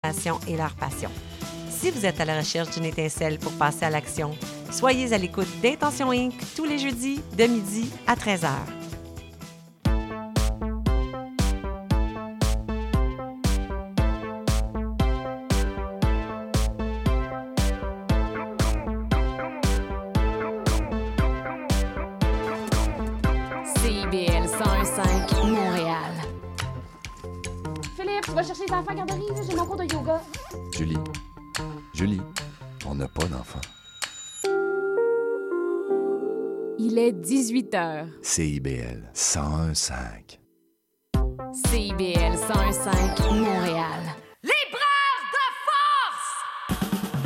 passion et leur passion. Si vous êtes à la recherche d'une étincelle pour passer à l'action, soyez à l'écoute d'Intention Inc. tous les jeudis de midi à 13h. CIBL 101.5 Montréal. Philippe, tu vas chercher les enfants à la garderie, là, j'ai mon cours de yoga. Julie, on n'a pas d'enfant. Il est 18h. CIBL 101.5. CIBL 101.5 Montréal. Libraire de force!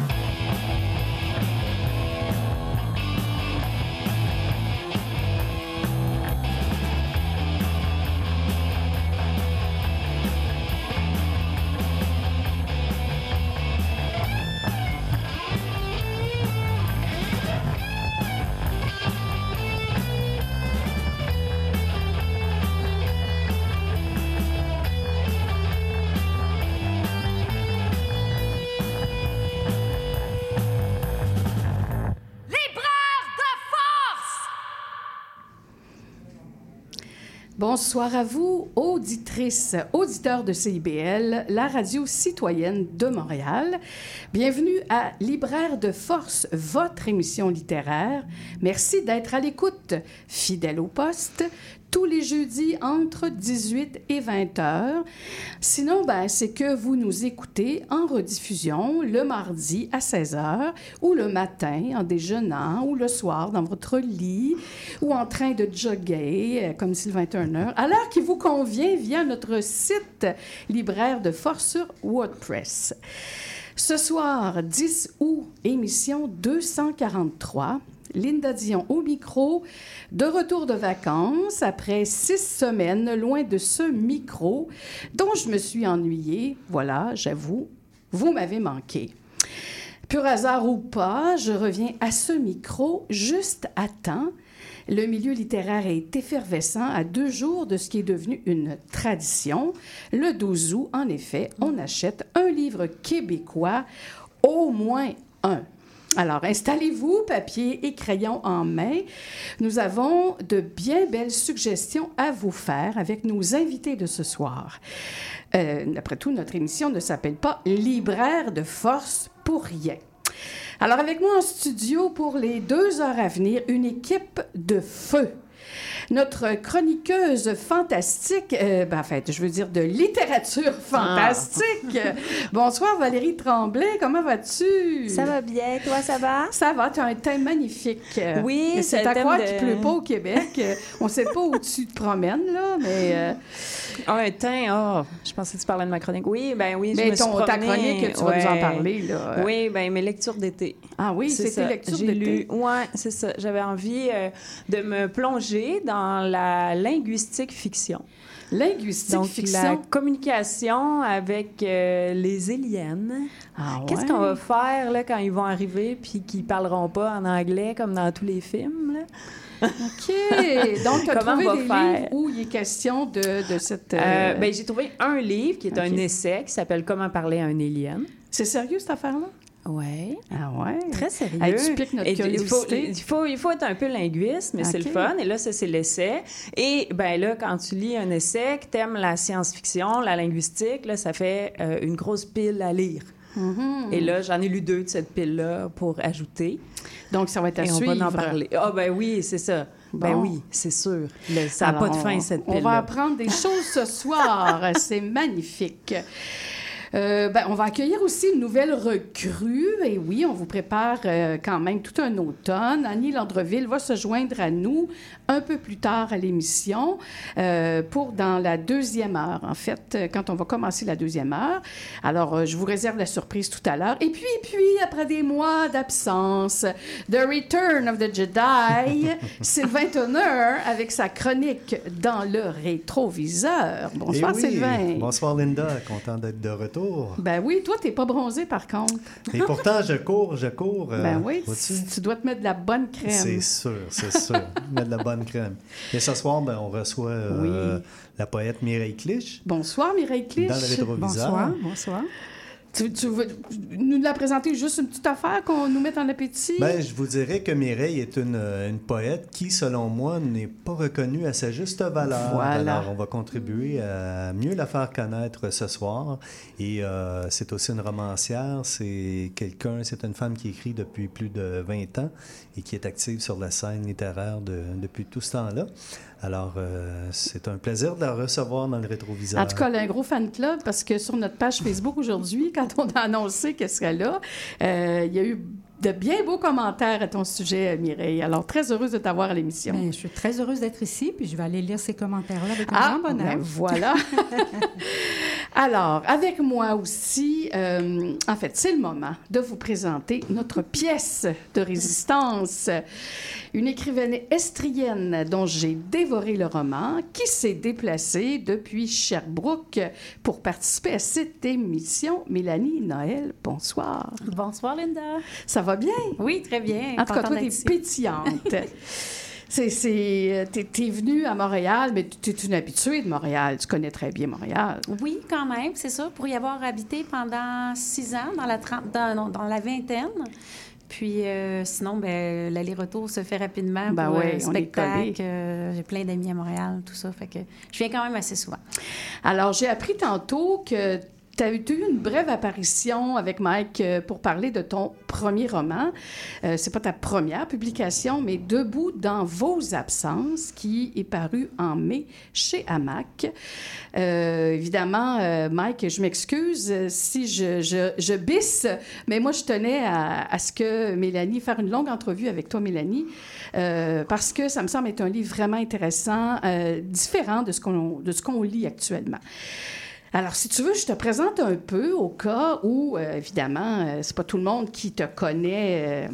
Bonsoir à vous, auditrices, auditeurs de CIBL, la radio citoyenne de Montréal. Bienvenue à Libraire de force, votre émission littéraire. Merci d'être à l'écoute, fidèle au poste, tous les jeudis entre 18 et 20 heures. Sinon, c'est que vous nous écoutez en rediffusion le mardi à 16 heures ou le matin en déjeunant ou le soir dans votre lit ou en train de jogger comme Sylvain Turner, à l'heure qui vous convient via notre site Libraire de force sur WordPress. Ce soir, 10 août, émission 243. Linda Dion au micro, de retour de vacances après 6 semaines loin de ce micro dont je me suis ennuyée. Voilà, j'avoue, vous m'avez manqué. Pur hasard ou pas, je reviens à ce micro juste à temps. Le milieu littéraire est effervescent à 2 jours de ce qui est devenu une tradition. Le 12 août, en effet, on achète un livre québécois, au moins un. Alors, installez-vous, papier et crayon en main. Nous avons de bien belles suggestions à vous faire avec nos invités de ce soir. Après tout, notre émission ne s'appelle pas Libraire de force pour rien. Alors, avec moi en studio pour les 2 heures à venir, une équipe de feu. Notre chroniqueuse fantastique, je veux dire de littérature fantastique. Bonsoir Valérie Tremblay, comment vas-tu? Ça va bien, toi ça va? Ça va, tu as un teint magnifique. Oui, c'est à quoi qu'il ne pleut pas au Québec. On ne sait pas où tu te promènes, là, mais... un teint, je pensais que tu parlais de ma chronique. Oui, je me suis promenée. Ta chronique, tu vas nous en parler, là. Oui, mes lectures d'été. Ah oui, c'est tes lectures d'été? Oui, c'est ça. J'avais envie de me plonger dans la linguistique fiction. Linguistique fiction? La communication avec les aliens. Ah ouais? Qu'est-ce qu'on va faire là, quand ils vont arriver puis qu'ils ne parleront pas en anglais comme dans tous les films, là? OK. Donc, tu as trouvé des livres où il est question de cette... j'ai trouvé un livre qui est un essai qui s'appelle « Comment parler à un alien ». C'est sérieux, cette affaire-là? Oui. Ah ouais? Très sérieux. Hey, tu piques notre curiosité. Il faut être un peu linguiste, mais c'est le fun. Et là, ça, c'est l'essai. Et là, quand tu lis un essai, que t'aimes la science-fiction, la linguistique, là, ça fait une grosse pile à lire. Mm-hmm. Et là, j'en ai lu 2 de cette pile-là pour ajouter. Donc, ça va être à suivre. On va en parler. Oui, c'est ça. Bon. Oui, c'est sûr. Ça n'a pas de fin, cette pile-là. On va apprendre des choses ce soir. C'est magnifique. On va accueillir aussi une nouvelle recrue. Et oui, on vous prépare quand même tout un automne. Annie Landreville va se joindre à nous un peu plus tard à l'émission pour dans la 2e heure, en fait, quand on va commencer la 2e heure. Alors, je vous réserve la surprise tout à l'heure. Et puis, après des mois d'absence, The Return of the Jedi, Sylvain Turner avec sa chronique dans le rétroviseur. Bonsoir, Sylvain. Bonsoir, Linda. Content d'être de retour. Ben oui, toi, t'es pas bronzé, par contre. Et pourtant, je cours. Ben oui, tu dois te mettre de la bonne crème. C'est sûr. Mettre de la bonne crème. Et ce soir, on reçoit la poète Mireille Clich. Bonsoir, Mireille Clich. Dans le rétroviseur. Bonsoir. Tu veux nous la présenter juste une petite affaire qu'on nous mette en appétit? Ben, je vous dirais que Mireille est une poète qui, selon moi, n'est pas reconnue à sa juste valeur. Voilà. Alors, on va contribuer à mieux la faire connaître ce soir. Et c'est aussi une romancière. C'est une femme qui écrit depuis plus de 20 ans et qui est active sur la scène littéraire depuis tout ce temps-là. Alors, c'est un plaisir de la recevoir dans le rétroviseur. En tout cas, elle a un gros fan club parce que sur notre page Facebook aujourd'hui, quand on a annoncé qu'elle serait là, il y a eu de bien beaux commentaires à ton sujet, Mireille. Alors, très heureuse de t'avoir à l'émission. Bien, je suis très heureuse d'être ici, puis je vais aller lire ces commentaires-là avec un grand bonheur. Ben voilà. Alors, avec moi aussi, en fait, c'est le moment de vous présenter notre pièce de résistance. Une écrivaine estrienne dont j'ai dévoré le roman, qui s'est déplacée depuis Sherbrooke pour participer à cette émission. Mélanie Noël, bonsoir. Bonsoir, Linda. Ça va bien? Oui, très bien. En tout cas, toi, t'es ici. pétillante. T'es venue à Montréal, mais tu es une habituée de Montréal. Tu connais très bien Montréal. Oui, quand même, c'est ça. Pour y avoir habité pendant 6 ans, dans la vingtaine. Puis sinon, ben, l'aller-retour se fait rapidement pour spectacle. J'ai plein d'amis à Montréal, tout ça. Fait que je viens quand même assez souvent. Alors, j'ai appris tantôt que tu as eu une brève apparition avec Mike pour parler de ton premier roman. C'est pas ta première publication, mais Debout dans vos absences, qui est paru en mai chez Hamac. Évidemment, Mike, je m'excuse si je bisse, mais moi, je tenais à ce que Mélanie, faire une longue entrevue avec toi, Mélanie, parce que ça me semble être un livre vraiment intéressant, différent de ce qu'on lit actuellement. Alors, si tu veux, je te présente un peu au cas où, évidemment, c'est pas tout le monde qui te connaît,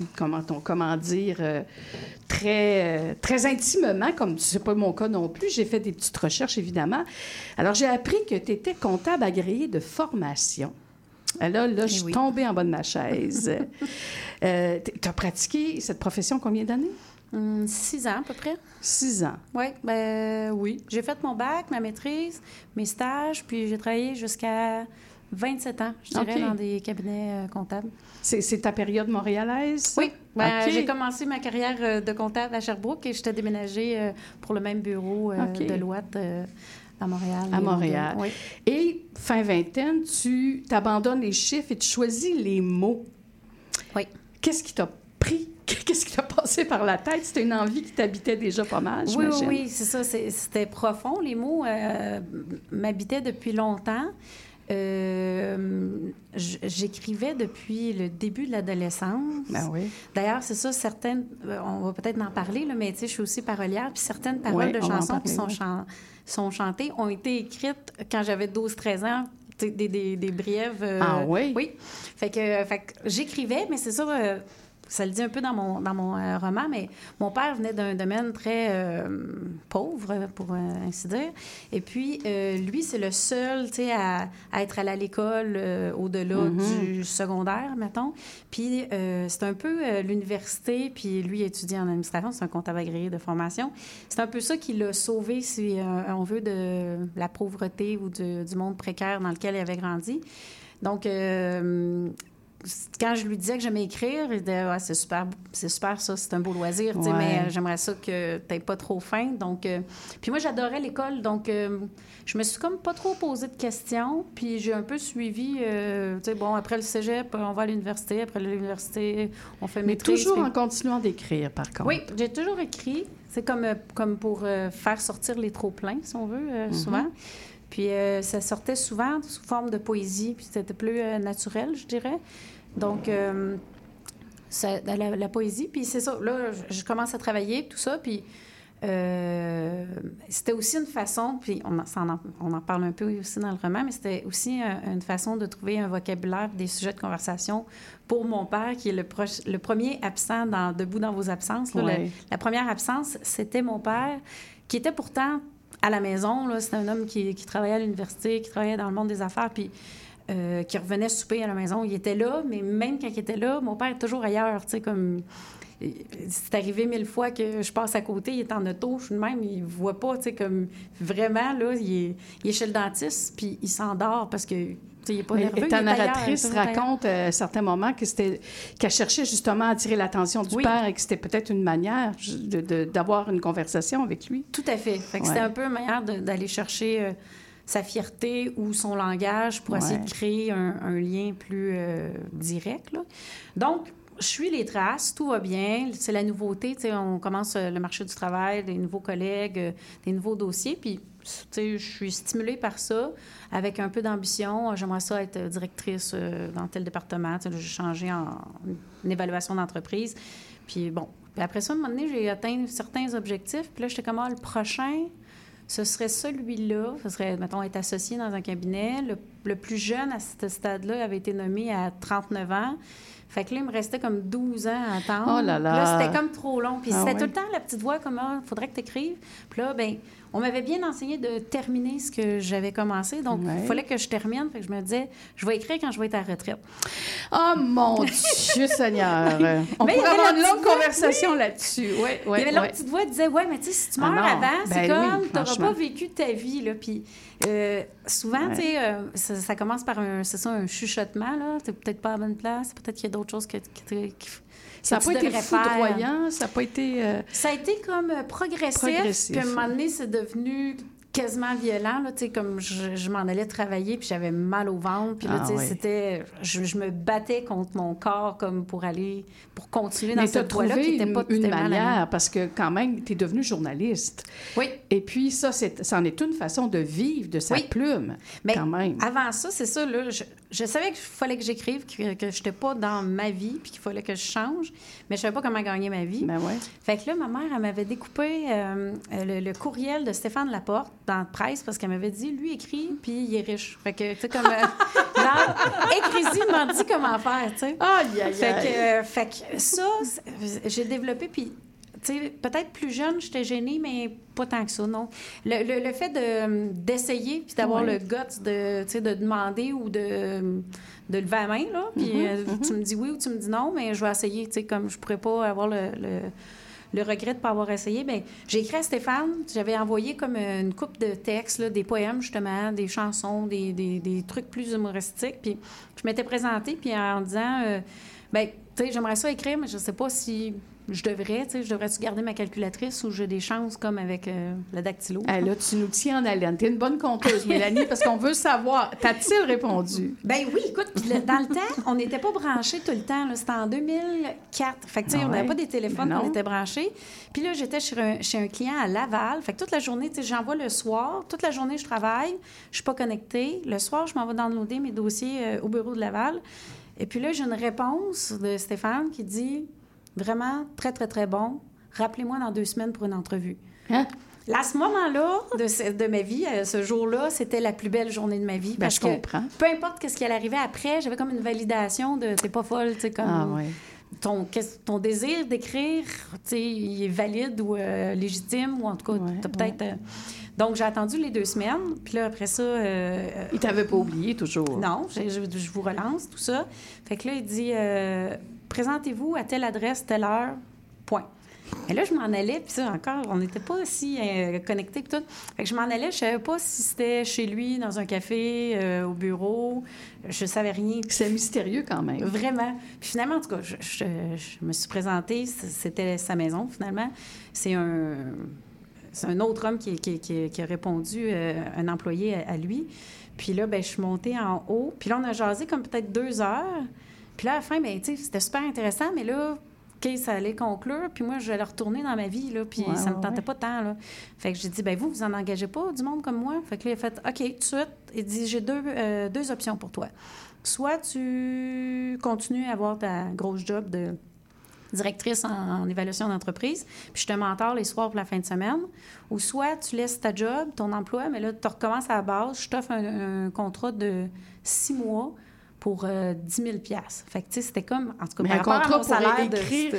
très intimement, comme c'est pas mon cas non plus. J'ai fait des petites recherches, évidemment. Alors, j'ai appris que tu étais comptable agréé de formation. Là, je suis tombée en bas de ma chaise. Tu as pratiqué cette profession combien d'années? 6 ans, à peu près. 6 ans. Oui. J'ai fait mon bac, ma maîtrise, mes stages, puis j'ai travaillé jusqu'à 27 ans, je dirais, dans des cabinets comptables. C'est ta période montréalaise? Oui. J'ai commencé ma carrière de comptable à Sherbrooke et j'étais déménagée pour le même bureau de Loite à Montréal. À Montréal. Oui. Et fin vingtaine, tu t'abandonnes les chiffres et tu choisis les mots. Oui. Qu'est-ce qui t'a pris? Qu'est-ce qui t'a passé par la tête? C'était une envie qui t'habitait déjà pas mal, j'imagine. Oui, c'est ça. C'était profond. Les mots m'habitaient depuis longtemps. J'écrivais depuis le début de l'adolescence. Ben oui. D'ailleurs, c'est ça, certaines... on va peut-être en parler, là, mais tu sais, je suis aussi parolière, puis certaines paroles de chansons qui sont chantées ont été écrites quand j'avais 12-13 ans. Des brèves... Ah oui? Oui. Fait que j'écrivais, mais c'est ça... ça le dit un peu dans mon roman, mais mon père venait d'un domaine très pauvre, pour ainsi dire. Et puis, lui, c'est le seul, tu sais, à être allé à l'école au-delà du secondaire, mettons. Puis, c'est un peu l'université, puis lui, étudié en administration, c'est un comptable agréé de formation. C'est un peu ça qui l'a sauvé, si on veut, de la pauvreté ou du monde précaire dans lequel il avait grandi. Donc, quand je lui disais que j'aimais écrire, il disait « c'est super ça, c'est un beau loisir, tu sais, mais j'aimerais ça que tu n'aies pas trop faim. » Donc, puis moi, j'adorais l'école, donc je me suis comme pas trop posé de questions, puis j'ai un peu suivi, tu sais, bon, après le cégep, on va à l'université, après l'université, on fait maîtrise. Mais toujours en continuant d'écrire, par contre. Oui, j'ai toujours écrit. C'est comme pour faire sortir les trop-pleins, si on veut, souvent. Puis ça sortait souvent sous forme de poésie, puis c'était plus naturel, je dirais. Donc, la poésie, puis c'est ça. Là, je commence à travailler, tout ça, puis c'était aussi une façon, puis on en parle un peu aussi dans le roman, mais c'était aussi une façon de trouver un vocabulaire, des sujets de conversation pour mon père, qui est le premier absent Debout dans vos absences. Là, la première absence, c'était mon père, qui était pourtant à la maison. Là, c'était un homme qui travaillait à l'université, qui travaillait dans le monde des affaires, puis qui revenait souper à la maison. Il était là, mais même quand il était là, mon père est toujours ailleurs, tu sais, comme... C'est arrivé 1000 fois que je passe à côté, il est en auto, je suis de même, il ne voit pas, tu sais, comme... Vraiment, là, il est chez le dentiste, puis il s'endort parce qu'il il n'est pas Mais nerveux. ta il est ailleurs, narratrice toujours ailleurs. raconte à un certain moment qu'elle cherchait justement à attirer l'attention du père et que c'était peut-être une manière d'avoir une conversation avec lui. Tout à fait. Fait que c'était un peu une manière d'aller chercher sa fierté ou son langage pour essayer de créer un lien plus direct, là. Donc, je suis les traces, tout va bien. C'est la nouveauté. On commence le marché du travail, des nouveaux collègues, des nouveaux dossiers. Puis, je suis stimulée par ça, avec un peu d'ambition. J'aimerais ça être directrice dans tel département. J'ai changé en une évaluation d'entreprise. Puis, bon. Puis après ça, à un moment donné, j'ai atteint certains objectifs. Puis là, j'étais comme, le prochain, ce serait celui-là. Ce serait, mettons, être associé dans un cabinet. Le plus jeune à ce stade-là avait été nommé à 39 ans. Fait que là, il me restait comme 12 ans à attendre. Oh là là! Là, c'était comme trop long. Puis c'était tout le temps la petite voix comme, il faudrait que tu écrives. Puis là, bien, on m'avait bien enseigné de terminer ce que j'avais commencé. Donc, il fallait que je termine. Fait que je me disais, je vais écrire quand je vais être à la retraite. Oh mon Dieu Seigneur! On pourrait avoir une longue conversation là-dessus. Il y avait l'autre petite voix qui disait, ouais, mais tu sais, si tu meurs avant, c'est comme, tu n'auras pas vécu ta vie, là. Puis souvent, tu sais, ça commence par un chuchotement, là. Tu n'es peut-être pas à la bonne place. Peut-être qu'il y a d'autres choses que ça n'a pas été foudroyant, ça n'a pas été... Ça a été comme progressif. Puis à un moment donné, c'est devenu quasiment violent, là, tu sais, comme je m'en allais travailler, puis j'avais mal au ventre, puis là, tu sais, c'était... Je me battais contre mon corps, comme pour continuer dans cette voie-là, qui n'était pas une manière, parce que quand même, tu es devenue journaliste. Oui. Et puis ça, c'en est une façon de vivre de sa plume, mais quand même. Avant ça, c'est ça, là, je savais qu'il fallait que j'écrive, que je n'étais pas dans ma vie, puis qu'il fallait que je change, mais je ne savais pas comment gagner ma vie. Ben ouais. Fait que là, ma mère, elle m'avait découpé le courriel de Stéphane Laporte dans la presse, parce qu'elle m'avait dit, lui, écrit, puis il est riche. Fait que, tu sais, comme... écris-y, il m'a dit comment faire, tu sais. Aïe, aïe, aïe. Fait que ça, j'ai développé, puis... Tu sais, peut-être plus jeune, j'étais gênée, mais pas tant que ça, non. Le fait d'essayer, puis d'avoir le guts de demander ou de lever la main, là, puis tu me dis oui ou tu me dis non, mais je vais essayer, tu sais, comme je pourrais pas avoir le regret de ne pas avoir essayé. Bien, j'ai écrit à Stéphane, j'avais envoyé comme une couple de textes, là, des poèmes, justement, des chansons, des trucs plus humoristiques, puis je m'étais présentée, puis en disant, bien, tu sais, j'aimerais ça écrire, mais je sais pas si... Je devrais-tu garder ma calculatrice ou j'ai des chances comme avec le dactylo? Ah, là, tu nous tiens en haleine. T'es une bonne conteuse, Mélanie, parce qu'on veut savoir. T'as-t-il répondu? Ben oui, écoute, dans le temps, on n'était pas branchés tout le temps. Là. C'était en 2004. Fait que, tu sais, on n'avait pas des téléphones, on était branchés. Puis là, j'étais chez un client à Laval. Fait que toute la journée, tu sais, j'envoie le soir. Toute la journée, je travaille. Je suis pas connectée. Le soir, je m'en vais downloader mes dossiers au bureau de Laval. Et puis là, j'ai une réponse de Stéphane qui dit... Vraiment, très, très, très bon. Rappelez-moi dans 2 semaines pour une entrevue. Hein? À ce moment-là de ma vie, ce jour-là, c'était la plus belle journée de ma vie. Parce je comprends. Que peu importe ce qui allait arriver après, j'avais comme une validation de « t'es pas folle », tu sais, comme... Ton désir d'écrire, tu sais, il est valide ou légitime, ou en tout cas, t'as peut-être... Donc, j'ai attendu les 2 semaines. Puis là, après ça... il t'avait pas oublié, toujours. Non, je vous relance, tout ça. Fait que là, il dit... présentez-vous à telle adresse, telle heure, point. Et là, je m'en allais, puis ça, encore, on n'était pas si connectés que tout. Fait que je m'en allais, je savais pas si c'était chez lui, dans un café, au bureau. Je savais rien. C'est mystérieux quand même. Vraiment. Puis finalement, en tout cas, je me suis présentée, c'était sa maison, finalement. C'est un autre homme qui a répondu, un employé à lui. Puis là, ben, je suis montée en haut. Puis là, on a jasé comme peut-être 2 heures. Puis là, à la fin, bien, tu sais, c'était super intéressant, mais là, OK, ça allait conclure, puis moi, je vais retourner dans ma vie, là, puis ça me tentait pas tant, là. Fait que j'ai dit, bien, vous en engagez pas du monde comme moi? Fait que là, il a fait, OK, tout de suite, il dit, j'ai 2 options pour toi. Soit tu continues à avoir ta grosse job de directrice en évaluation d'entreprise, puis je te mentore les soirs pour la fin de semaine, ou soit tu laisses ta job, ton emploi, mais là, tu recommences à la base, je t'offre un contrat de 6 mois, pour 10 000 $. Fait que, tu sais, c'était comme... En tout cas, mais par rapport à mon salaire écrire...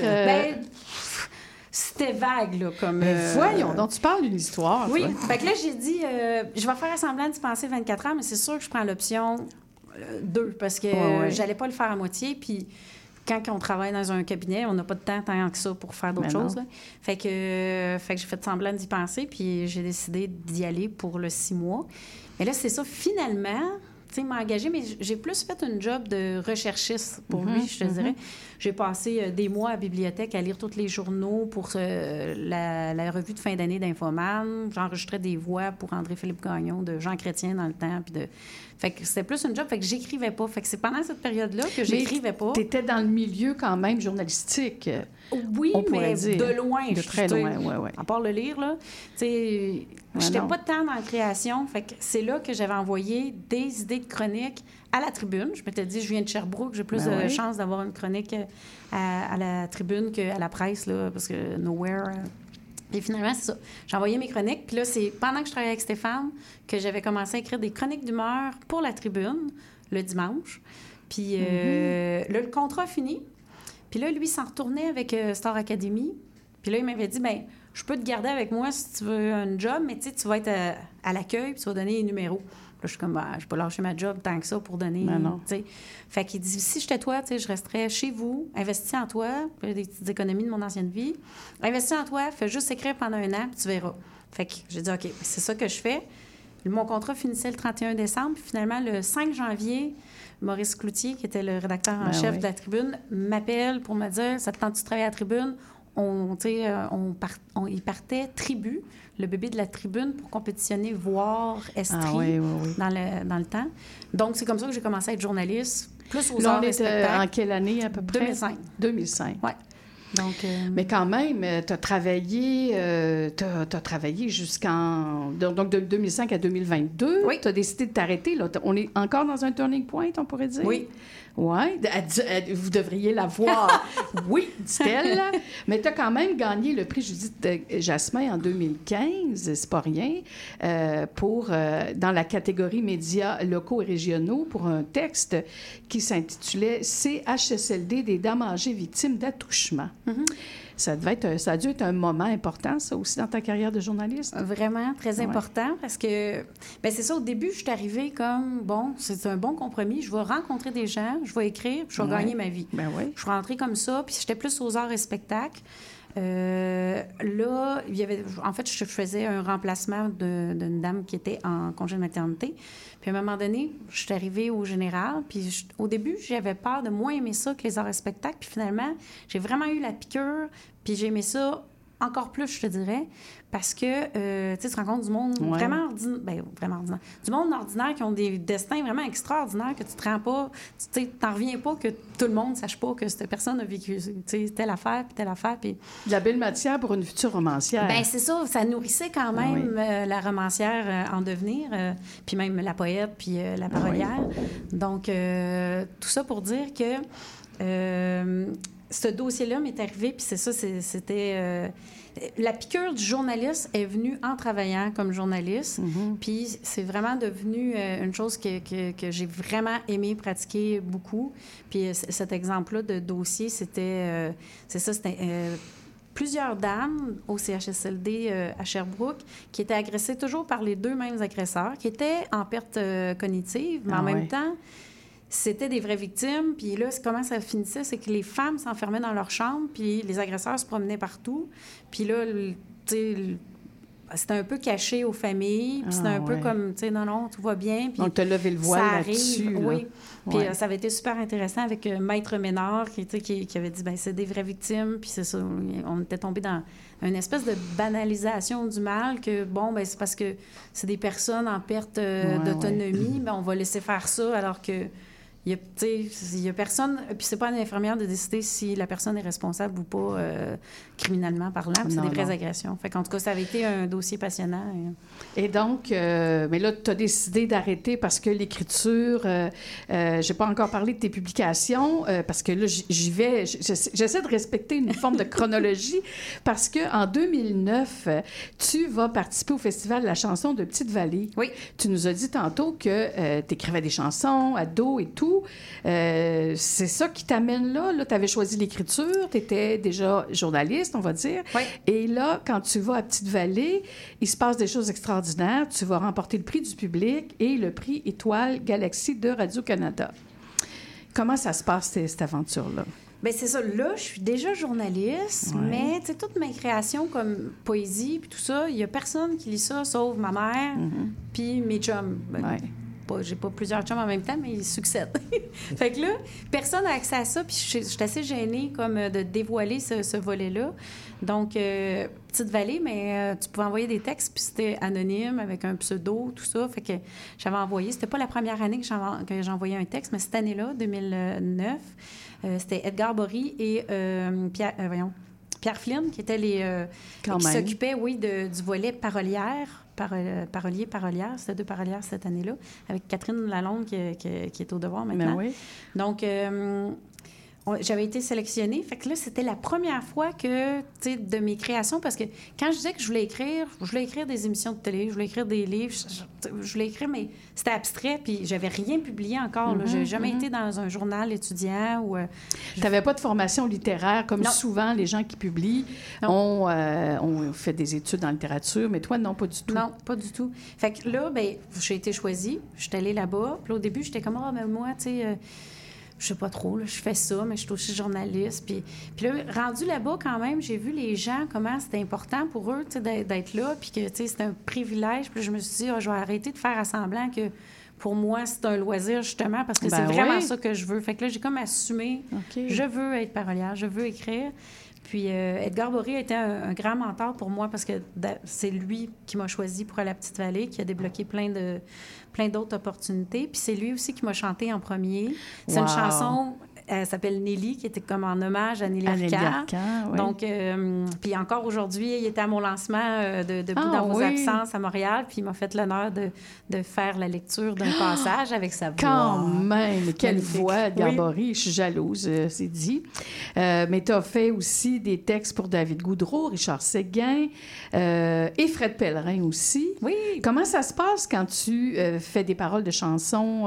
c'était vague, là, comme... Mais voyons, donc tu parles d'une histoire. Oui. Toi. Fait que là, j'ai dit, je vais faire semblant d'y penser 24 heures, mais c'est sûr que je prends l'option 2, parce que j'allais pas le faire à moitié, puis quand on travaille dans un cabinet, on n'a pas de temps tant que ça pour faire d'autres choses. Là. Fait que j'ai fait semblant d'y penser, puis j'ai décidé d'y aller pour le 6 mois. Mais là, c'est ça, finalement... il m'a engagée, mais j'ai plus fait une job de recherchiste pour lui, je te dirais. J'ai passé des mois à la bibliothèque à lire tous les journaux pour la revue de fin d'année d'Infoman. J'enregistrais des voix pour André-Philippe Gagnon, de Jean Chrétien dans le temps, puis de... Fait que c'était plus une job, fait que j'écrivais pas. Fait que c'est pendant cette période-là que j'écrivais pas. Tu étais dans le milieu quand même journalistique. Oui, on mais dire. de loin. De très loin, oui. À part le lire, là. Tu sais, j'étais pas tant dans la création. Fait que c'est là que j'avais envoyé des idées de chroniques à la Tribune. Je m'étais dit, je viens de Sherbrooke, j'ai plus de chance d'avoir une chronique à la Tribune qu'à la presse, là, parce que Nowhere... Et finalement, c'est ça. J'ai envoyé mes chroniques. Puis là, c'est pendant que je travaillais avec Stéphane que j'avais commencé à écrire des chroniques d'humeur pour la Tribune le dimanche. Puis là, le contrat a fini. Puis là, lui, s'en retournait avec Star Academy. Puis là, il m'avait dit, bien, je peux te garder avec moi si tu veux un job, mais tu sais, tu vas être à l'accueil puis tu vas donner les numéros. Là, je suis comme, je vais pas lâcher ma job tant que ça pour donner... t'sais. Fait qu'il dit, si j'étais toi, je resterais chez vous, investis en toi, des petites économies de mon ancienne vie, investis en toi, fais juste écrire pendant 1 an, puis tu verras. Fait que j'ai dit, OK, c'est ça que je fais. Mon contrat finissait le 31 décembre, puis finalement, le 5 janvier, Maurice Cloutier, qui était le rédacteur en chef de la Tribune, m'appelle pour me dire, ça te tente de travailler à la Tribune? Il partait Tribu, le bébé de la Tribune, pour compétitionner, voir Estrie dans le temps. Donc, c'est comme ça que j'ai commencé à être journaliste, plus aux heures de spectacle. En quelle année, à peu près? 2005. 2005. Oui. Donc, mais quand même, tu as travaillé jusqu'en... Donc, de 2005 à 2022. Oui. Tu as décidé de t'arrêter. Là. On est encore dans un turning point, on pourrait dire? Oui. Oui. Vous devriez la voir. Oui, dit-elle. Mais tu as quand même gagné le prix Judith Jasmin en 2015, c'est pas rien, dans la catégorie médias locaux et régionaux pour un texte qui s'intitulait « CHSLD des dames âgées victimes d'attouchement ». Ça a dû être un moment important, ça aussi, dans ta carrière de journaliste? Vraiment, très important, parce que, bien, c'est ça, au début, je suis arrivée comme, bon, c'est un bon compromis, je vais rencontrer des gens, je vais écrire, puis je vais gagner ma vie. Ben oui. Je suis rentrée comme ça, puis j'étais plus aux arts et spectacles. Là, il y avait... En fait, je faisais un remplacement d'une dame qui était en congé de maternité. Puis à un moment donné, je suis arrivée au général. Puis au début, j'avais peur de moins aimer ça que les arts et spectacles. Puis finalement, j'ai vraiment eu la piqûre. Puis j'ai aimé ça encore plus, je te dirais, parce que, tu te rends compte du monde vraiment ordinaire. Du monde ordinaire qui ont des destins vraiment extraordinaires que tu te rends pas... Tu t'en reviens pas que tout le monde sache pas que cette personne a vécu, telle affaire, puis telle affaire, puis... De la belle matière pour une future romancière. Bien, c'est ça. Ça nourrissait quand même la romancière en devenir, puis même la poète, puis la parolière. Donc, tout ça pour dire que... ce dossier-là m'est arrivé, puis c'est ça, c'était... la piqûre du journaliste est venue en travaillant comme journaliste, puis c'est vraiment devenu une chose que j'ai vraiment aimé pratiquer beaucoup. Puis cet exemple-là de dossier, c'était... c'était plusieurs dames au CHSLD à Sherbrooke qui étaient agressées toujours par les 2 mêmes agresseurs, qui étaient en perte cognitive, mais en même temps... C'était des vraies victimes. Puis là, comment ça finissait? C'est que les femmes s'enfermaient dans leur chambre, puis les agresseurs se promenaient partout. Puis là, tu sais, c'était un peu caché aux familles. Puis c'était un peu comme, tu sais, non, tout va bien. Puis on t'a levé le voile là-dessus. Oui. Puis ça avait été super intéressant avec Maître Ménard qui avait dit, bien, c'est des vraies victimes. Puis c'est ça, on était tombé dans une espèce de banalisation du mal que, bon, bien, c'est parce que c'est des personnes en perte d'autonomie, bien, on va laisser faire ça alors que... Il y a personne... Puis c'est pas à l'infirmière de décider si la personne est responsable ou pas criminellement parlant. C'est des vraies agressions. Fait qu'en tout cas, ça avait été un dossier passionnant. Et donc, mais là, tu as décidé d'arrêter parce que l'écriture... j'ai pas encore parlé de tes publications parce que là, j'y vais... J'essaie de respecter une forme de chronologie parce qu'en 2009, tu vas participer au Festival de la chanson de Petite-Vallée. Oui. Tu nous as dit tantôt que tu écrivais des chansons, ado et tout. C'est ça qui t'amène là. Là, tu avais choisi l'écriture, tu étais déjà journaliste, on va dire. Oui. Et là, quand tu vas à Petite-Vallée, il se passe des choses extraordinaires. Tu vas remporter le prix du public et le prix Étoile Galaxie de Radio-Canada. Comment ça se passe, cette aventure-là? Bien, c'est ça. Là, je suis déjà journaliste, mais, tu sais, toutes mes créations comme poésie puis tout ça, il n'y a personne qui lit ça, sauf ma mère puis mes chums. j'ai pas plusieurs chums en même temps, mais ils succèdent. Fait que là, personne n'a accès à ça, puis je suis assez gênée comme de dévoiler ce volet-là. Donc, Petite Vallée, mais tu pouvais envoyer des textes, puis c'était anonyme, avec un pseudo, tout ça. Fait que j'avais envoyé. C'était pas la première année que j'envoyais un texte, mais cette année-là, 2009, c'était Edgar Bory et Pierre Flynn, qui étaient qui s'occupaient, du volet parolière. Parolière. C'était 2 parolières cette année-là, avec Catherine Lalonde qui est au devoir maintenant. Ben oui. Donc, j'avais été sélectionnée. Fait que là, c'était la première fois que, tu sais, de mes créations, parce que quand je disais que je voulais écrire des émissions de télé, je voulais écrire des livres, je voulais écrire, mais c'était abstrait, puis j'avais rien publié encore. Je n'ai jamais été dans un journal étudiant ou... Tu n'avais pas de formation littéraire, comme souvent les gens qui publient ont fait des études en littérature, mais toi, non, pas du tout. Non, pas du tout. Fait que là, bien, j'ai été choisie. Je suis allée là-bas. Puis au début, j'étais comme, mais moi, tu sais... je sais pas trop, là, je fais ça, mais je suis aussi journaliste. Puis là, rendu là-bas, quand même, j'ai vu les gens, comment c'était important pour eux, tu sais, d'être là, puis que, tu sais, c'était un privilège. Puis je me suis dit, je vais arrêter de faire semblant que pour moi, c'est un loisir, justement, parce que c'est vraiment ça que je veux. Fait que là, j'ai comme assumé, je veux être parolière, je veux écrire. Puis Edgar Bory a été un grand mentor pour moi parce que c'est lui qui m'a choisi pour La Petite Vallée, qui a débloqué plein d'autres opportunités. Puis c'est lui aussi qui m'a chanté en premier. C'est une chanson, elle s'appelle Nelly, qui était comme en hommage à Nelly Arcand. Oui. Donc, puis encore aujourd'hui, il était à mon lancement de Debout dans vos absences à Montréal, puis il m'a fait l'honneur de faire la lecture d'un passage avec sa voix. Quand même! Quelle magnifique. voix, Edgar Bory. Je suis jalouse, c'est dit. Mais tu as fait aussi des textes pour David Goudreau, Richard Séguin et Fred Pellerin aussi. Oui. Comment ça se passe quand tu fais des paroles de chansons?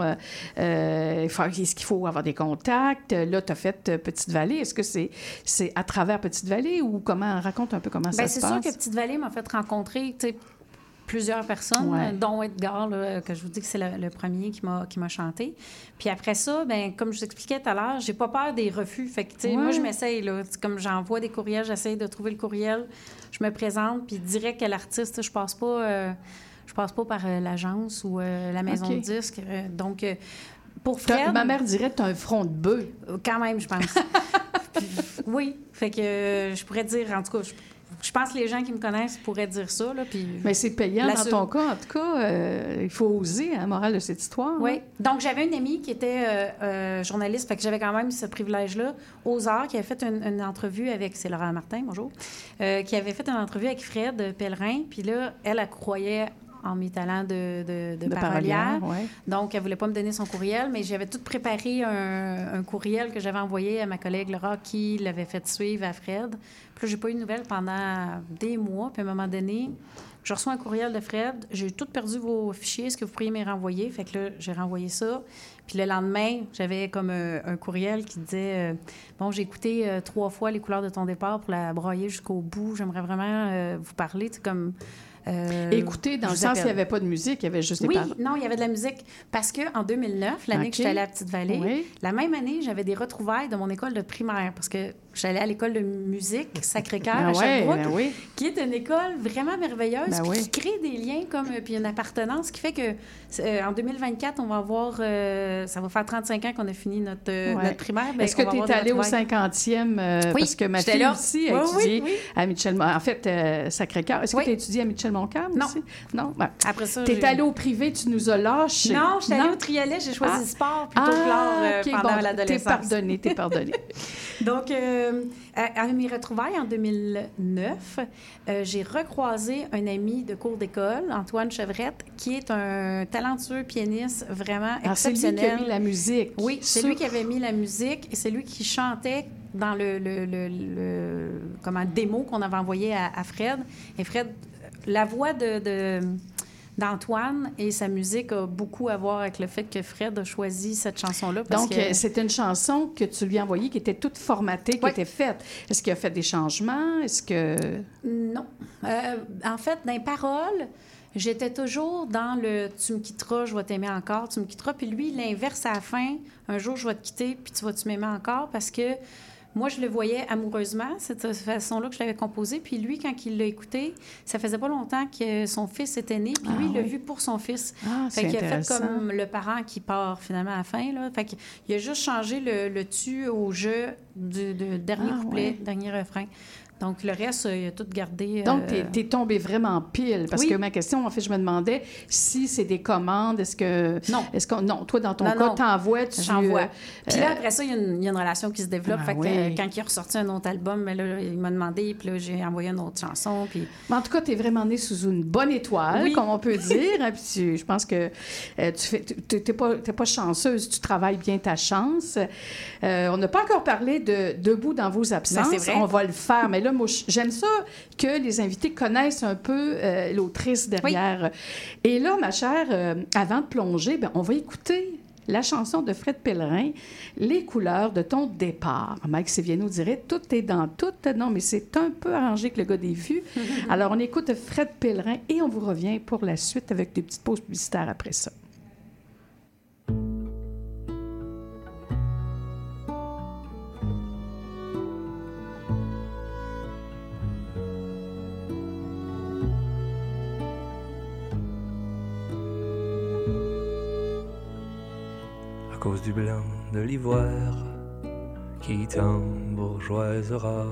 Est-ce qu'il faut avoir des contacts? Là, tu as fait Petite Vallée. Est-ce que c'est à travers Petite Vallée ou comment? Raconte un peu comment ça se passe. C'est sûr que Petite Vallée m'a fait rencontrer, tu sais, plusieurs personnes, dont Edgar, là, que je vous dis que c'est le premier qui m'a chanté. Puis après ça, comme je vous expliquais tout à l'heure, j'ai pas peur des refus. Fait que, tu sais, moi, je m'essaye, là. Comme j'envoie des courriels, j'essaye de trouver le courriel, je me présente, puis direct à l'artiste, je passe pas par l'agence ou la maison de disques. Donc, pour Fred... Ma mère dirait que tu as un front de bœuf. Quand même, je pense. Puis, oui. Fait que je pourrais dire, en tout cas... Je pense que les gens qui me connaissent pourraient dire ça. Là, puis mais c'est payant dans ton cas. En tout cas, il faut oser, hein, morale de cette histoire. Oui. Donc, j'avais une amie qui était journaliste, fait que j'avais quand même ce privilège-là, aux Arts, qui avait fait une entrevue avec... C'est Laura Martin, bonjour. Qui avait fait une entrevue avec Fred Pellerin. Puis là, elle croyait en mes talents de parolière. Ouais. Donc, elle ne voulait pas me donner son courriel, mais j'avais tout préparé un courriel que j'avais envoyé à ma collègue Laura qui l'avait fait suivre à Fred. Puis là, j'ai pas eu de nouvelles pendant des mois. Puis à un moment donné, je reçois un courriel de Fred. J'ai tout perdu vos fichiers. Est-ce que vous pourriez me renvoyer? Fait que là, j'ai renvoyé ça. Puis le lendemain, j'avais comme un courriel qui disait bon, j'ai écouté 3 fois Les couleurs de ton départ pour la broyer jusqu'au bout. J'aimerais vraiment vous parler. Tu sais, comme... écoutez, dans le sens qu'il n'y avait pas de musique, il y avait juste des paroles. Non, il y avait de la musique. Parce qu'en 2009, l'année que j'étais allée à Petite Vallée, la même année, j'avais des retrouvailles de mon école de primaire. Parce que j'allais à l'école de musique Sacré-Cœur à Sherbrooke, qui est une école vraiment merveilleuse, qui crée des liens puis une appartenance qui fait que en 2024, on va avoir... ça va faire 35 ans qu'on a fini notre primaire. Est-ce que tu es allée au 50e? Parce que ma fille aussi a étudié à Michel... En fait, Sacré-Cœur. Est-ce que tu as étudié à Michel Montcalm aussi? Non. Ben, après ça, t'es allée au privé, tu nous as lâchés. Non, je suis allée au Triolet, j'ai choisi le sport plutôt que l'art pendant l'adolescence. T'es pardonnée. Donc, à mes retrouvailles en 2009, j'ai recroisé un ami de cours d'école, Antoine Chevrette, qui est un talentueux pianiste vraiment exceptionnel. C'est lui qui a mis la musique. Oui, c'est lui qui avait mis la musique et c'est lui qui chantait dans le démo qu'on avait envoyé à Fred. Et Fred, la voix d'Antoine et sa musique a beaucoup à voir avec le fait que Fred a choisi cette chanson-là. Donc, c'est une chanson que tu lui as envoyée qui était toute formatée, qui était faite. Est-ce qu'il a fait des changements? Est-ce que... Non. En fait, dans les paroles, j'étais toujours dans le « tu me quitteras, je vais t'aimer encore, tu me quitteras ». Puis lui, l'inverse à la fin, « un jour, je vais te quitter, puis tu vas-tu m'aimer encore » parce que moi, je le voyais amoureusement, cette façon-là que je l'avais composé. Puis lui, quand il l'a écouté, ça faisait pas longtemps que son fils était né. Puis lui, il l'a vu pour son fils. Ah, fait qu'il a fait comme le parent qui part finalement à la fin. Là. Fait qu'il a juste changé le tu au je du dernier couplet, dernier refrain. Donc, le reste, il a tout gardé. Donc, t'es tombé vraiment pile. Parce que ma question, en fait, je me demandais si c'est des commandes. Est-ce que... Non, toi, dans ton cas, t'envoies, J'envoie. Puis là, après ça, il y a une relation qui se développe. Fait que quand il a ressorti un autre album, là, il m'a demandé, puis là, j'ai envoyé une autre chanson. Puis... Mais en tout cas, t'es vraiment né sous une bonne étoile, comme on peut dire. Puis je pense que t'es pas chanceuse. Tu travailles bien ta chance. On n'a pas encore parlé de Debout dans vos absences. C'est vrai. On va le faire. Mais là, moi, j'aime ça que les invités connaissent un peu l'autrice derrière. Oui. Et là, ma chère, avant de plonger, on va écouter la chanson de Fred Pellerin, « Les couleurs de ton départ ». Mike Seviano dirait « Tout est dans tout ». Non, mais c'est un peu arrangé que le gars des vues. Alors, on écoute Fred Pellerin et on vous revient pour la suite avec des petites pauses publicitaires après ça. À cause du blanc de l'ivoire qui t'embourgeoisera,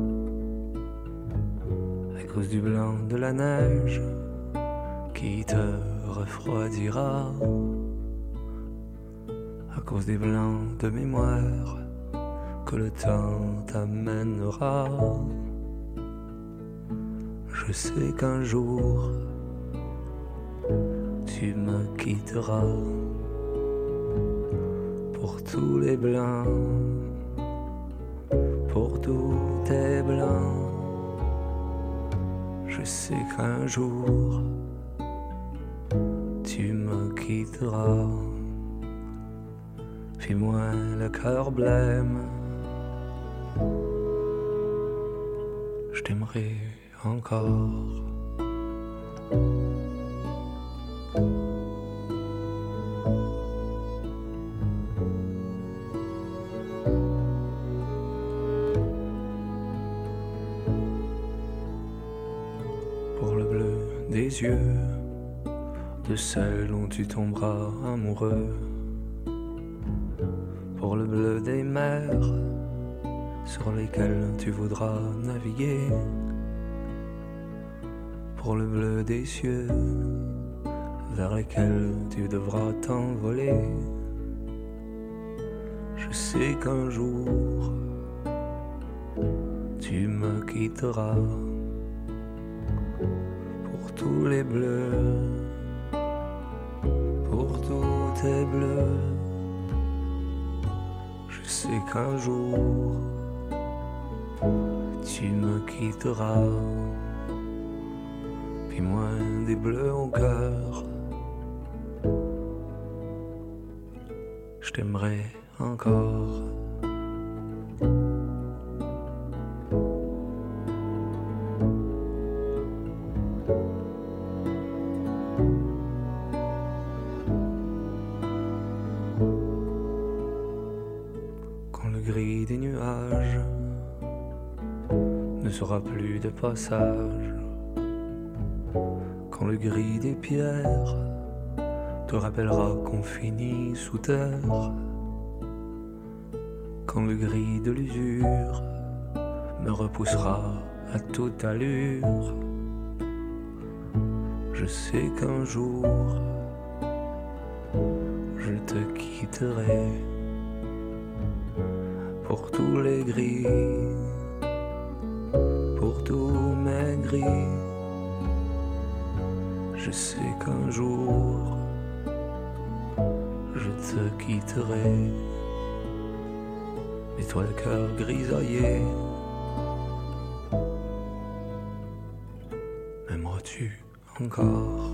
à cause du blanc de la neige qui te refroidira, à cause des blancs de mémoire que le temps t'amènera. Je sais qu'un jour tu me quitteras. Pour tous les blancs, pour tous tes blancs, je sais qu'un jour tu me quitteras. Fais-moi le cœur blême, je t'aimerai encore. Des yeux de celle dont tu tomberas amoureux, pour le bleu des mers sur lesquelles tu voudras naviguer, pour le bleu des cieux vers lesquels tu devras t'envoler. Je sais qu'un jour tu me quitteras. Pour tous les bleus, pour tous tes bleus, je sais qu'un jour tu me quitteras. Puis moi des bleus au cœur, je t'aimerai encore. Sera plus de passage, quand le gris des pierres te rappellera qu'on finit sous terre, quand le gris de l'usure me repoussera à toute allure. Je sais qu'un jour je te quitterai pour tous les gris, pour tous mes gris. Je sais qu'un jour je te quitterai, mais toi le cœur grisaillé, m'aimeras-tu encore?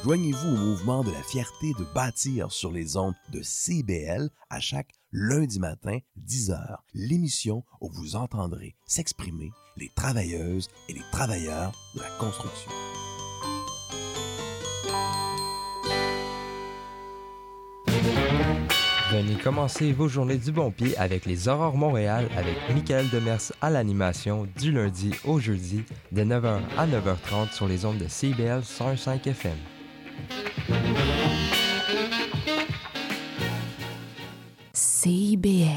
Joignez-vous au mouvement de la fierté de bâtir sur les ondes de CIBL à chaque lundi matin, 10h, l'émission où vous entendrez s'exprimer les travailleuses et les travailleurs de la construction. Venez commencer vos journées du bon pied avec les Aurores Montréal avec Michael Demers à l'animation du lundi au jeudi de 9h à 9h30 sur les ondes de CIBL 101.5 FM. CIBL.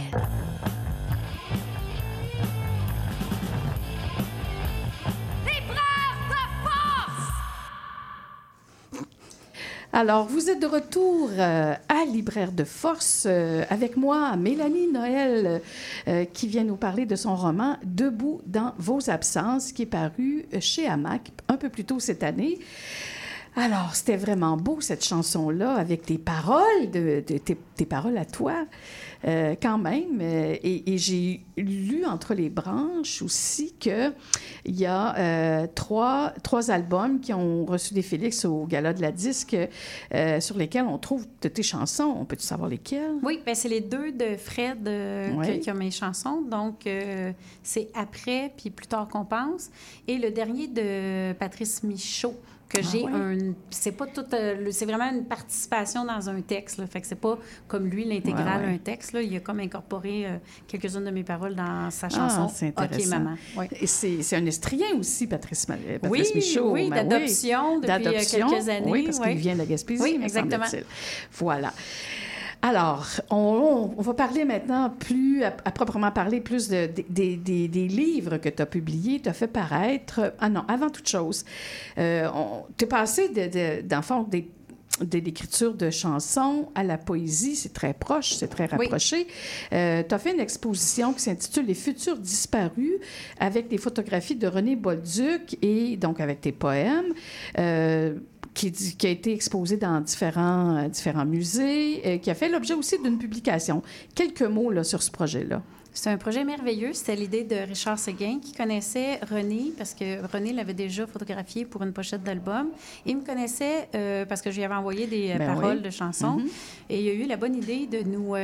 Alors, vous êtes de retour à Libraire de Force avec moi, Mélanie Noël, qui vient nous parler de son roman « Debout dans vos absences » qui est paru chez Hamac un peu plus tôt cette année. Alors, c'était vraiment beau, cette chanson-là, avec tes paroles, tes paroles à toi, quand même. Et j'ai lu entre les branches aussi qu'il y a trois albums qui ont reçu des Félix au Gala de la Disque, sur lesquels on trouve de tes chansons. On peut-tu savoir lesquelles? Oui, bien, c'est les deux de Fred qui ont mes chansons. Donc, c'est Après, puis Plus tard qu'on pense. Et le dernier de Patrice Michaud, que j'ai c'est pas tout c'est vraiment une participation dans un texte là, fait que c'est pas comme lui l'intégrale un texte là, il a comme incorporé quelques-unes de mes paroles dans sa chanson OK maman. Et c'est un Estrien aussi Patrice Michaud. Oui, d'adoption depuis quelques années. Oui, parce qu'il vient de la Gaspésie. Oui, exactement. Voilà. Alors, on va parler maintenant à proprement parler plus des livres que tu as publiés, tu as fait paraître. Ah non, avant toute chose, tu es passé de l'écriture de chansons à la poésie, c'est très proche, c'est très rapproché. Tu as fait une exposition qui s'intitule « Les futurs disparus » avec des photographies de René Bolduc et donc avec tes poèmes. Qui a été exposé dans différents musées, qui a fait l'objet aussi d'une publication. Quelques mots là, sur ce projet-là. C'est un projet merveilleux. C'était l'idée de Richard Séguin, qui connaissait René, parce que René l'avait déjà photographié pour une pochette d'album. Il me connaissait parce que je lui avais envoyé des paroles de chansons. Mm-hmm. Et il a eu la bonne idée de nous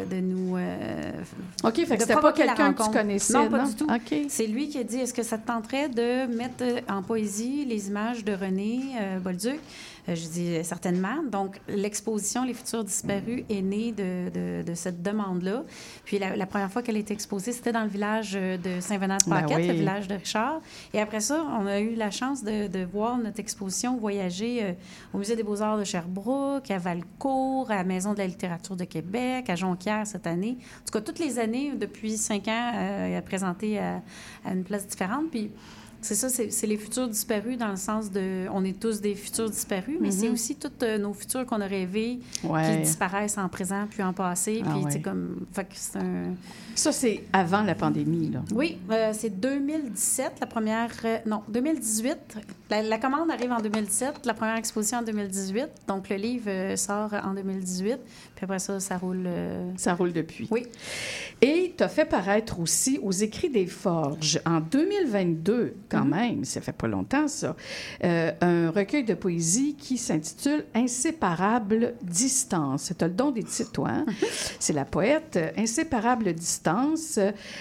OK, fait que c'était pas quelqu'un que tu connaissais, non? Pas du tout. Okay. C'est lui qui a dit, est-ce que ça te tenterait de mettre en poésie les images de René Bolduc? Je dis certainement. Donc, l'exposition Les futurs disparus est née de cette demande-là. Puis, la première fois qu'elle a été exposée, c'était dans le village de Saint-Venant-de-Paquette, le village de Richard. Et après ça, on a eu la chance de voir notre exposition voyager au Musée des Beaux-Arts de Sherbrooke, à Valcourt, à la Maison de la littérature de Québec, à Jonquière cette année. En tout cas, toutes les années, depuis 5 ans, elle a présenté à une place différente. Puis, c'est ça, c'est les futurs disparus dans le sens de... On est tous des futurs disparus, mais c'est aussi tous nos futurs qu'on a rêvés qui disparaissent en présent puis en passé. Puis, c'est comme... Fait que c'est un... Ça, c'est avant la pandémie, là. Oui, c'est 2017, la première... non, 2018. La commande arrive en 2017, la première exposition en 2018. Donc, le livre sort en 2018. Puis après ça, ça roule... Ça roule depuis. Oui. Et tu as fait paraître aussi aux Écrits des Forges, en 2022, quand même, ça fait pas longtemps, ça, un recueil de poésie qui s'intitule « Inséparable distance ». Tu as le don des titres, toi, hein? C'est la poète. « Inséparable distance ».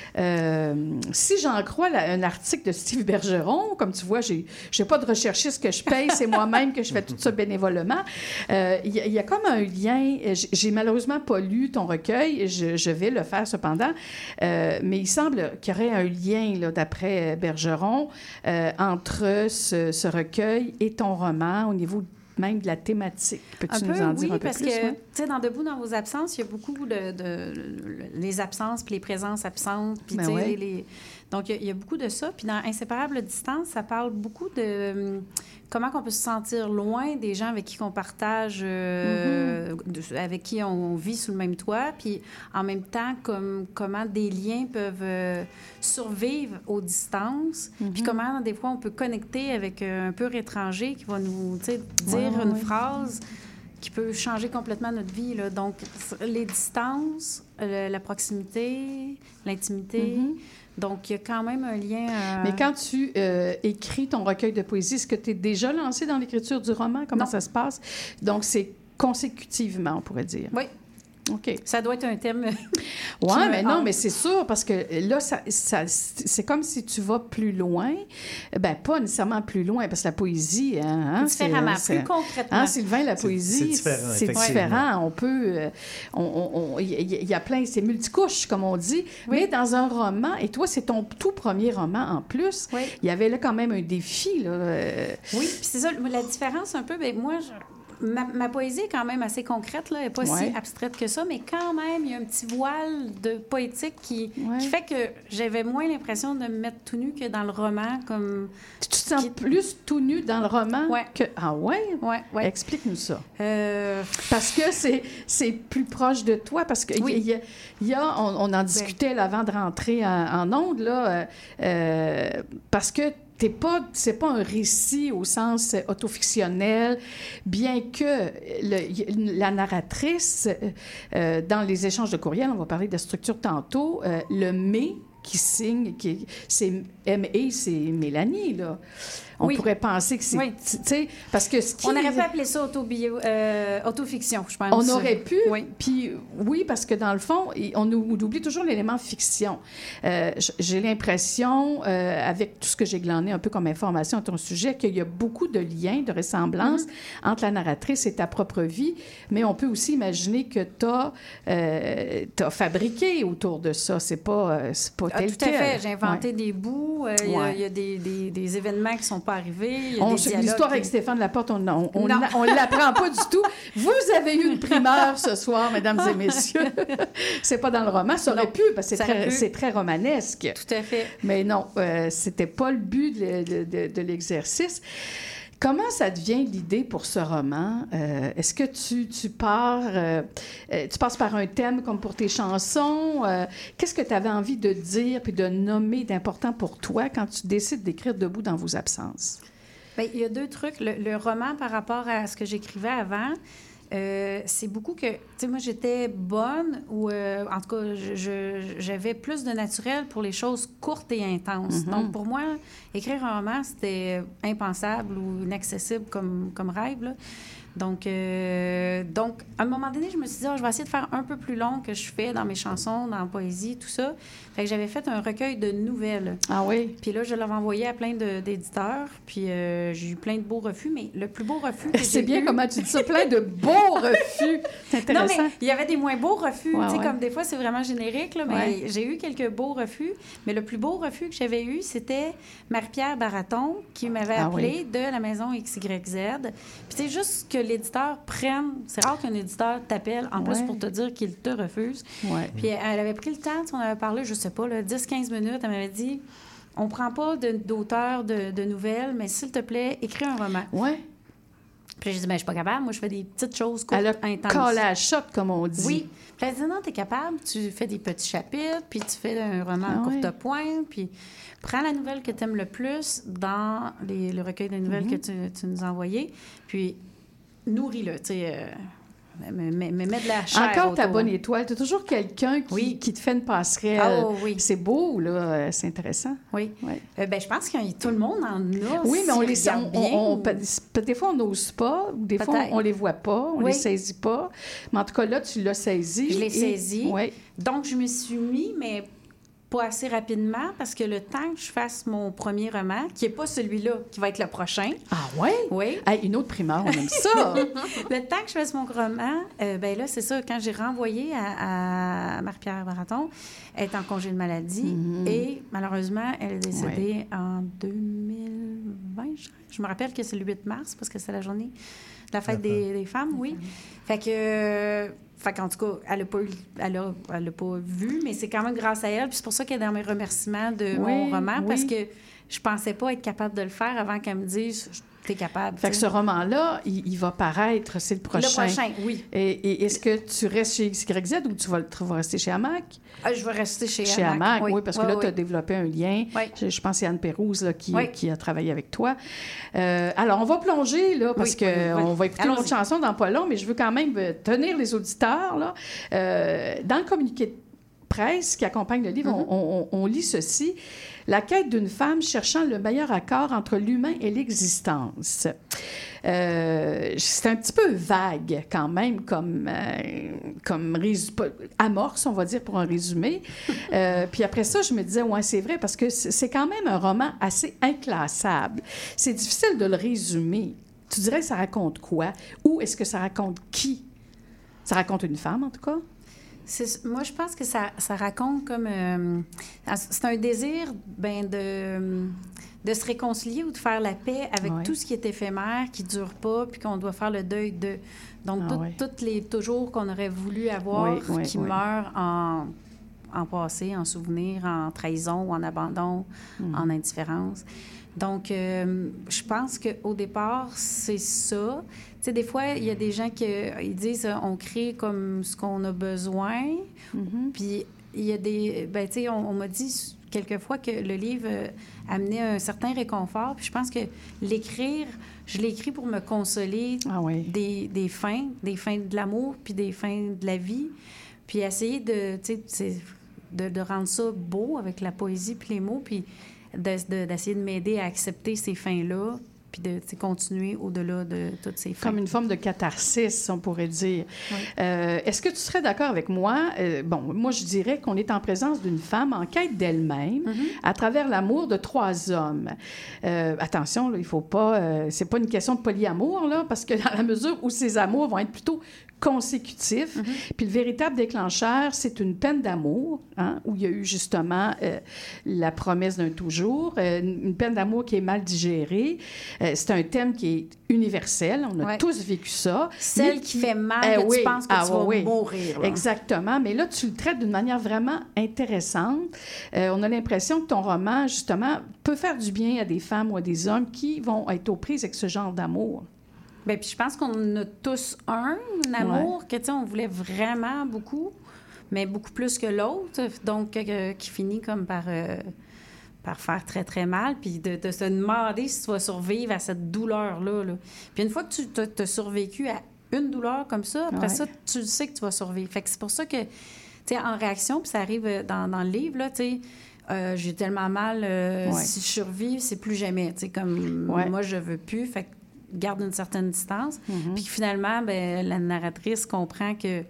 Si j'en crois un article de Steve Bergeron, comme tu vois, j'ai pas de recherchiste que je paye, c'est moi-même que je fais tout ça bénévolement. Il y a comme un lien, j'ai malheureusement pas lu ton recueil, je vais le faire cependant, mais il semble qu'il y aurait un lien, là, d'après Bergeron, entre ce recueil et ton roman au niveau même de la thématique. Peux-tu nous en dire un peu plus? Oui, parce que, tu sais, dans Debout dans vos absences, il y a beaucoup les absences puis les présences absentes. Puis, tu sais, donc, il y a beaucoup de ça. Puis, dans Inséparable distance, ça parle beaucoup de comment on peut se sentir loin des gens avec qui on partage, avec qui on vit sous le même toit. Puis, en même temps, comment des liens peuvent survivre aux distances. Puis, comment, des fois, on peut connecter avec un pur étranger qui va nous, tu sais, dire une phrase qui peut changer complètement notre vie, là. Donc, les distances, la proximité, l'intimité... Donc, il y a quand même un lien... Mais quand tu écris ton recueil de poésie, est-ce que tu es déjà lancé dans l'écriture du roman? Comment ça se passe? Donc, c'est consécutivement, on pourrait dire. Oui. OK. Ça doit être un thème... Oui, mais non, mais c'est sûr, parce que là, c'est comme si tu vas plus loin. Ben pas nécessairement plus loin, parce que la poésie... différemment, plus concrètement. Sylvain, la poésie, c'est différent. On peut... Il y a plein... C'est multicouche, comme on dit. Oui. Mais dans un roman, et toi, c'est ton tout premier roman en plus, il y avait là quand même un défi, là. Oui, puis c'est ça, la différence un peu, bien, moi... Ma poésie est quand même assez concrète, là. Elle n'est pas si abstraite que ça, mais quand même, il y a un petit voile de poétique qui fait que j'avais moins l'impression de me mettre tout nu que dans le roman. Comme... Tu te sens plus tout nu dans le roman que... Ah ouais? Oui. Explique-nous ça. Parce que c'est plus proche de toi, parce que on en discutait là, avant de rentrer en ondes, là, parce que c'est pas un récit au sens autofictionnel, bien que la narratrice, dans les échanges de courriel, on va parler de la structure tantôt, le « mais » qui signe, c'est M.A., c'est Mélanie, là. On pourrait penser que c'est... Tu sais, parce que ce qui... On aurait pu appeler ça autofiction, je pense. On aurait pu, puis oui, parce que dans le fond, on oublie toujours l'élément fiction. J'ai l'impression, avec tout ce que j'ai glané un peu comme information à ton sujet, qu'il y a beaucoup de liens, de ressemblances entre la narratrice et ta propre vie, mais on peut aussi imaginer que tu as fabriqué autour de ça. C'est pas tel tout à fait. J'ai inventé des bouts. Il y a des événements qui sont pas arrivés. L'histoire avec Stéphane Laporte, on l'apprend pas du tout. Vous avez eu une primeur ce soir, mesdames et messieurs. C'est pas dans le roman. Ça aurait pu, parce que c'est très romanesque. Tout à fait. Mais non, c'était pas le but de l'exercice. Comment ça devient l'idée pour ce roman? Est-ce que tu passes par un thème comme pour tes chansons? Qu'est-ce que tu avais envie de dire puis de nommer d'important pour toi quand tu décides d'écrire Debout dans vos absences? Bien, il y a deux trucs. Le roman, par rapport à ce que j'écrivais avant, c'est beaucoup que, tu sais, moi, j'étais bonne ou, en tout cas, j'avais plus de naturel pour les choses courtes et intenses. Donc, pour moi, écrire un roman, c'était impensable ou inaccessible comme rêve, là. Donc, à un moment donné, je me suis dit, je vais essayer de faire un peu plus long que je fais dans mes chansons, dans la poésie, tout ça. Fait que j'avais fait un recueil de nouvelles. Ah oui? Puis là, je l'avais envoyé à plein d'éditeurs. Puis j'ai eu plein de beaux refus, mais le plus beau refus que c'est bien comment tu dis ça, plein de beaux refus. C'est intéressant. Non, mais il y avait des moins beaux refus. Tu sais, comme des fois, c'est vraiment générique, là, mais j'ai eu quelques beaux refus. Mais le plus beau refus que j'avais eu, c'était Marie-Pierre Baraton, qui m'avait appelé de la maison XYZ. Puis c'est juste que l'éditeur prenne... C'est rare qu'un éditeur t'appelle, en plus, pour te dire qu'il te refuse. Puis elle avait pris le temps, on avait parlé, je sais pas, 10-15 minutes, elle m'avait dit, on prend pas d'auteur de nouvelles, mais s'il te plaît, écris un roman. Puis j'ai dit, je suis pas capable, moi, je fais des petites choses courtes, intenses. Collé à shot, comme on dit. Oui. Puis elle a dit, non, t'es capable, tu fais des petits chapitres, puis tu fais un roman à courte pointe, puis prends la nouvelle que tu aimes le plus dans le recueil de nouvelles que tu nous as envoyé, puis nourris-le, tu sais... Mais mets de la chair encore autour. Ta bonne étoile. Tu as toujours quelqu'un qui te fait une passerelle. C'est beau, là. C'est intéressant. Oui. Je pense que tout le monde en a. Oui, mais on les sent bien. Des fois, on n'ose pas. Des fois, on les voit pas. On les saisit pas. Mais en tout cas, là, tu l'as saisi. Je l'ai saisi. Donc, je me suis mis, mais pas assez rapidement, parce que le temps que je fasse mon premier roman, qui n'est pas celui-là, qui va être le prochain. Ah ouais? Oui. Une autre primeur, on aime ça! Le temps que je fasse mon roman, là, c'est ça, quand j'ai renvoyé à Marie-Pierre Baraton, elle est en congé de maladie et malheureusement, elle est décédée en 2020. Je me rappelle que c'est le 8 mars, parce que c'est la journée de la fête des femmes, Fait qu'en tout cas, elle l'a pas vu, mais c'est quand même grâce à elle. Puis c'est pour ça qu'elle est dans mes remerciements de mon roman, parce que je pensais pas être capable de le faire avant qu'elle me dise t'es capable. Fait que ce roman-là, il va paraître, c'est le prochain. Le prochain, oui. Et est-ce que tu restes chez YZ ou tu vas rester chez Hamac? Je vais rester chez Hamac, oui. oui, parce que là, tu as développé un lien. Oui. Je pense que c'est Anne Pérouse là, qui a travaillé avec toi. Alors, on va plonger, là, parce qu'on va écouter une autre chanson dans pas long, mais je veux quand même tenir les auditeurs, là. Dans le communiqué de presse qui accompagne le livre, on lit ceci. La quête d'une femme cherchant le meilleur accord entre l'humain et l'existence. C'est un petit peu vague quand même comme amorce, on va dire, pour un résumé. Puis après ça, je me disais, ouais, c'est vrai, parce que c'est quand même un roman assez inclassable. C'est difficile de le résumer. Tu dirais que ça raconte quoi? Ou est-ce que ça raconte qui? Ça raconte une femme, en tout cas? Moi, je pense que ça raconte comme... c'est un désir de se réconcilier ou de faire la paix avec tout ce qui est éphémère, qui ne dure pas, puis qu'on doit faire le deuil de. Donc, toutes les toujours qu'on aurait voulu avoir qui meurent en passé, en souvenir, en trahison ou en abandon, en indifférence. Donc, je pense qu'au départ, c'est ça. Tu sais, des fois, il y a des gens qui disent on crée comme ce qu'on a besoin. Puis, il y a des... Ben, tu sais, on m'a dit quelquefois que le livre amenait un certain réconfort. Puis, je pense que l'écrire, je l'ai écrit pour me consoler des fins de l'amour, puis des fins de la vie. Puis, essayer de rendre ça beau avec la poésie puis les mots, puis d'essayer de m'aider à accepter ces fins-là, puis de continuer au-delà de toutes ces fins. Comme une forme de catharsis, on pourrait dire. Oui. Est-ce que tu serais d'accord avec moi? Moi, je dirais qu'on est en présence d'une femme en quête d'elle-même à travers l'amour de 3 hommes. Attention, là, il faut pas... c'est pas une question de polyamour, là, parce que dans la mesure où ces amours vont être plutôt consécutifs, puis le véritable déclencheur, c'est une peine d'amour, où il y a eu justement la promesse d'un toujours, une peine d'amour qui est mal digérée. C'est un thème qui est universel. On a tous vécu ça. Celle qui fait mal, que tu penses que tu vas mourir. Là. Exactement. Mais là, tu le traites d'une manière vraiment intéressante. On a l'impression que ton roman, justement, peut faire du bien à des femmes ou à des hommes qui vont être aux prises avec ce genre d'amour. Bien, puis je pense qu'on a tous un amour que, tu sais, on voulait vraiment beaucoup, mais beaucoup plus que l'autre. Donc, qui finit comme par faire très, très mal, puis de se demander si tu vas survivre à cette douleur-là. Là. Puis une fois que tu as survécu à une douleur comme ça, après ça, tu sais que tu vas survivre. Fait que c'est pour ça que, tu sais, en réaction, puis ça arrive dans le livre, là, tu sais, j'ai tellement mal, si je survis, c'est plus jamais. Tu sais, comme moi, je veux plus, fait que garde une certaine distance. Puis finalement, ben, la narratrice comprend que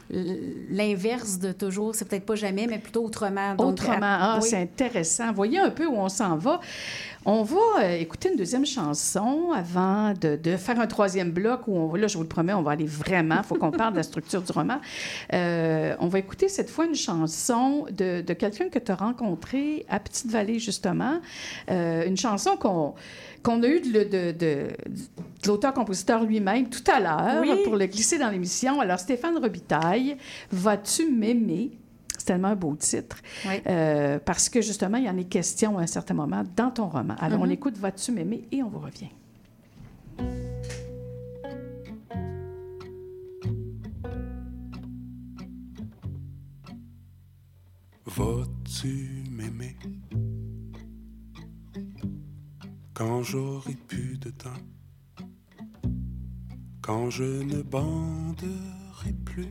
l'inverse de toujours, c'est peut-être pas jamais, mais plutôt autrement. Donc, autrement. C'est intéressant. Voyez un peu où on s'en va. On va écouter une deuxième chanson avant de faire un troisième bloc où, là, je vous le promets, on va aller vraiment, il faut qu'on parle de la structure du roman. On va écouter cette fois une chanson de quelqu'un que tu as rencontré à Petite-Vallée, justement. Une chanson qu'on a eue de l'auteur-compositeur lui-même tout à l'heure pour le glisser dans l'émission. Alors, Stéphane Robitaille, « Vas-tu m'aimer ?» C'est tellement un beau titre. Parce que, justement, il y en est question à un certain moment dans ton roman. Alors, on écoute « Vas-tu m'aimer ?» et on vous revient. Vas-tu m'aimer quand j'aurai plus de temps, quand je ne banderai plus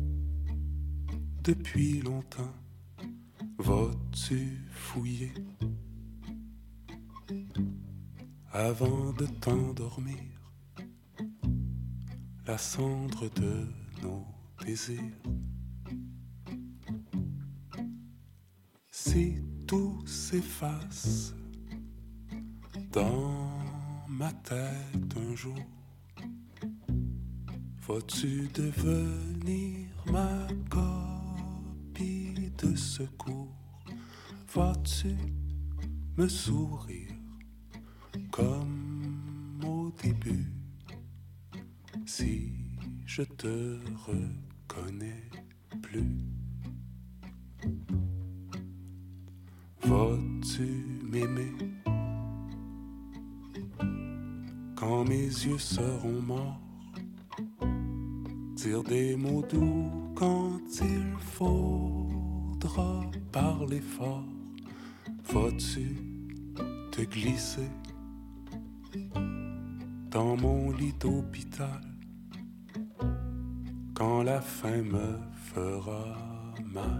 depuis longtemps? Vas-tu fouiller avant de t'endormir la cendre de nos désirs? Si tout s'efface dans ma tête un jour, vas-tu devenir ma copie de secours? Vas-tu me sourire comme au début si je te reconnais plus? Vas-tu m'aimer quand mes yeux seront morts. Dire des mots doux quand il faudra parler fort. Vas-tu te glisser dans mon lit d'hôpital quand la faim me fera mal?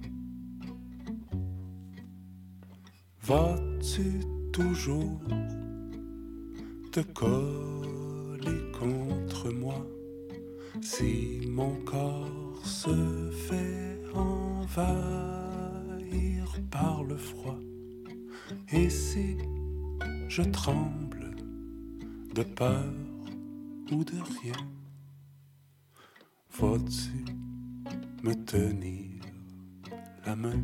Vas-tu toujours te coller contre moi si mon corps se fait envahir par le froid? Et si je tremble de peur ou de rien, vas-tu me tenir la main?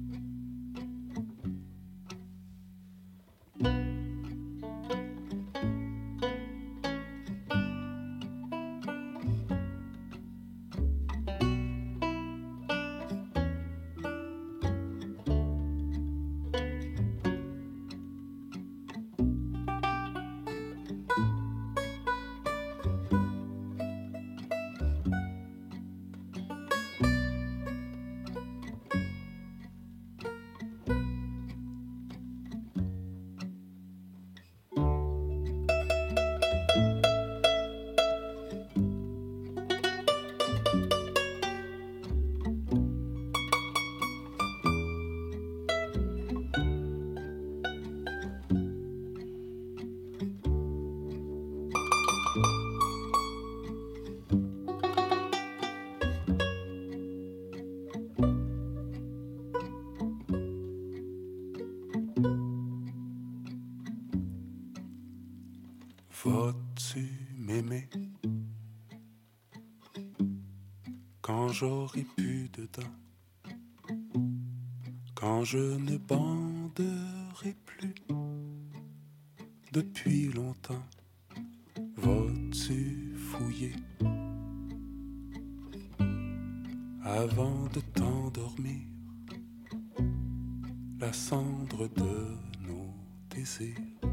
Vas-tu m'aimer quand j'aurai plus de dents, quand je ne banderai plus depuis longtemps? Vas-tu fouiller avant de t'endormir la cendre de nos désirs?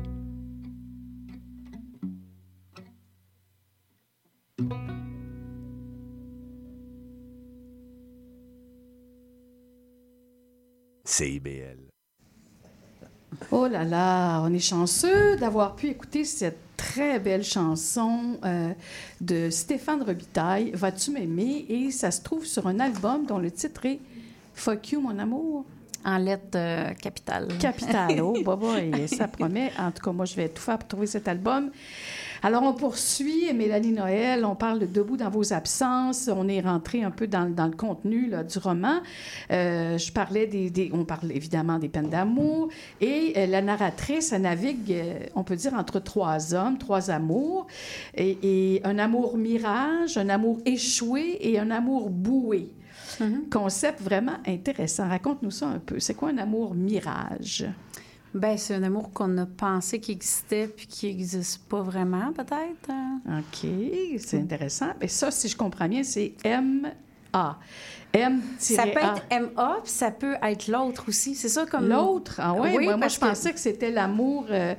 CIBL. Oh là là, on est chanceux d'avoir pu écouter cette très belle chanson de Stéphane Robitaille, Vas-tu m'aimer? Et ça se trouve sur un album dont le titre est Fuck You, mon amour. En lettres capitales. Capitale, oh, et ça promet. En tout cas, moi, je vais tout faire pour trouver cet album. Alors, on poursuit, Mélanie Noël, on parle de Debout dans vos absences. On est rentré un peu dans le contenu là, du roman. Je parlais on parle évidemment des peines d'amour. Et la narratrice, elle navigue, on peut dire, entre trois hommes, trois amours. Et un amour mirage, un amour échoué et un amour boué. Mm-hmm. Concept vraiment intéressant. Raconte-nous ça un peu. C'est quoi un amour mirage? Bien, c'est un amour qu'on a pensé qu'il existait puis qui n'existe pas vraiment, peut-être. OK, c'est intéressant. Mais ça, si je comprends bien, c'est M-A. M-A. Ça peut être M-A, puis ça peut être l'autre aussi. C'est ça comme... L'autre? Ah oui, moi je pensais que c'était l'amour... ah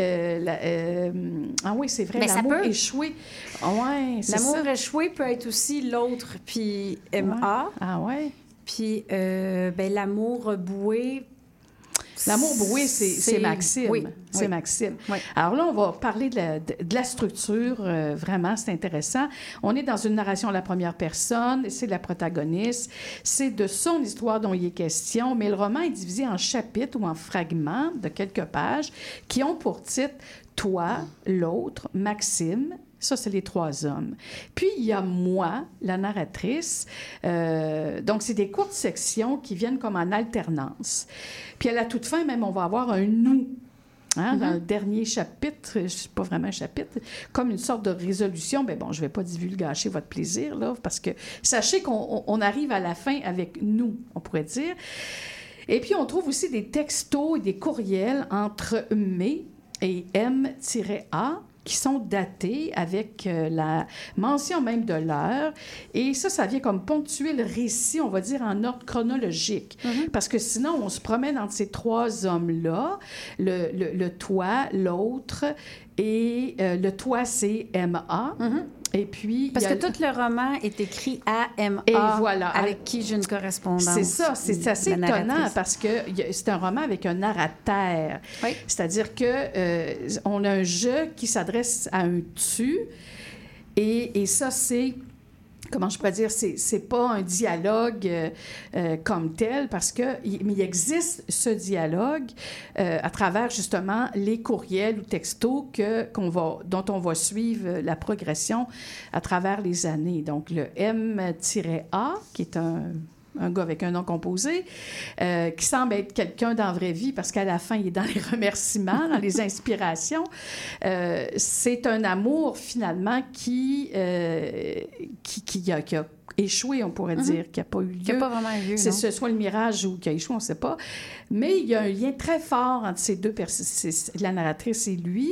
oui, c'est vrai, mais l'amour échoué. Ouais, l'amour échoué peut être aussi l'autre, puis M-A. Ouais. Ah oui? Puis, ben, l'amour boué... L'amour brouillé, c'est Maxime. Oui, c'est Maxime. Oui. Alors là, on va parler de la structure. Vraiment, c'est intéressant. On est dans une narration à la première personne. C'est la protagoniste. C'est de son histoire dont il est question. Mais le roman est divisé en chapitres ou en fragments de quelques pages qui ont pour titre « Toi, l'autre, Maxime ». Ça, c'est les trois hommes. Puis, il y a moi, la narratrice. Donc, c'est des courtes sections qui viennent comme en alternance. Puis, à la toute fin, même, on va avoir un « nous ». Hein, dans le dernier chapitre, c'est pas vraiment un chapitre, comme une sorte de résolution. Bien bon, je vais pas divulgacher votre plaisir, là, parce que sachez qu'on arrive à la fin avec « nous », on pourrait dire. Et puis, on trouve aussi des textos et des courriels entre « mais » et M-A. qui sont datés avec la mention même de l'heure. Et ça vient comme ponctuer le récit, on va dire, en ordre chronologique. Parce que sinon, on se promène entre ces trois hommes-là, le toi, l'autre, et le toi, c'est M.A. Et puis, parce que tout le roman est écrit à M.A. Et voilà. Avec qui j'ai une correspondance. C'est ça, c'est assez étonnant parce que c'est un roman avec un narrateur. Oui. C'est-à-dire que on a un je qui s'adresse à un tu, et ça, c'est... Comment je pourrais dire, c'est pas un dialogue comme tel, parce que mais il existe ce dialogue à travers justement les courriels ou textos dont on va suivre la progression à travers les années. Donc le M-A, qui est un gars avec un nom composé, qui semble être quelqu'un dans la vraie vie, parce qu'à la fin, il est dans les remerciements, dans les inspirations. C'est un amour, finalement, qui a échoué, on pourrait dire, qui n'a pas eu lieu. Qui n'a pas vraiment eu lieu, c'est non? soit le mirage ou qui a échoué, on ne sait pas. Mais il y a un lien très fort entre ces deux personnes, la narratrice et lui.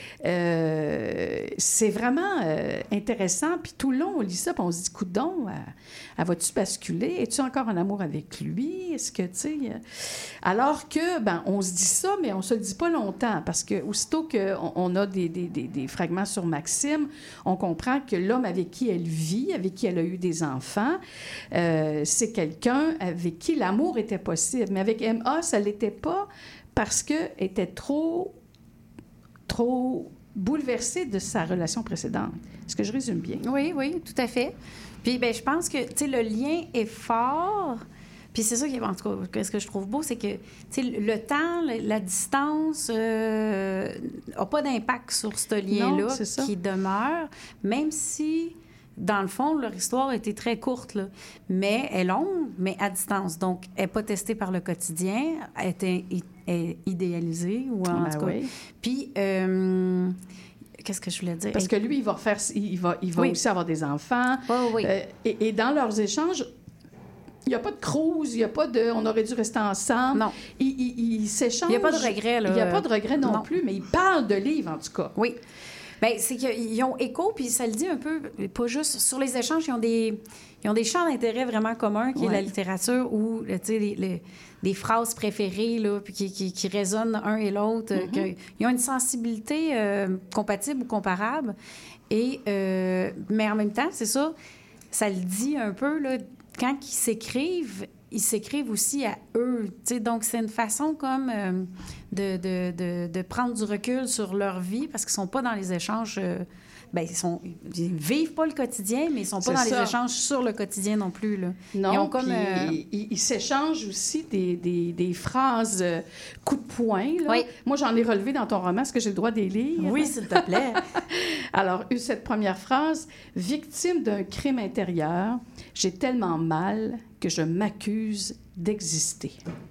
C'est vraiment intéressant. Puis tout le long, on lit ça, puis on se dit, coudonc, elle va-tu basculer? Es-tu encore en amour avec lui? Est-ce que, tu sais... Alors que, on se dit ça, mais on se le dit pas longtemps, parce que aussitôt qu'on a des fragments sur Maxime, on comprend que l'homme avec qui elle vit, avec qui elle a eu des enfants, c'est quelqu'un avec qui l'amour était possible. Mais avec M.A., ça l'était pas, parce qu'elle était trop bouleversée de sa relation précédente. Est-ce que je résume bien? Oui, tout à fait. Puis, je pense que, tu sais, le lien est fort. Puis c'est ça qui est, en tout cas, ce que je trouve beau, c'est que, tu sais, le temps, la distance n'a pas d'impact sur ce lien-là qui demeure, même si, dans le fond, leur histoire a été très courte, là. Mais elle est longue, mais à distance. Donc, elle n'est pas testée par le quotidien, elle est idéalisée, ou en tout cas. Oui. Puis... qu'est-ce que je voulais dire? Parce que lui, il va aussi avoir des enfants. Oh, oui. Et dans leurs échanges, il n'y a pas de cruise, il n'y a pas de « on aurait dû rester ensemble ». Non. Ils s'échangent. Il n'y a pas de regret, là. Il n'y a pas de regret non plus, mais ils parlent de livres, en tout cas. Oui. Bien, c'est qu'ils ont écho, puis ça le dit un peu, pas juste sur les échanges, ils ont des champs d'intérêt vraiment communs, qui est la littérature, ou, tu sais, des phrases préférées, là, puis qui résonnent un et l'autre. Ils ont une sensibilité compatible ou comparable. Et, mais en même temps, c'est ça le dit un peu, là, quand ils s'écrivent aussi à eux. T'sais, donc, c'est une façon comme de prendre du recul sur leur vie, parce qu'ils ne sont pas dans les échanges... ils vivent pas le quotidien, mais ils sont pas dans les échanges sur le quotidien non plus, là. Non, ils ont comme, ils s'échangent aussi des phrases coup de poing, là. Oui. Moi, j'en ai relevé dans ton roman. Est-ce que j'ai le droit de les lire? Oui, s'il te plaît. Alors, cette première phrase, « Victime d'un crime intérieur, j'ai tellement mal que je m'accuse d'exister. »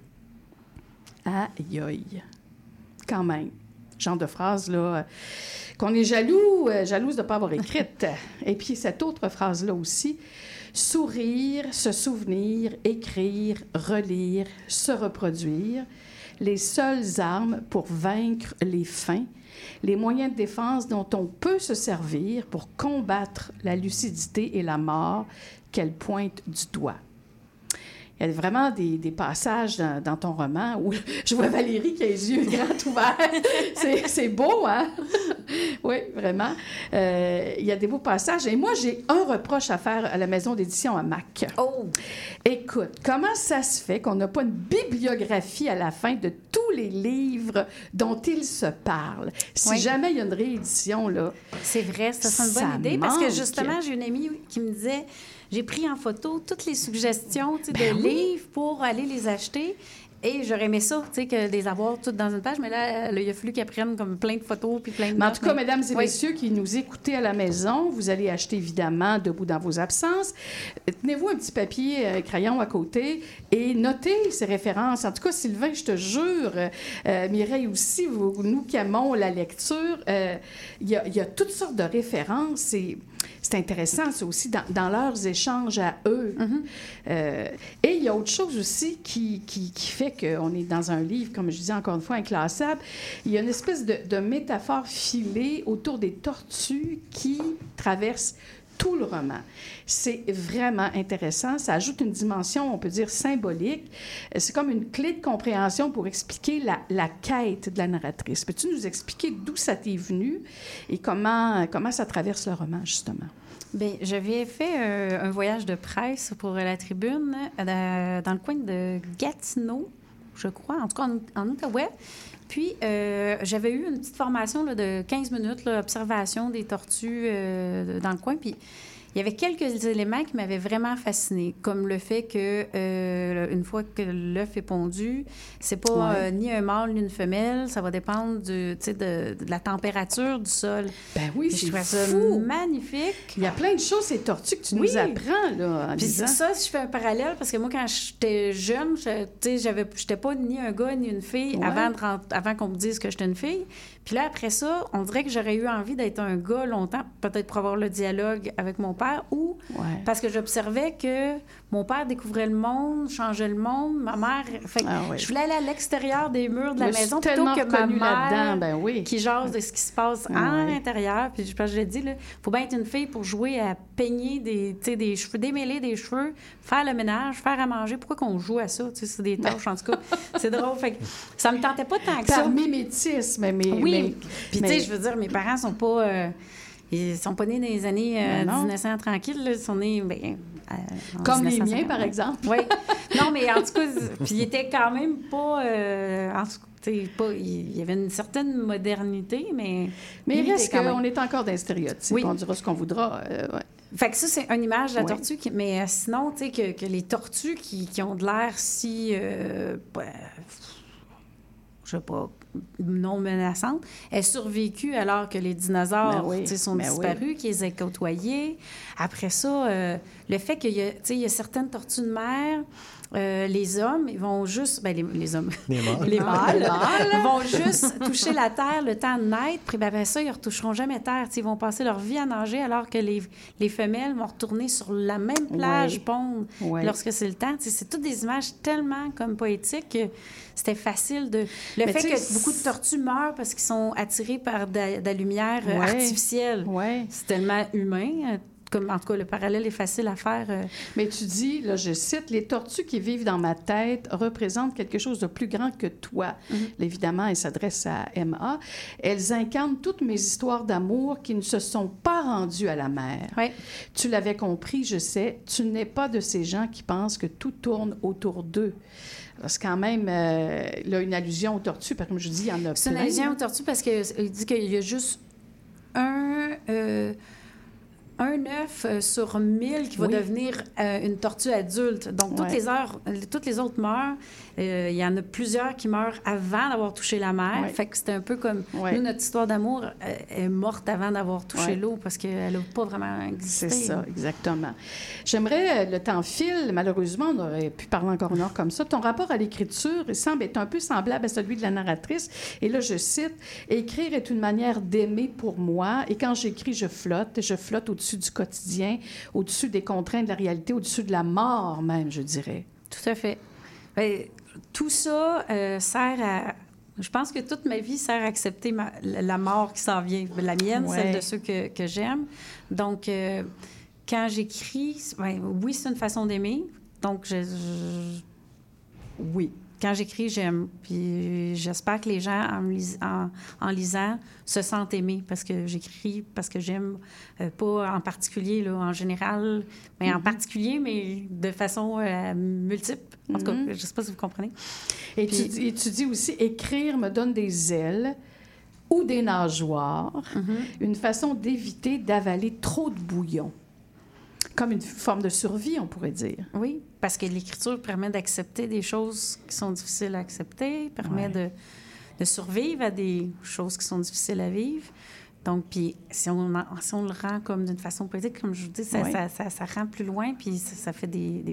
Aïe, aïe. Quand même. Genre de phrase, là... qu'on est jalouse de ne pas avoir écrite. Et puis, cette autre phrase-là aussi, sourire, se souvenir, écrire, relire, se reproduire, les seules armes pour vaincre les fins, les moyens de défense dont on peut se servir pour combattre la lucidité et la mort qu'elle pointe du doigt. Il y a vraiment des passages dans ton roman où je vois Valérie qui a les yeux grands ouverts. C'est beau, hein? Oui, vraiment. Il y a des beaux passages. Et moi, j'ai un reproche à faire à la maison d'édition à Mac. Oh! Écoute, comment ça se fait qu'on n'a pas une bibliographie à la fin de tous les livres dont ils se parlent? Si jamais il y a une réédition, là... C'est vrai, c'est une bonne idée. Parce que, justement, j'ai une amie qui me disait... J'ai pris en photo toutes les suggestions de livres pour aller les acheter. Et j'aurais aimé ça, que les avoir toutes dans une page. Mais là, il a fallu qu'elles prennent comme plein de photos puis plein de Mais en tout cas, mesdames et messieurs qui nous écoutez à la maison, vous allez acheter évidemment Debout dans vos absences. Tenez-vous un petit papier, crayon à côté et notez ces références. En tout cas, Sylvain, je te jure, Mireille aussi, nous qui aimons la lecture, il y a toutes sortes de références. c'est intéressant, ça aussi, dans leurs échanges à eux. Et il y a autre chose aussi qui fait qu'on est dans un livre, comme je dis encore une fois, inclassable. Il y a une espèce de métaphore filée autour des tortues qui traversent tout le roman. C'est vraiment intéressant. Ça ajoute une dimension, on peut dire, symbolique. C'est comme une clé de compréhension pour expliquer la quête de la narratrice. Peux-tu nous expliquer d'où ça t'est venu et comment ça traverse le roman, justement? Bien, j'avais fait un voyage de presse pour la Tribune dans le coin de Gatineau, je crois, en tout cas en Outaouais. Puis, j'avais eu une petite formation là, de 15 minutes, là, observation des tortues dans le coin. Puis, il y avait quelques éléments qui m'avaient vraiment fascinée, comme le fait que une fois que l'œuf est pondu, c'est pas ni un mâle ni une femelle, ça va dépendre de la température du sol. Ben oui, puis c'est je trouvais ça fou. magnifique. Il y a plein de choses, ces tortues, que tu nous apprends, là, en puis disant. ça, si je fais un parallèle, parce que moi, quand j'étais jeune, j'étais pas ni un gars ni une fille avant qu'on me dise que j'étais une fille. Puis là, après ça, on dirait que j'aurais eu envie d'être un gars longtemps, peut-être pour avoir le dialogue avec mon père, ou parce que j'observais que mon père découvrait le monde, changeait le monde, ma mère... Fait que je voulais aller à l'extérieur des murs de la maison plutôt que ma mère qui jase de ce qui se passe à l'intérieur. Puis je l'ai dit, il faut bien être une fille pour jouer à peigner des cheveux, démêler des cheveux, faire le ménage, faire à manger. Pourquoi qu'on joue à ça? C'est des tâches, en tout cas. C'est drôle. Fait que ça me tentait pas tant que ça. Par mimétisme, oui. Puis tu sais, je veux dire, mes parents sont pas... ils sont pas nés dans les années 1900 tranquilles. Là. Ils sont nés... comme les miens, par exemple. Oui. Non, mais en tout cas, puis ils étaient quand même pas... en tout cas, il y avait une certaine modernité, mais il reste qu'on est encore dans les stéréotypes. On dira ce qu'on voudra. Fait que ça, c'est une image de la tortue. Mais sinon, tu sais, que les tortues qui ont de l'air si... je sais pas, non menaçantes, elles survécu alors que les dinosaures sont disparus, qu'ils les aient côtoyés. Après ça, le fait qu'il y a certaines tortues de mer, les hommes, ils vont juste... Bien, les hommes. Les mâles. Ils vont juste toucher la terre le temps de naître, puis après ça, ils ne retoucheront jamais terre. T'sais, ils vont passer leur vie à nager, alors que les femelles vont retourner sur la même plage pondre lorsque c'est le temps. T'sais, c'est toutes des images tellement comme poétiques que c'était facile de... Le fait que beaucoup de tortues meurent parce qu'ils sont attirés par de la lumière artificielle, c'est tellement humain. Comme, en tout cas, le parallèle est facile à faire. Mais tu dis, là, je cite, « Les tortues qui vivent dans ma tête représentent quelque chose de plus grand que toi. Évidemment, elle s'adresse à Emma. Elles incarnent toutes mes histoires d'amour qui ne se sont pas rendues à la mer. Tu l'avais compris, je sais, tu n'es pas de ces gens qui pensent que tout tourne autour d'eux. » C'est quand même là, une allusion aux tortues, comme je dis, il y en a plein. C'est une allusion aux tortues parce qu'il dit qu'il y a juste un œuf sur 1000 qui va devenir une tortue adulte. Donc, toutes les autres meurent. Il y en a plusieurs qui meurent avant d'avoir touché la mer. Fait que c'était un peu comme... Nous, notre histoire d'amour est morte avant d'avoir touché l'eau parce qu'elle n'a pas vraiment existé. C'est ça, exactement. J'aimerais... Le temps file. Malheureusement, on aurait pu parler encore une heure comme ça. Ton rapport à l'écriture semble être un peu semblable à celui de la narratrice. Et là, je cite, « Écrire est une manière d'aimer pour moi. Et quand j'écris, je flotte. Je flotte au-dessus du quotidien, au-dessus des contraintes de la réalité, au-dessus de la mort même, je dirais. » Tout à fait. Bien, tout ça sert à... Je pense que toute ma vie sert à accepter la mort qui s'en vient. La mienne, celle de ceux que j'aime. Donc, quand j'écris, oui, c'est une façon d'aimer. Donc, oui. Quand j'écris, j'aime. Puis j'espère que les gens, en lisant, se sentent aimés parce que j'écris, parce que j'aime. Pas en particulier, là, en général, mais en particulier, mais de façon multiple. En tout cas, je ne sais pas si vous comprenez. Et tu dis aussi, écrire me donne des ailes ou des nageoires, une façon d'éviter d'avaler trop de bouillon. Comme une forme de survie, on pourrait dire. Oui, parce que l'écriture permet d'accepter des choses qui sont difficiles à accepter, permet de survivre à des choses qui sont difficiles à vivre. Donc, puis si on le rend comme d'une façon poétique, comme je vous dis, ça rend plus loin, puis ça fait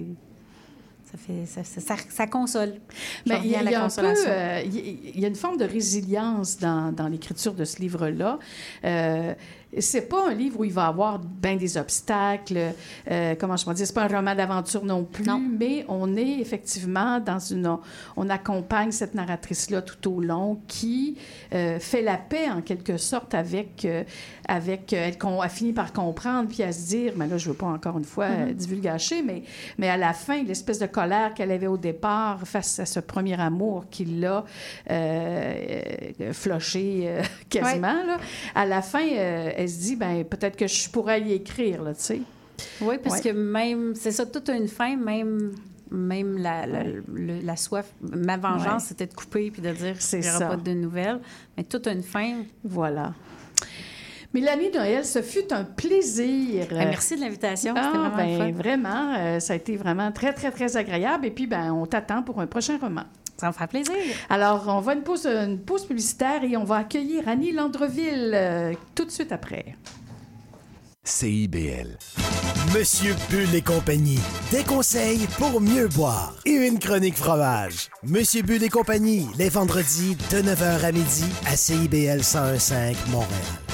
ça console. Mais il y a une forme de résilience dans l'écriture de ce livre-là. c'est pas un livre où il va y avoir bien des obstacles. Comment je peux dire? C'est pas un roman d'aventure non plus, mais on est effectivement dans on accompagne cette narratrice-là tout au long qui fait la paix, en quelque sorte, avec elle a fini par comprendre, puis à se dire, mais là, je veux pas encore une fois divulgacher, mais à la fin, l'espèce de colère qu'elle avait au départ face à ce premier amour qui l'a floché quasiment, là, à la fin, elle se dit, ben peut-être que je pourrais y écrire, là, tu sais. Oui, parce que même, c'est ça, toute une fin, même la soif, ma vengeance, c'était de couper puis de dire qu'il n'y aura pas de nouvelles, mais toute une fin. Voilà. Mélanie Noël, ce fut un plaisir. Merci de l'invitation, c'était vraiment fun. Vraiment, ça a été vraiment très, très, très agréable. Et puis, on t'attend pour un prochain roman. Ça me fera plaisir. Alors, on va une pause publicitaire et on va accueillir Annie Landreville tout de suite après. CIBL. Monsieur Bull et compagnie, des conseils pour mieux boire et une chronique fromage. Monsieur Bull et compagnie, les vendredis de 9h à midi à CIBL 101.5 Montréal.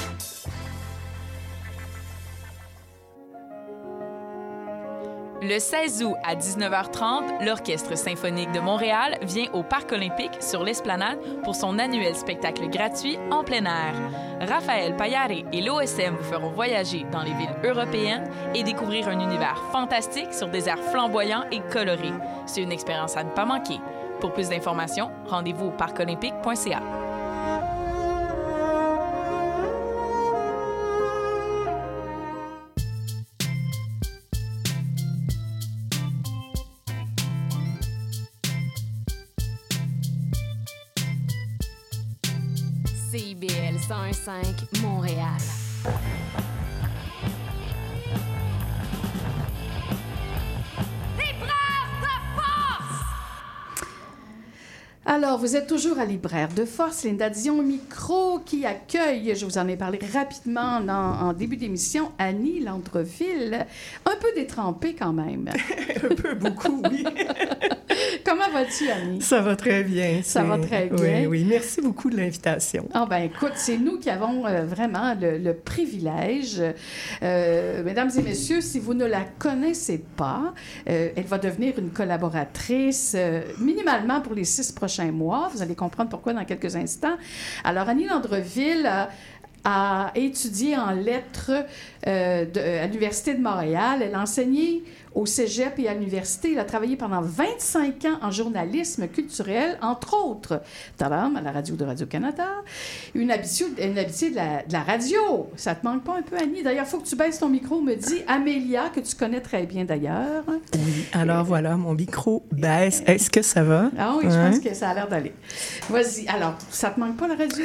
Le 16 août à 19h30, l'Orchestre symphonique de Montréal vient au Parc olympique sur l'Esplanade pour son annuel spectacle gratuit en plein air. Raphaël Payare et l'OSM vous feront voyager dans les villes européennes et découvrir un univers fantastique sur des airs flamboyants et colorés. C'est une expérience à ne pas manquer. Pour plus d'informations, rendez-vous au parcolympique.ca. CIBL 101.5 Montréal. Alors, vous êtes toujours à Libraire de Force, Linda Dion au micro qui accueille, je vous en ai parlé rapidement en début d'émission, Annie Landreville, un peu détrempée quand même. Un peu, beaucoup, oui. Comment vas-tu, Annie? Ça va très bien. Ça va très bien. Oui, oui. Merci beaucoup de l'invitation. Ah ben écoute, c'est nous qui avons vraiment le privilège. Mesdames et messieurs, si vous ne la connaissez pas, elle va devenir une collaboratrice minimalement pour les 6 prochains mois. Vous allez comprendre pourquoi dans quelques instants. Alors, Annie Landreville a étudié en lettres à l'Université de Montréal. Elle a enseigné au cégep et à l'université. Elle a travaillé pendant 25 ans en journalisme culturel, entre autres, à la radio de Radio-Canada. Une habitude de la radio. Ça te manque pas un peu, Annie? D'ailleurs, il faut que tu baisses ton micro, me dit Amélia, que tu connais très bien d'ailleurs. Oui, alors voilà, mon micro baisse. Est-ce que ça va? Ah oui, je pense que ça a l'air d'aller. Vas-y. Alors, ça te manque pas, la radio?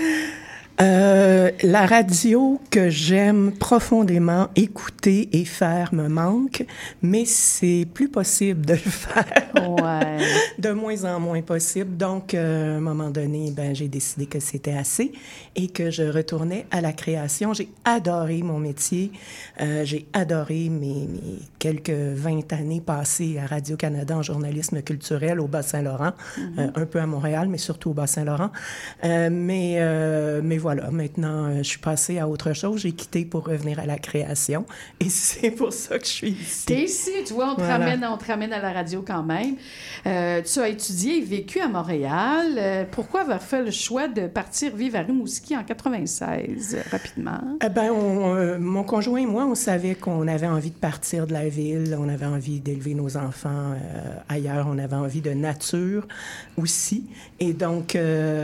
La radio que j'aime profondément écouter et faire me manque, mais c'est plus possible de le faire. Ouais. De moins en moins possible. Donc, à un moment donné, j'ai décidé que c'était assez et que je retournais à la création. J'ai adoré mon métier. J'ai adoré mes quelques 20 années passées à Radio-Canada en journalisme culturel au Bas-Saint-Laurent, un peu à Montréal, mais surtout au Bas-Saint-Laurent. Mais voilà, maintenant, je suis passée à autre chose. J'ai quitté pour revenir à la création. Et c'est pour ça que je suis ici. T'es ici, tu vois, on te ramène à la radio quand même. Tu as étudié et vécu à Montréal. Pourquoi avoir fait le choix de partir vivre à Rimouski en 96, rapidement? Mon conjoint et moi, on savait qu'on avait envie de partir de la ville. On avait envie d'élever nos enfants ailleurs. On avait envie de nature aussi. Et donc,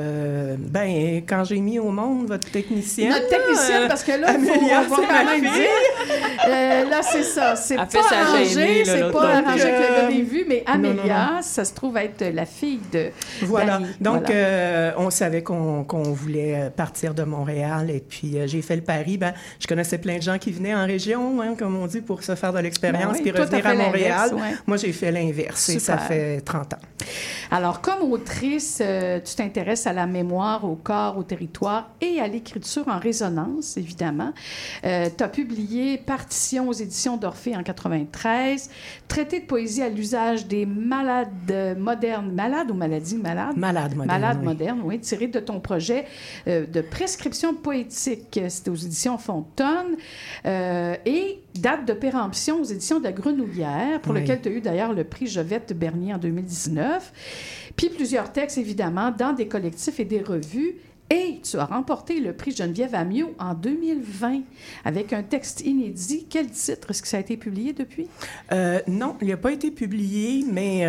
quand j'ai mis au monde votre technicienne... Notre technicienne, parce que là, Amélia, on va quand même dire... là, c'est ça. C'est pas arrangé, c'est pas arrangé avec le gars des vues, mais Amélia, ça se trouve être la fille de... Voilà. d'Annie. Donc, voilà. on savait qu'on voulait partir de Montréal. Et puis, j'ai fait le pari. Je connaissais plein de gens qui venaient en région, comme on dit, pour se faire de l'expérience, puis revenir à Montréal. Ouais. Moi, j'ai fait l'inverse. Et ça fait 30 ans. Alors, comme autrice, tu t'intéresses à la mémoire, au corps, au territoire et à l'écriture en résonance, évidemment. Tu as publié Partition aux éditions d'Orphée en 93, Traité de poésie visage des malades modernes. Malades ou maladies? Malades? Malades modernes. Malades modernes, oui. Tiré de ton projet de prescription poétique. C'est aux éditions Fontaine. Et date de péremption aux éditions de la Grenouillère, pour lequel tu as eu d'ailleurs le prix Jovette Bernier en 2019. Puis plusieurs textes, évidemment, dans des collectifs et des revues. Et tu as remporté le prix Geneviève Amiot en 2020 avec un texte inédit. Quel titre? Est-ce que ça a été publié depuis? Non, il n'a pas été publié, mais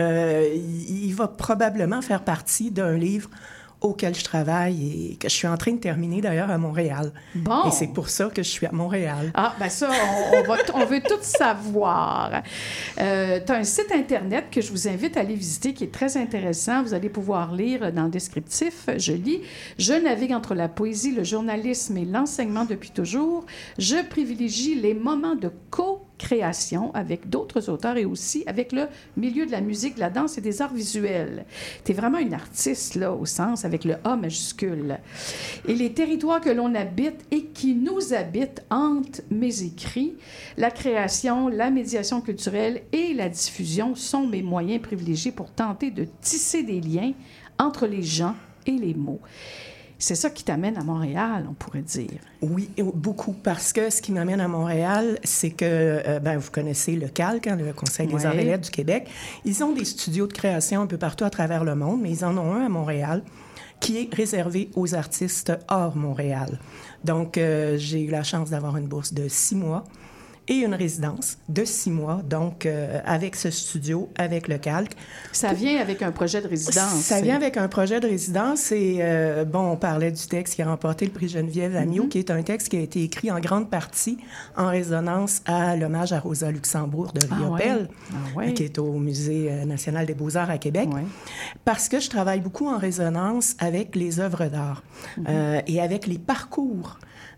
il va probablement faire partie d'un livre auquel je travaille et que je suis en train de terminer d'ailleurs à Montréal. Bon. Et c'est pour ça que je suis à Montréal. Ah, bien ça, on veut tout savoir. Tu as un site Internet que je vous invite à aller visiter qui est très intéressant. Vous allez pouvoir lire dans le descriptif. Je lis « Je navigue entre la poésie, le journalisme et l'enseignement depuis toujours. Je privilégie les moments de co-création avec d'autres auteurs et aussi avec le milieu de la musique, de la danse et des arts visuels. » Tu es vraiment une artiste, là, au sens, avec le A majuscule. Et les territoires que l'on habite et qui nous habitent hantent mes écrits. La création, la médiation culturelle et la diffusion sont mes moyens privilégiés pour tenter de tisser des liens entre les gens et les mots. C'est ça qui t'amène à Montréal, on pourrait dire. Oui, beaucoup, parce que ce qui m'amène à Montréal, c'est que, vous connaissez le CALC, le Conseil des arts et lettres du Québec. Ils ont des studios de création un peu partout à travers le monde, mais ils en ont un à Montréal qui est réservé aux artistes hors Montréal. Donc, j'ai eu la chance d'avoir une bourse de 6 mois et une résidence de 6 mois, donc avec ce studio, avec le CALC. Ça vient avec un projet de résidence. Ça vient avec un projet de résidence et, on parlait du texte qui a remporté le prix Geneviève Amiot, qui est un texte qui a été écrit en grande partie en résonance à l'hommage à Rosa Luxembourg de Riopelle, qui est au Musée national des beaux-arts à Québec, parce que je travaille beaucoup en résonance avec les œuvres d'art et avec les parcours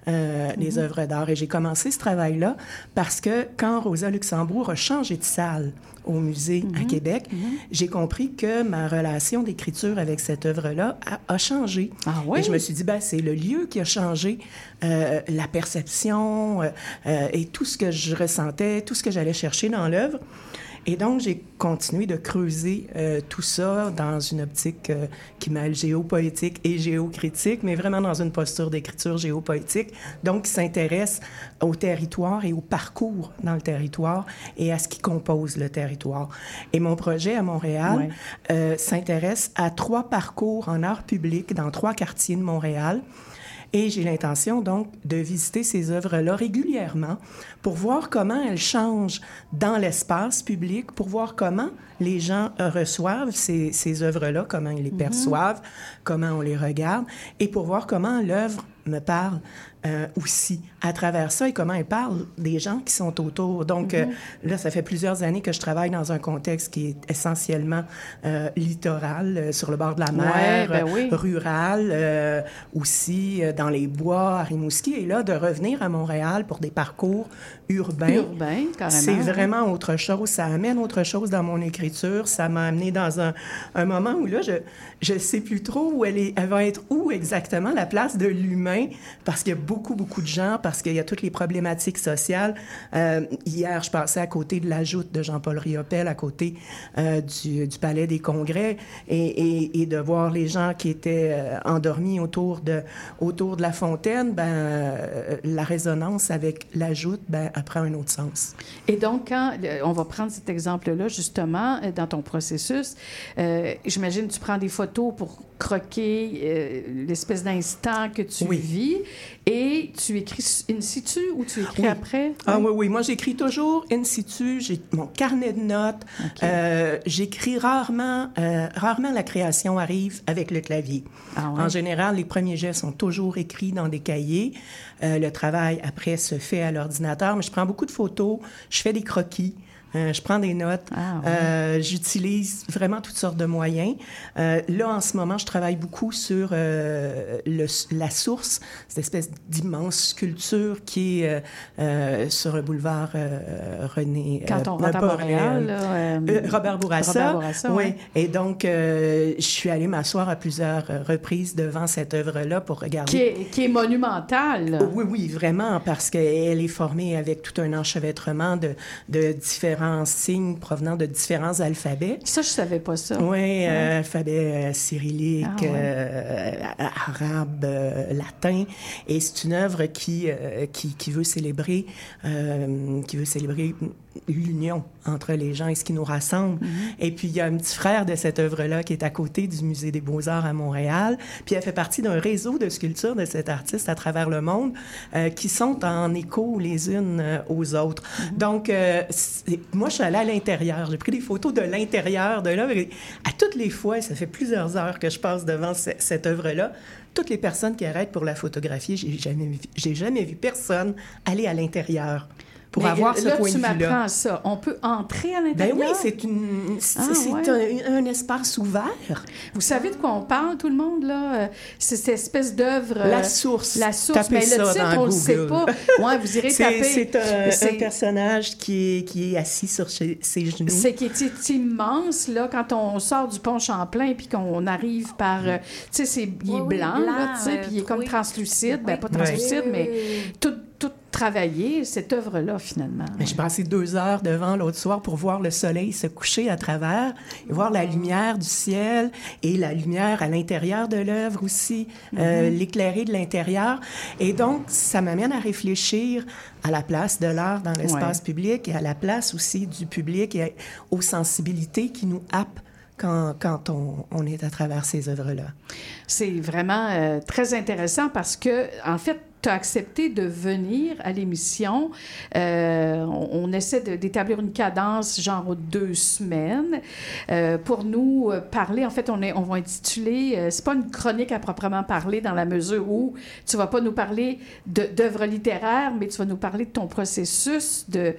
les œuvres d'art. Et j'ai commencé ce travail-là parce que quand Rosa Luxembourg a changé de salle au musée à Québec, j'ai compris que ma relation d'écriture avec cette œuvre-là a changé. Et je me suis dit, c'est le lieu qui a changé la perception et tout ce que je ressentais, tout ce que j'allais chercher dans l'œuvre. Et donc, j'ai continué de creuser tout ça dans une optique qui mêle géopoétique et géocritique, mais vraiment dans une posture d'écriture géopoétique, donc qui s'intéresse au territoire et au parcours dans le territoire et à ce qui compose le territoire. Et mon projet à Montréal s'intéresse à 3 parcours en art public dans 3 quartiers de Montréal. Et j'ai l'intention, donc, de visiter ces œuvres-là régulièrement pour voir comment elles changent dans l'espace public, pour voir comment les gens reçoivent ces œuvres-là, comment ils les perçoivent, comment on les regarde, et pour voir comment l'œuvre me parle aussi à travers ça et comment elle parle des gens qui sont autour. Donc, là, ça fait plusieurs années que je travaille dans un contexte qui est essentiellement littoral, sur le bord de la mer, rural, aussi dans les bois, à Rimouski. Et là, de revenir à Montréal pour des parcours urbains, carrément. C'est vraiment autre chose. Ça amène autre chose dans mon écriture. Ça m'a amené dans un moment où là, je sais plus trop où elle va être où exactement, la place de l'humain, parce qu'il y a beaucoup de gens, parce qu'il y a toutes les problématiques sociales. Hier, je passais à côté de la joute de Jean-Paul Riopelle, à côté du Palais des Congrès, et de voir les gens qui étaient endormis autour de la fontaine, la résonance avec la joute, prend un autre sens. Et donc, quand on va prendre cet exemple-là, justement, dans ton processus, j'imagine que tu prends des photos pour croquer l'espèce d'instant que tu vis, et tu écris in situ ou tu écris après? Oui. Moi, j'écris toujours in situ. J'ai mon carnet de notes. J'écris rarement la création arrive avec le clavier. En général, les premiers gestes sont toujours écrits dans des cahiers. Le travail, après, se fait à l'ordinateur. Mais je prends beaucoup de photos. Je fais des croquis. Je prends des notes. J'utilise vraiment toutes sortes de moyens. Là, en ce moment, je travaille beaucoup sur la source, cette espèce d'immense sculpture qui est sur le boulevard René... Quand on rentre à Montréal, Robert Bourassa. Oui. Et donc, je suis allée m'asseoir à plusieurs reprises devant cette œuvre-là pour regarder... Qui est monumentale. Oui, vraiment, parce qu'elle est formée avec tout un enchevêtrement de différents différents signes provenant de différents alphabets. Ça, je savais pas ça. Oui, alphabet cyrillique, arabe, latin. Et c'est une œuvre qui veut célébrer l'union entre les gens et ce qui nous rassemble. Et puis, il y a un petit frère de cette œuvre-là qui est à côté du Musée des Beaux-Arts à Montréal. Puis, elle fait partie d'un réseau de sculptures de cet artiste à travers le monde qui sont en écho les unes aux autres. Donc, moi, je suis allée à l'intérieur. J'ai pris des photos de l'intérieur de l'œuvre. Et à toutes les fois, ça fait plusieurs heures que je passe devant cette œuvre-là. Toutes les personnes qui arrêtent pour la photographier, j'ai jamais vu personne aller à l'intérieur pour avoir ce point de vue-là. Là, tu m'apprends ça. On peut entrer à l'intérieur? Ben oui, c'est un espace ouvert. Vous savez de quoi on parle, tout le monde, là? C'est cette espèce d'œuvre... La source. La source. Tapez mais ça le titre, on ne le sait pas. Ouais, vous irez taper... C'est un personnage qui est assis sur ses genoux. C'est qui est immense, là, quand on sort du pont Champlain puis qu'on arrive par... tu sais, il est blanc, là, tu sais, puis il est comme translucide. Ben, pas translucide, mais tout travailler cette œuvre-là, finalement. Mais j'ai passé 2 heures devant l'autre soir pour voir le soleil se coucher à travers et voir la lumière du ciel et la lumière à l'intérieur de l'œuvre aussi, l'éclairer de l'intérieur. Et donc, ça m'amène à réfléchir à la place de l'art dans l'espace public et à la place aussi du public et aux sensibilités qui nous happent quand on est à travers ces œuvres-là. C'est vraiment très intéressant parce que, en fait, tu as accepté de venir à l'émission. On essaie d'établir une cadence, genre 2 semaines, pour nous parler. En fait, on va intituler... c'est pas une chronique à proprement parler dans la mesure où tu vas pas nous parler d'œuvres littéraires, mais tu vas nous parler de ton processus, de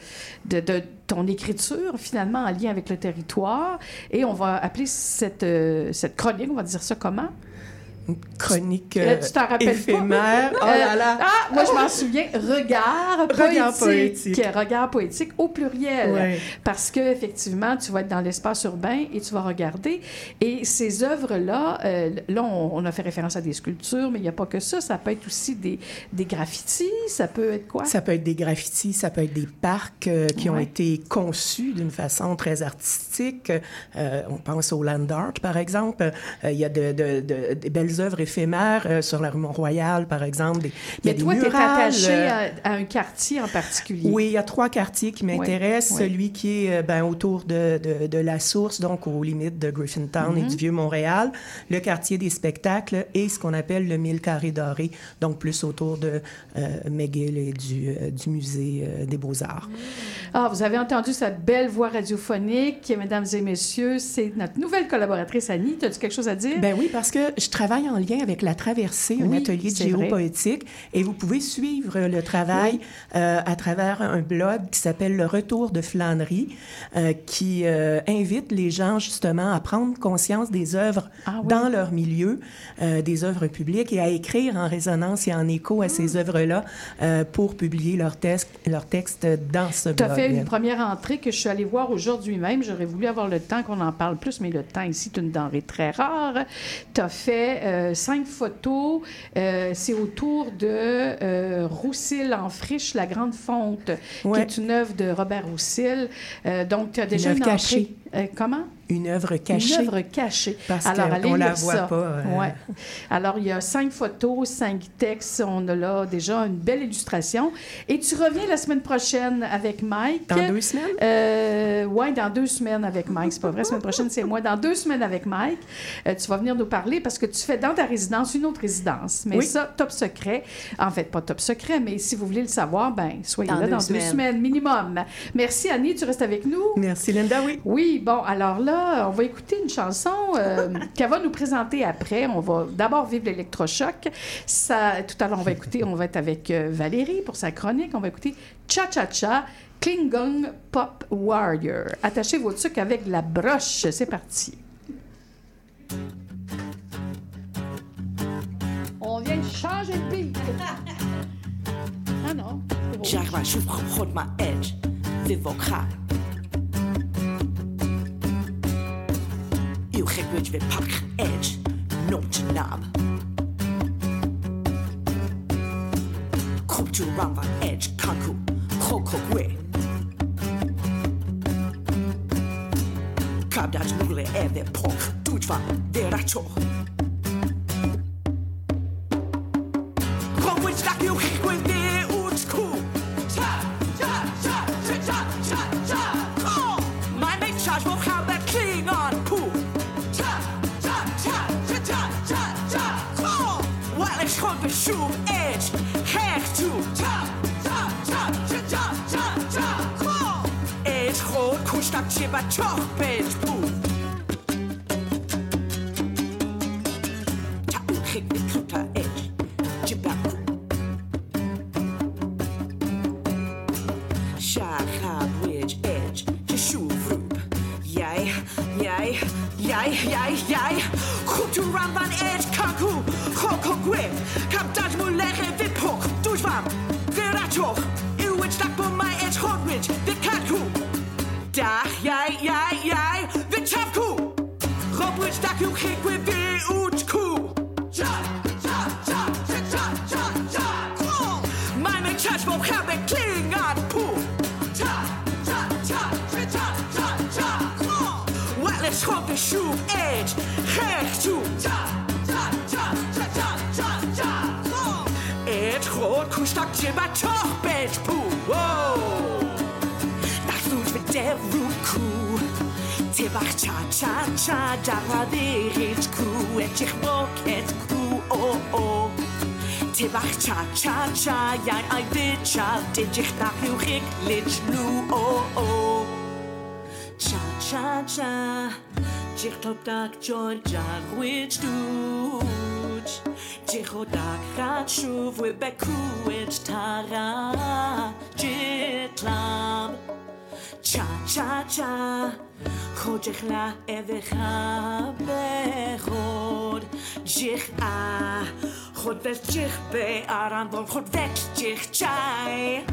ton écriture, finalement, en lien avec le territoire. Et on va appeler cette chronique, on va dire ça comment? Une chronique tu t'en rappelles éphémère. Pas? Oh là là! Moi, je m'en souviens. Regard poétique. Regard poétique au pluriel. Ouais. Parce que effectivement, tu vas être dans l'espace urbain et tu vas regarder. Et ces œuvres-là, là, on a fait référence à des sculptures, mais il n'y a pas que ça. Ça peut être aussi des graffitis. Ça peut être quoi? Ça peut être des graffitis, ça peut être des parcs qui ont été conçus d'une façon très artistique. On pense au land art, par exemple. Il y a des belles œuvres éphémères sur la rue Mont-Royal, par exemple. Mais toi, tu es attaché à un quartier en particulier. Oui, il y a 3 quartiers qui m'intéressent. Celui qui est autour de la Source, donc aux limites de Griffintown et du Vieux-Montréal, le quartier des spectacles et ce qu'on appelle le 1000 carrés dorés, donc plus autour de McGill et du Musée des Beaux-Arts. Ah, vous avez entendu sa belle voix radiophonique, mesdames et messieurs, c'est notre nouvelle collaboratrice Annie. Tu as-tu quelque chose à dire? Ben oui, parce que je travaille en lien avec La Traversée, un atelier de géopoétique, et vous pouvez suivre le travail à travers un blog qui s'appelle Le Retour de Flânerie, qui invite les gens justement à prendre conscience des œuvres dans leur milieu, des œuvres publiques, et à écrire en résonance et en écho à ces œuvres-là pour publier leurs textes dans ce blog. Tu as fait une première entrée que je suis allée voir aujourd'hui même. J'aurais voulu avoir le temps qu'on en parle plus, mais le temps ici est une denrée très rare. Tu as fait 5 photos. C'est autour de Roussel en friche, La Grande Fonte, qui est une œuvre de Robert Roussel. Donc, tu as déjà une entrée. Comment? Une œuvre cachée. Une œuvre cachée. Parce qu'on ne la voit pas. Ouais. Alors, il y a 5 photos, 5 textes. On a là déjà une belle illustration. Et tu reviens la semaine prochaine avec Mike. Dans 2 semaines? Oui, dans 2 semaines avec Mike. C'est pas vrai, la semaine prochaine, c'est moi. Dans 2 semaines avec Mike, tu vas venir nous parler parce que tu fais dans ta résidence une autre résidence. Mais ça, top secret. En fait, pas top secret, mais si vous voulez le savoir, ben soyez là dans 2 semaines minimum. Merci, Annie. Tu restes avec nous? Merci, Linda, oui. Oui, bon, alors là, on va écouter une chanson qu'elle va nous présenter après. On va d'abord vivre l'électrochoc. Tout à l'heure, on va être avec Valérie pour sa chronique. On va écouter Cha-Cha-Cha, Klingon Pop Warrior. Attachez vos trucs avec la broche. C'est parti. On vient de changer de beat. Ah non. J'arrive à jouer ma edge, c'est vocal. Eu recuo vais pas edge, non de nab. Coupe tu ramba edge, kanku, koko gwe. Kabdać nugle ewe pok, tućva deračo. Robuć taki uchykły wie uczku. Cha, cha, cha, cha, cha, cha, cha. My mate charge will have that Klingon poo. Cha, cha, cha, cha, cha, cha, cha, cha. While it's called the shoe edge, hair to. Cha, cha, cha, cha, cha, cha, cha, cha. Edge hold, kush up chip at chalk bench poo. Jij, goed toe ram van edge kaku, hoko gwib, kap daj mu legge vipok, doejwam, verachog, uwit stak bo my edge hodwich, de katku. Dag, jij, vitavku, robwich stak u kik with the uchku. Ja, ja, ja, ja, ja, ja, ja, my me charge bo have a Klingon poo. Ja, ja, ja, ja, ja, ja, ja, well, let's hope the shoe edge. Recht toe. Ja, ja, ja, ja, ja, ja, ja. Het groot koestakje bij toch bed poe. Wow. Dat doet met de roekoe. Tebach cha cha cha, daar weer het koe. Het zich moket koe, oh oh. Tebach cha cha cha, jij weet cha. Dit zich daar heel gek lit nu, oh oh. Cha cha cha. Jichop dak Georgia which duch Jichop dak ratshuv we bekuch tara jitlam Cha cha cha Khojikhla evecha bechod Jich a Khod vel jich be aran vol khod vek jich chai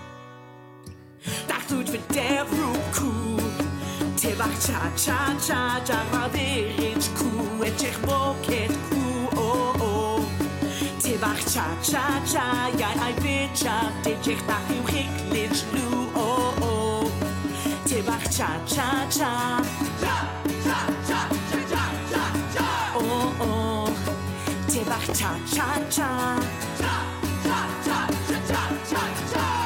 Dak doet we der ruku Tebach cha cha cha cha ma virich ku et ich moket ku oh oh Tebach cha cha cha ja I bitcha dit ich da u hiklich lu oh oh Tebach cha cha cha cha cha cha cha cha cha oh oh Tebach cha cha cha cha cha cha cha cha cha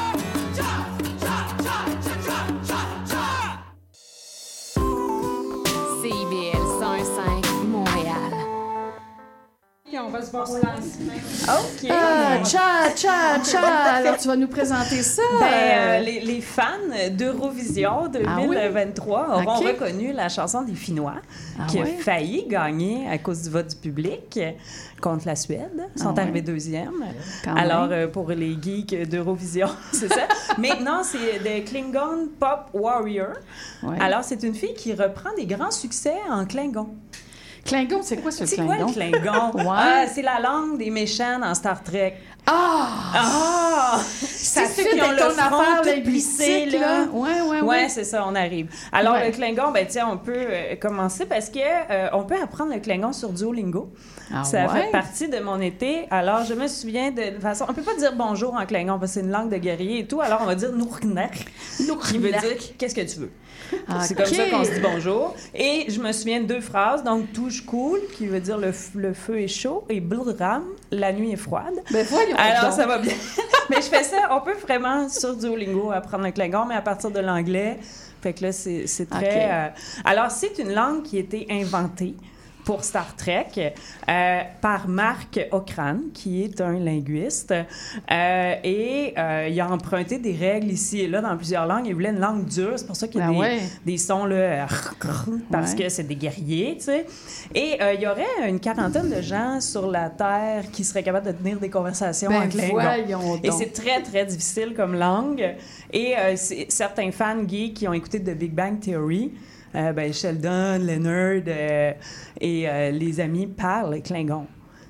CIBL 101.5 Montréal. Et on va se voir au lancement. OK. Cha, cha, cha. Alors, tu vas nous présenter ça. Les fans d'Eurovision 2023 auront reconnu la chanson des Finnois qui a failli gagner à cause du vote du public contre la Suède. Ils sont arrivés deuxième. Alors, pour les geeks d'Eurovision, c'est ça. Maintenant, c'est The Klingon Pop Warrior. Ouais. Alors, c'est une fille qui reprend des grands succès en Klingon. Klingon, c'est quoi ce Klingon? C'est quoi le Klingon? C'est la langue des méchants dans Star Trek. Ça fait qu'ils ont le front tout plissé, là. Ouais, c'est ça, on arrive. Alors, le Klingon, on peut commencer parce que on peut apprendre le Klingon sur Duolingo. Ça fait partie de mon été. Alors, je me souviens de façon... On peut pas dire bonjour en Klingon parce que c'est une langue de guerrier et tout. Alors, on va dire Nourknak, qui veut dire « qu'est-ce que tu veux ». C'est comme ça qu'on se dit bonjour. Et je me souviens de 2 phrases. Donc, touche cool, qui veut dire le feu est chaud, et blram, la nuit est froide. Ben voyons. Alors, ça va bien. Mais je fais ça, on peut vraiment sur Duolingo apprendre le Klingon, mais à partir de l'anglais. Fait que là, c'est très... Alors, c'est une langue qui a été inventée pour Star Trek par Mark Okrand, qui est un linguiste. Et il a emprunté des règles ici et là dans plusieurs langues. Il voulait une langue dure. C'est pour ça qu'il y a des sons là, parce que c'est des guerriers, tu sais. Et il y aurait une quarantaine de gens sur la Terre qui seraient capables de tenir des conversations en Klingon. Et c'est très, très difficile comme langue. Et certains fans geeks qui ont écouté The Big Bang Theory, Sheldon, Leonard et les amis parlent Klingon.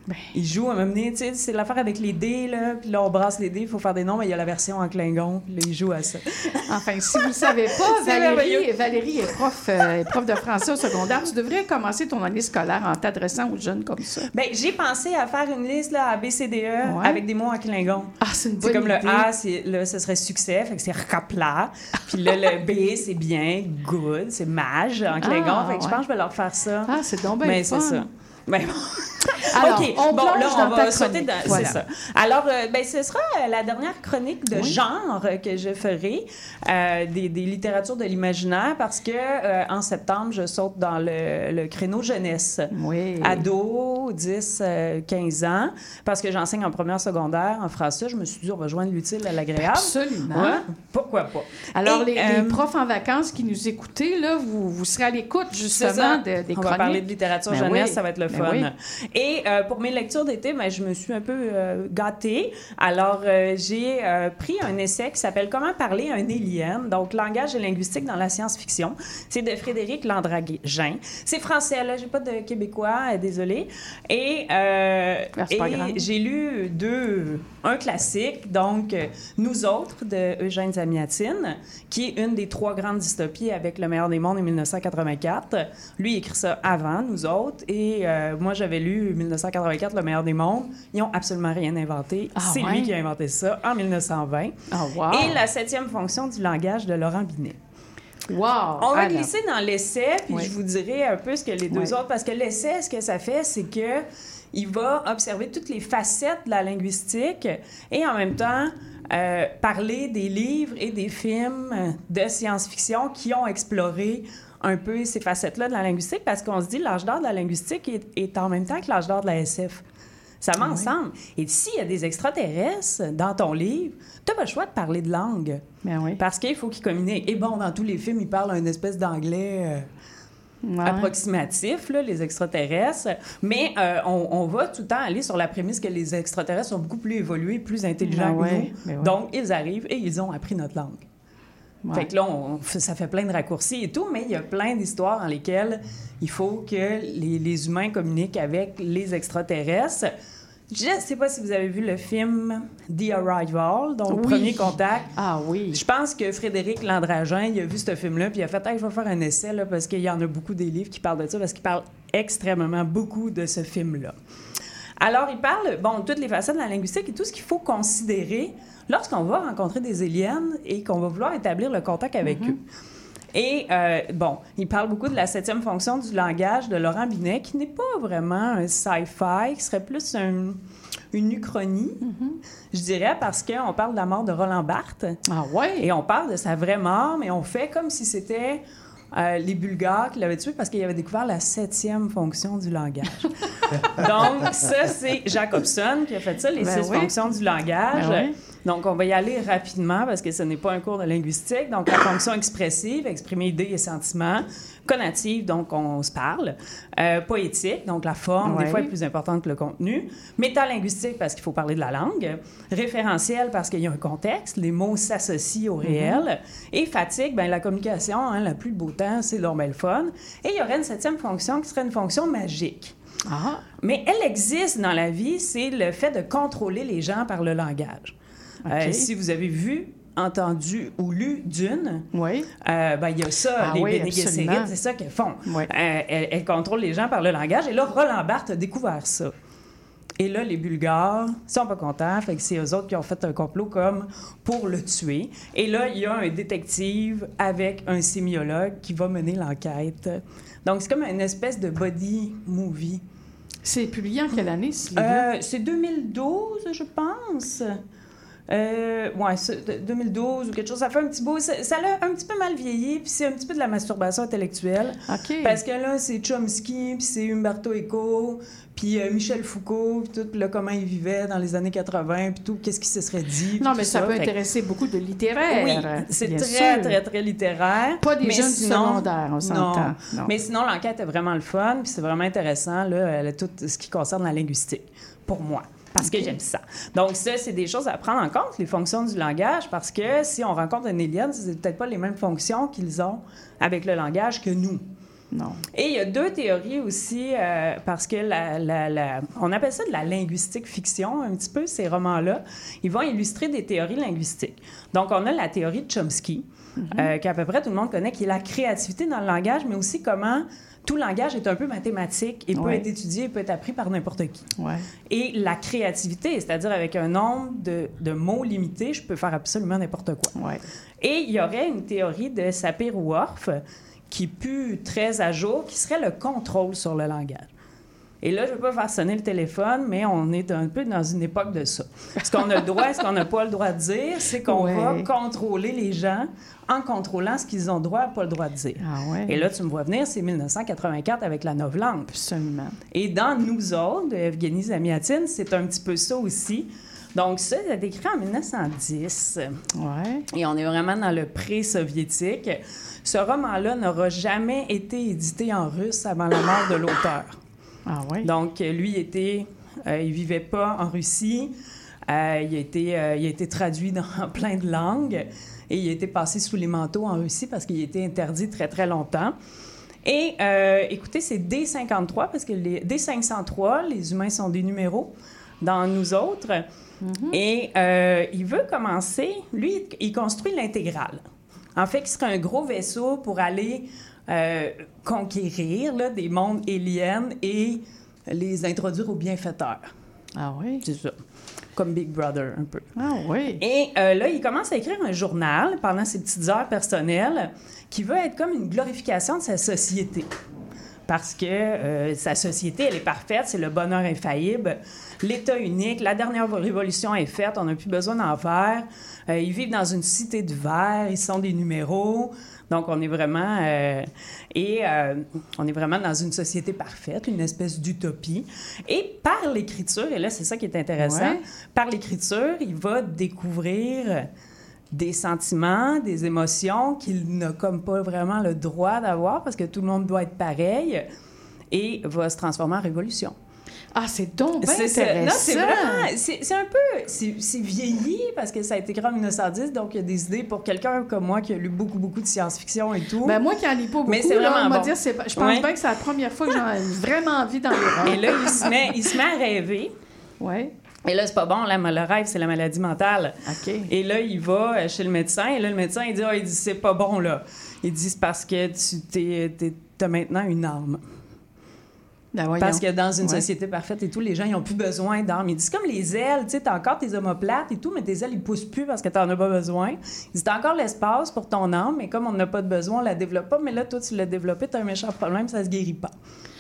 Il joue à un moment donné, tu sais, c'est l'affaire avec les dés, là, puis là, on brasse les dés, il faut faire des noms, mais il y a la version en Klingon, puis là, il joue à ça. Enfin, si vous ne le savez pas, Valérie est prof de français au secondaire. Tu devrais commencer ton année scolaire en t'adressant aux jeunes comme ça. Bien, j'ai pensé à faire une liste, là, ABCDE, avec des mots en Klingon. Ah, c'est une bonne idée. Comme le A, là, ce serait succès, fait que c'est rakapla. Puis là, le B, c'est bien, good, c'est mage en Klingon. Fait que je pense que je vais leur faire ça. Ah, c'est donc bien c'est ça. Ben, alors, OK, on là, on va sauter sauter dans... Voilà. C'est ça. Alors, ce sera la dernière chronique de genre que je ferai, des littératures de l'imaginaire, parce que en septembre, je saute dans le créneau jeunesse. Oui. Ado, 10, 15 ans, parce que j'enseigne en première secondaire en français. Je me suis dit, on va joindre l'utile à l'agréable. Absolument. Ouais, pourquoi pas? Alors, les profs en vacances qui nous écoutez, là, vous serez à l'écoute, justement, des chroniques. On va parler de littérature jeunesse, ça va être le fun. Oui. Et pour mes lectures d'été, je me suis un peu gâtée. Alors, j'ai pris un essai qui s'appelle « Comment parler à un alien », donc « Langage et linguistique dans la science-fiction ». C'est de Frédéric Landragin. C'est français, là, j'ai pas de québécois, désolée. Et j'ai lu un classique, donc « Nous autres » de Eugène Zamyatin, qui est une des 3 grandes dystopies avec Le meilleur des mondes en 1984. Lui, il écrit ça avant, Nous autres, et moi, j'avais lu 1984, Le meilleur des mondes. Ils n'ont absolument rien inventé. C'est lui qui a inventé ça en 1920. Wow. Et La 7e fonction du langage de Laurent Binet. Wow! On va glisser dans l'essai, puis je vous dirai un peu ce que les deux autres... Parce que l'essai, ce que ça fait, c'est que il va observer toutes les facettes de la linguistique et en même temps parler des livres et des films de science-fiction qui ont exploré un peu ces facettes-là de la linguistique, parce qu'on se dit l'âge d'or de la linguistique est en même temps que l'âge d'or de la SF. Ça va ensemble. Et s'il y a des extraterrestres dans ton livre, tu n'as pas le choix de parler de langue. Parce qu'il faut qu'ils communiquent. Et bon, dans tous les films, ils parlent un espèce d'anglais approximatif, là, les extraterrestres. Mais on va tout le temps aller sur la prémisse que les extraterrestres sont beaucoup plus évolués, plus intelligents que nous. Donc, ils arrivent et ils ont appris notre langue. Fait que là, ça fait plein de raccourcis et tout, mais il y a plein d'histoires dans lesquelles il faut que les humains communiquent avec les extraterrestres. Je ne sais pas si vous avez vu le film The Arrival, donc Premier Contact. Ah oui. Je pense que Frédéric Landragin, il a vu ce film-là, puis il a fait « je vais faire un essai, là, parce qu'il y en a beaucoup des livres qui parlent de ça, parce qu'il parle extrêmement beaucoup de ce film-là. » Alors, il parle, de toutes les facettes de la linguistique et tout ce qu'il faut considérer lorsqu'on va rencontrer des aliens et qu'on va vouloir établir le contact avec eux. Et, il parle beaucoup de la 7e fonction du langage de Laurent Binet, qui n'est pas vraiment un sci-fi, qui serait plus une uchronie, je dirais, parce qu'on parle de la mort de Roland Barthes. Ah ouais? Et on parle de sa vraie mort, mais on fait comme si c'était les Bulgares qui l'avaient tué parce qu'il avait découvert la 7e fonction du langage. Donc, ça, c'est Jacobson qui a fait ça, les 6 fonctions du langage. Donc, on va y aller rapidement parce que ce n'est pas un cours de linguistique. Donc, la fonction expressive, exprimer idées et sentiments. Conative, donc on se parle. Poétique, donc la forme, des fois, est plus importante que le contenu. Métalinguistique, parce qu'il faut parler de la langue. Référentiel, parce qu'il y a un contexte. Les mots s'associent au réel. Et fatigue, la communication, la pluie, le beau temps, c'est normal le fun. Et il y aurait une 7e fonction qui serait une fonction magique. Ah. Mais elle existe dans la vie, c'est le fait de contrôler les gens par le langage. Si vous avez vu, entendu ou lu Dune, il y a ça, les Bene Gesserit, c'est ça qu'elles font. Elles contrôlent les gens par le langage. Et là, Roland Barthes a découvert ça. Et là, les Bulgares sont pas contents, fait que c'est eux autres qui ont fait un complot comme pour le tuer. Et là, il y a un détective avec un sémiologue qui va mener l'enquête. Donc, c'est comme une espèce de body movie. C'est publié en quelle année, ce livre? C'est 2012, je pense. 2012 ou quelque chose, ça fait un petit bout. Ça l'a un petit peu mal vieilli, puis c'est un petit peu de la masturbation intellectuelle. Parce que là, c'est Chomsky, puis c'est Umberto Eco, puis Michel Foucault, puis tout, puis là, comment il vivait dans les années 80, puis tout, qu'est-ce qui se serait dit. Non, mais ça peut intéresser beaucoup de littéraires. Oui, c'est très, très, très littéraire. Pas des jeunes du secondaire, on s'entend. Non. Mais sinon, l'enquête est vraiment le fun, puis c'est vraiment intéressant, là, tout ce qui concerne la linguistique, pour moi. Parce que j'aime ça. Donc, ça, c'est des choses à prendre en compte, les fonctions du langage, parce que si on rencontre un alien, c'est peut-être pas les mêmes fonctions qu'ils ont avec le langage que nous. Non. Et il y a 2 théories aussi, parce que on appelle ça de la linguistique fiction, un petit peu, ces romans-là. Ils vont illustrer des théories linguistiques. Donc, on a la théorie de Chomsky, qu'à peu près tout le monde connaît, qui est la créativité dans le langage, mais aussi comment tout langage est un peu mathématique et peut être étudié, peut être appris par n'importe qui. Ouais. Et la créativité, c'est-à-dire avec un nombre de mots limité, je peux faire absolument n'importe quoi. Ouais. Et il y aurait une théorie de Sapir-Whorf qui est plus très à jour, qui serait le contrôle sur le langage. Et là, je ne veux pas faire sonner le téléphone, mais on est un peu dans une époque de ça. Ce qu'on a le droit, ce qu'on n'a pas le droit de dire, c'est qu'on va contrôler les gens en contrôlant ce qu'ils ont le droit et pas le droit de dire. Ah ouais. Et là, tu me vois venir, c'est 1984 avec la novlangue. Absolument. Et dans Nous autres, de Evguénie Zamiatine, c'est un petit peu ça aussi. Donc ça, c'est écrit en 1910. Ouais. Et on est vraiment dans le pré-soviétique. Ce roman-là n'aura jamais été édité en russe avant la mort de l'auteur. Ah oui? Donc, lui, il vivait pas en Russie. Il a été traduit dans plein de langues. Et il a été passé sous les manteaux en Russie parce qu'il a été interdit très, très longtemps. Et écoutez, c'est D53, parce que D503, les humains sont des numéros dans Nous autres. Mm-hmm. Et il veut commencer, lui, il construit l'intégrale. En fait, il serait un gros vaisseau pour aller conquérir là, des mondes aliens et les introduire aux bienfaiteurs. Ah oui? C'est ça. Comme Big Brother, un peu. Ah oui. Et là, il commence à écrire un journal pendant ses petites heures personnelles qui veut être comme une glorification de sa société. Parce que sa société, elle est parfaite, c'est le bonheur infaillible, l'État unique, la dernière révolution est faite, on n'a plus besoin d'en faire. Ils vivent dans une cité de verre, ils sont des numéros. Donc, on est vraiment... on est vraiment dans une société parfaite, une espèce d'utopie. Et par l'écriture, et là, c'est ça qui est intéressant, par l'écriture, il va découvrir des sentiments, des émotions qu'il n'a comme pas vraiment le droit d'avoir parce que tout le monde doit être pareil et va se transformer en révolution. Ah, c'est donc bien intéressant! Non, c'est vraiment... C'est un peu... C'est vieilli parce que ça a été écrit en 1910, donc il y a des idées pour quelqu'un comme moi qui a lu beaucoup, beaucoup de science-fiction et tout. Ben moi qui en lis pas beaucoup, mais c'est vraiment on va bon. dire, je pense bien que c'est la première fois que j'ai vraiment envie d'en lire. Et là, il se met à rêver. Oui. Et là, c'est pas bon, là, le rêve, c'est la maladie mentale. OK. Et là, il va chez le médecin, et là, le médecin, il dit, c'est pas bon, là. Il dit, c'est parce que t'as maintenant une arme. Ben parce que dans une société parfaite et tout, les gens, ils n'ont plus besoin d'armes. Il dit, c'est comme les ailes, tu sais, t'as encore tes omoplates et tout, mais tes ailes, ils poussent plus parce que t'en as pas besoin. Il dit, t'as encore l'espace pour ton arme, mais comme on n'a pas de besoin, on la développe pas, mais là, toi, tu l'as développé, t'as un méchant problème, ça se guérit pas.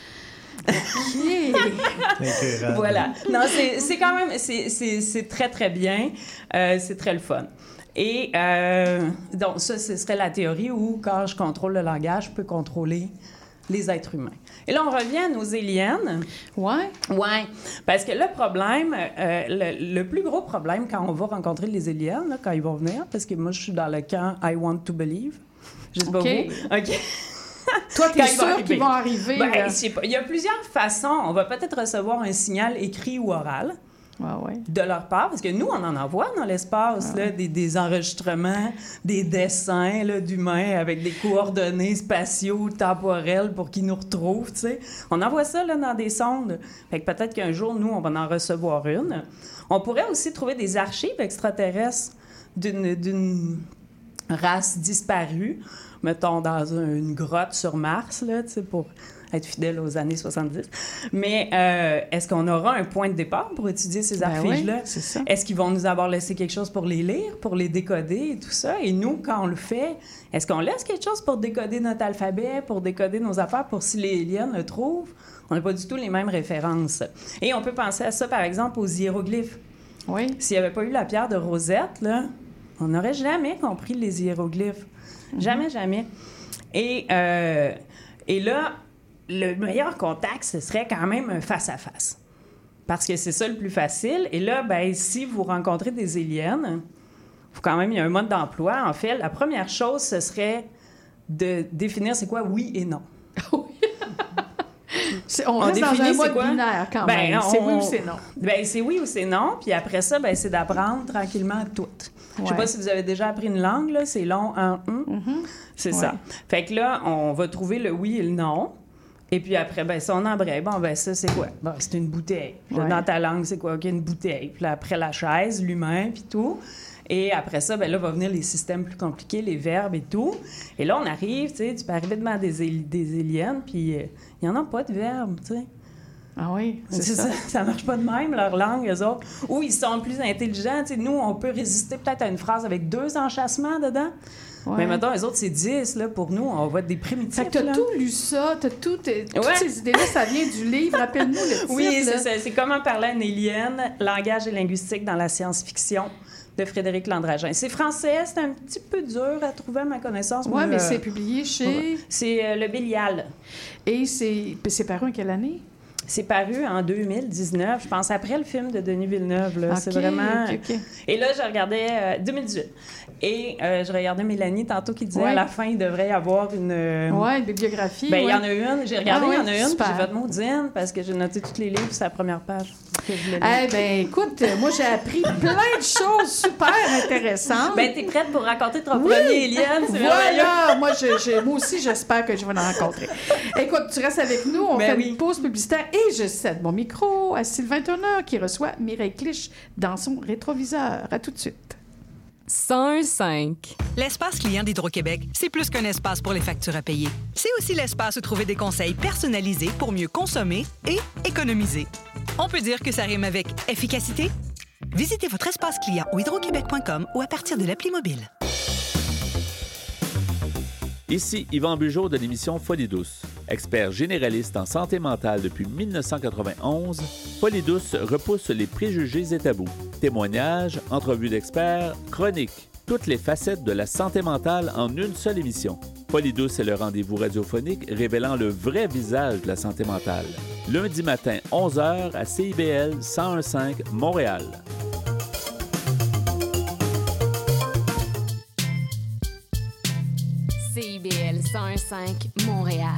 Voilà. Non, c'est quand même... C'est très, très bien. C'est très le fun. Et donc, ça, ce serait la théorie où, quand je contrôle le langage, je peux contrôler les êtres humains. Et là, on revient à nos aliens. Ouais. Ouais. Parce que le problème, le plus gros problème quand on va rencontrer les aliens, là, quand ils vont venir, parce que moi, je suis dans le camp I want to believe. Je sais pas vous. OK. Toi, t'es sûr qu'ils vont arriver? Ben, je sais pas. Il y a plusieurs façons. On va peut-être recevoir un signal écrit ou oral de leur part, parce que nous, on en envoie dans l'espace là, des enregistrements, des dessins là, d'humains avec des coordonnées spatiaux, temporelles pour qu'ils nous retrouvent, tu sais. On envoie ça là, dans des sondes. Fait que peut-être qu'un jour, nous, on va en recevoir une. On pourrait aussi trouver des archives extraterrestres d'une race disparue, mettons, dans une grotte sur Mars, là, tu sais, pour être fidèle aux années 70. Mais est-ce qu'on aura un point de départ pour étudier ces archives-là? Oui, c'est ça. Est-ce qu'ils vont nous avoir laissé quelque chose pour les lire, pour les décoder et tout ça? Et nous, quand on le fait, est-ce qu'on laisse quelque chose pour décoder notre alphabet, pour décoder nos affaires, pour si les aliens le trouvent? On n'a pas du tout les mêmes références. Et on peut penser à ça, par exemple, aux hiéroglyphes. Oui. S'il n'y avait pas eu la pierre de Rosette, là, on n'aurait jamais compris les hiéroglyphes. Jamais, jamais. Et là, le meilleur contact, ce serait quand même un face-à-face. Parce que c'est ça le plus facile. Et là, ben, si vous rencontrez des aliens, faut quand même, il y a un mode d'emploi. En fait, la première chose, ce serait de définir c'est quoi oui et non. On reste dans un mode binaire quand même. C'est oui ou c'est non. Ben, c'est oui ou c'est non. Puis après ça, ben, c'est d'apprendre tranquillement tout. Je sais pas si vous avez déjà appris une langue, là. C'est long en C'est ça. Fait que là, on va trouver le oui et le non. Et puis après, ben ça, on embraye. Bon, ben ça, c'est quoi? Bon, c'est une bouteille. Là, dans ta langue, c'est quoi? OK, une bouteille. Puis là, après, la chaise, l'humain, puis tout. Et après ça, ben là, va venir les systèmes plus compliqués, les verbes et tout. Et là, on arrive, tu sais, tu peux arriver devant des éliennes, puis il n'y en a pas de verbes, tu sais. Ah oui, c'est ça. Ça marche pas de même, leur langue, eux autres. Ou ils sont plus intelligents. Tu sais, nous, on peut résister peut-être à une phrase avec 2 enchâssements dedans. Ouais. Mais maintenant, les autres, c'est 10. Là, pour nous, on va être des primitifs. Fait que t'as tout lu ça, toutes ces idées-là, ça vient du livre. Rappelle-nous le titre. Oui, c'est ça. C'est Comment parler à une élienne, langage et linguistique dans la science-fiction de Frédéric Landragin. C'est français, c'est un petit peu dur à trouver à ma connaissance. Oui, mais c'est publié chez... C'est Le Bélial. Et c'est paru en quelle année? C'est paru en 2019, je pense, après le film de Denis Villeneuve. Là. C'est vraiment... OK. Et là, je regardais 2018. Et je regardais Mélanie tantôt qui disait à la fin, il devrait y avoir une... une bibliographie. Bien, il y en a une. J'ai regardé, il y en a une. Puis j'ai fait maudine parce que j'ai noté tous les livres, c'est la première page que je voulais lire. Eh bien, écoute, moi, j'ai appris plein de choses super intéressantes. Bien, t'es prête pour rencontrer ton premier Eliane? C'est voilà! Moi aussi, j'espère que je vais en rencontrer. Écoute, tu restes avec nous. On fait une pause publicitaire et je cède mon micro à Sylvain Turner qui reçoit Mireille Clich dans son rétroviseur. À tout de suite. 101.5. L'espace client d'Hydro-Québec, c'est plus qu'un espace pour les factures à payer. C'est aussi l'espace où trouver des conseils personnalisés pour mieux consommer et économiser. On peut dire que ça rime avec efficacité. Visitez votre espace client au hydroquebec.com ou à partir de l'appli mobile. Ici Yvan Bugeaud de l'émission Folie douce. Expert généraliste en santé mentale depuis 1991, Folie douce repousse les préjugés et tabous. Témoignages, entrevues d'experts, chroniques, toutes les facettes de la santé mentale en une seule émission. Folie douce est le rendez-vous radiophonique révélant le vrai visage de la santé mentale. Lundi matin, 11h à CIBL 101.5 Montréal. CIBL 101.5 Montréal.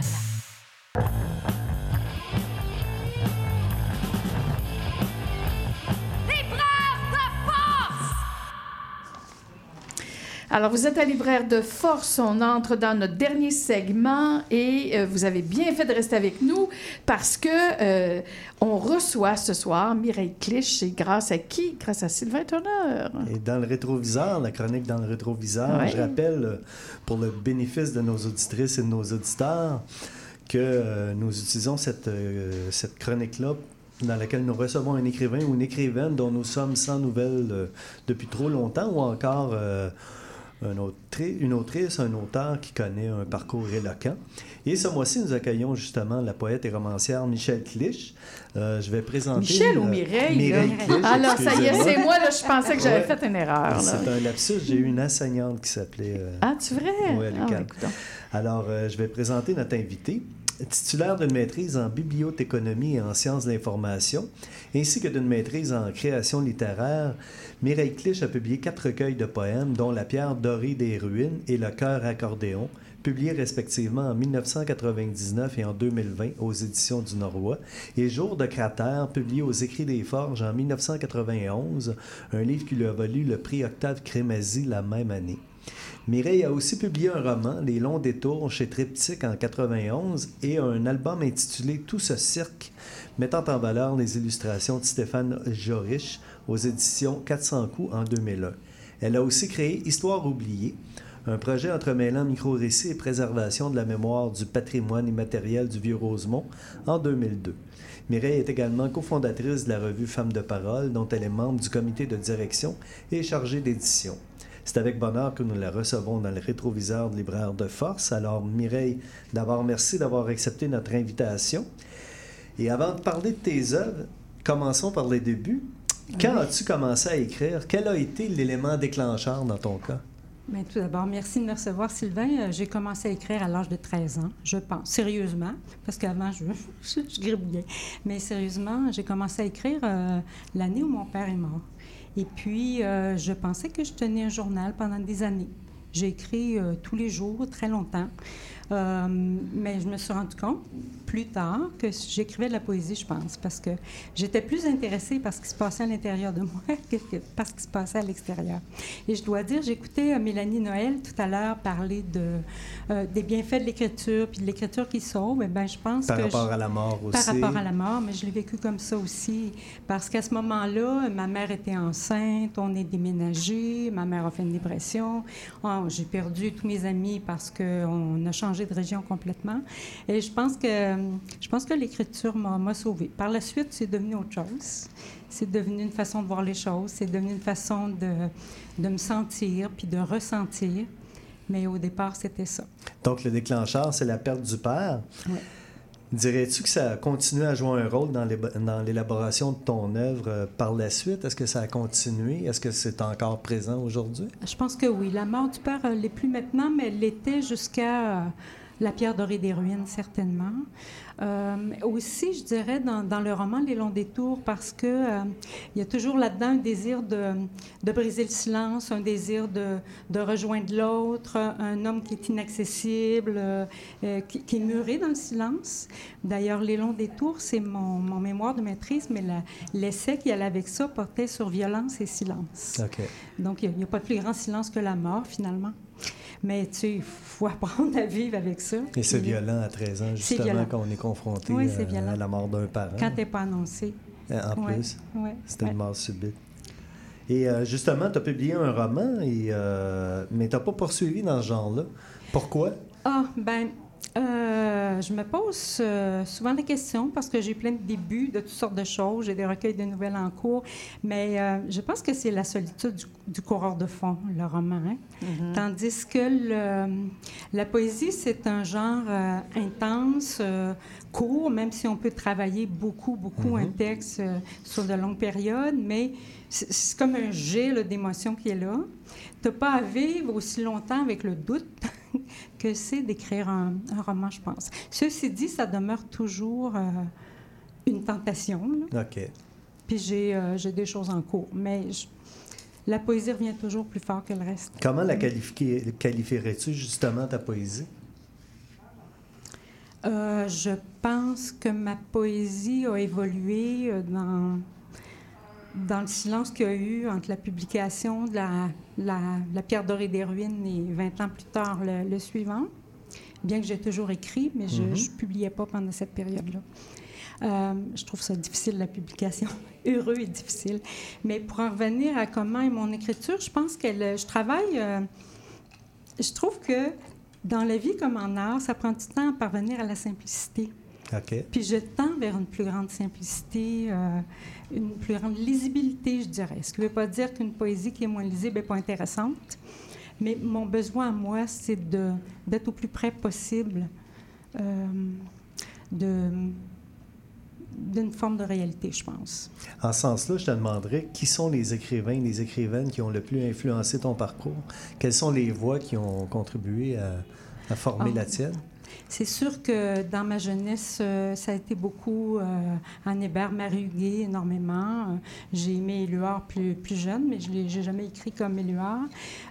Alors, vous êtes à Libraire de Force. On entre dans notre dernier segment et vous avez bien fait de rester avec nous parce que on reçoit ce soir Mireille Clich. Et grâce à qui? Grâce à Sylvain Turner. Et dans le rétroviseur, la chronique dans le rétroviseur, je rappelle, pour le bénéfice de nos auditrices et de nos auditeurs, que nous utilisons cette chronique-là dans laquelle nous recevons un écrivain ou une écrivaine dont nous sommes sans nouvelles depuis trop longtemps ou encore... une autrice, un auteur qui connaît un parcours éloquent. Et ce mois-ci, nous accueillons justement la poète et romancière Michelle Clich. Je vais présenter... Michelle ou Mireille? Mireille Clich, alors, ça y est, c'est moi, là, je pensais que j'avais fait une erreur. Là. C'est un lapsus. J'ai eu une enseignante qui s'appelait... Ah, tu vrai? Oui, à l'UQAM. Alors, je vais présenter notre invitée. Titulaire d'une maîtrise en bibliothéconomie et en sciences de l'information, ainsi que d'une maîtrise en création littéraire, Mireille Clich a publié 4 recueils de poèmes, dont La pierre dorée des ruines et Le cœur accordéon, publiés respectivement en 1999 et en 2020 aux éditions du Norrois, et Jour de cratère, publié aux Écrits des Forges en 1991, un livre qui lui a valu le prix Octave Crémazie la même année. Mireille a aussi publié un roman, Les longs détours, chez Triptyque en 91 et un album intitulé Tout ce cirque, mettant en valeur les illustrations de Stéphane Jorich aux éditions 400 coups en 2001. Elle a aussi créé Histoire oubliée, un projet entremêlant micro-récits et préservation de la mémoire du patrimoine immatériel du Vieux-Rosemont en 2002. Mireille est également cofondatrice de la revue Femmes de parole, dont elle est membre du comité de direction et chargée d'édition. C'est avec bonheur que nous la recevons dans le rétroviseur de Libraire de Force. Alors, Mireille, d'abord, merci d'avoir accepté notre invitation. Et avant de parler de tes œuvres, commençons par les débuts. Quand as-tu commencé à écrire? Quel a été l'élément déclencheur dans ton cas? Bien, tout d'abord, merci de me recevoir, Sylvain. J'ai commencé à écrire à l'âge de 13 ans, je pense, sérieusement, parce qu'avant, je gribouillais. Mais sérieusement, j'ai commencé à écrire l'année où mon père est mort. Et puis, je pensais que je tenais un journal pendant des années. J'ai écrit tous les jours, très longtemps. Mais je me suis rendu compte plus tard que j'écrivais de la poésie, je pense, parce que j'étais plus intéressée par ce qui se passait à l'intérieur de moi que par ce qui se passait à l'extérieur. Et je dois dire, j'écoutais Mélanie Noël tout à l'heure parler des bienfaits de l'écriture, puis de l'écriture qui sauve. Eh bien, je pense par rapport à la mort aussi. Par rapport à la mort, mais je l'ai vécu comme ça aussi, parce qu'à ce moment-là, ma mère était enceinte, on est déménagé, ma mère a fait une dépression, j'ai perdu tous mes amis parce qu'on a changé de région complètement. Et je pense que l'écriture m'a sauvée. Par la suite, c'est devenu autre chose. C'est devenu une façon de voir les choses. C'est devenu une façon de me sentir puis de ressentir. Mais au départ, c'était ça. Donc, le déclencheur, c'est la perte du père. Oui. Dirais-tu que ça a continué à jouer un rôle dans l'élaboration de ton œuvre par la suite? Est-ce que ça a continué? Est-ce que c'est encore présent aujourd'hui? Je pense que oui. La mort du père, elle l'est plus maintenant, mais elle l'était jusqu'à La pierre dorée des ruines, certainement. Aussi, je dirais, dans le roman Les longs détours, parce que il y a toujours là-dedans un désir de briser le silence, un désir de rejoindre l'autre, un homme qui est inaccessible, qui est muré dans le silence. D'ailleurs, Les longs détours, c'est mon mémoire de maîtrise, mais l'essai qui allait avec ça portait sur violence et silence. Okay. Donc, il n'y a pas de plus grand silence que la mort, finalement. Mais tu sais, il faut apprendre à vivre avec ça. Et c'est violent à 13 ans, justement, quand on est confronté à la mort d'un parent. Quand t'es pas annoncé. En plus, c'était une mort subite. Et justement, tu as publié un roman, mais tu n'as pas poursuivi dans ce genre-là. Pourquoi? Je me pose souvent des questions parce que j'ai plein de débuts de toutes sortes de choses. J'ai des recueils de nouvelles en cours. Mais je pense que c'est la solitude du coureur de fond, le roman. Hein? Mm-hmm. Tandis que la poésie, c'est un genre intense, court, même si on peut travailler beaucoup un texte sur de longues périodes. Mais c'est comme un jet d'émotion qui est là. Tu n'as pas à vivre aussi longtemps avec le doute que c'est d'écrire un roman, je pense. Ceci dit, ça demeure toujours une tentation. Là. OK. Puis j'ai des choses en cours, mais la poésie revient toujours plus fort que le reste. Comment la qualifierais-tu, justement, ta poésie? Je pense que ma poésie a évolué dans le silence qu'il y a eu entre la publication de la pierre dorée des ruines et 20 ans plus tard, le suivant, bien que j'ai toujours écrit, mais je ne publiais pas pendant cette période-là. Je trouve ça difficile, la publication. Heureux et difficile. Mais pour en revenir à comment est mon écriture, je pense que je travaille... je trouve que dans la vie comme en art, ça prend du temps à parvenir à la simplicité. Okay. Puis je tends vers une plus grande simplicité, une plus grande lisibilité, je dirais. Ce qui ne veut pas dire qu'une poésie qui est moins lisible n'est pas intéressante, mais mon besoin à moi, c'est d'être au plus près possible d'une forme de réalité, je pense. En ce sens-là, je te demanderais, qui sont les écrivains, les écrivaines qui ont le plus influencé ton parcours? Quelles sont les voix qui ont contribué à former la tienne? C'est sûr que dans ma jeunesse, ça a été beaucoup Anne Hébert, Marie Huguet, énormément. J'ai aimé Éluard plus jeune, mais je n'ai jamais écrit comme Éluard.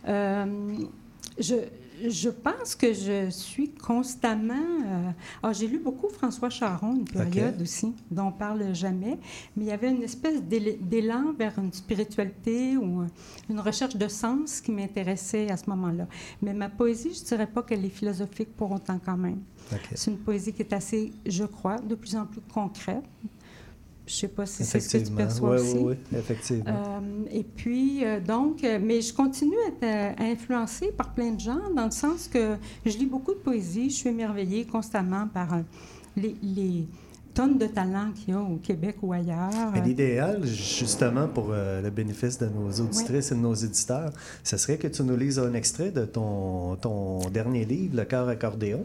Je pense que je suis constamment... j'ai lu beaucoup François Charon, une période aussi, dont on ne parle jamais, mais il y avait une espèce d'élan vers une spiritualité ou une recherche de sens qui m'intéressait à ce moment-là. Mais ma poésie, je ne dirais pas qu'elle est philosophique pour autant quand même. Okay. C'est une poésie qui est assez, je crois, de plus en plus concrète. Je ne sais pas si c'est ce que tu perçois aussi. Oui, effectivement. Et puis, mais je continue à être influencée par plein de gens, dans le sens que je lis beaucoup de poésie, je suis émerveillée constamment par les tonnes de talents qu'il y a au Québec ou ailleurs. L'idéal, justement, pour le bénéfice de nos auditrices et de nos éditeurs, ce serait que tu nous lises un extrait de ton dernier livre, Le cœur accordéon,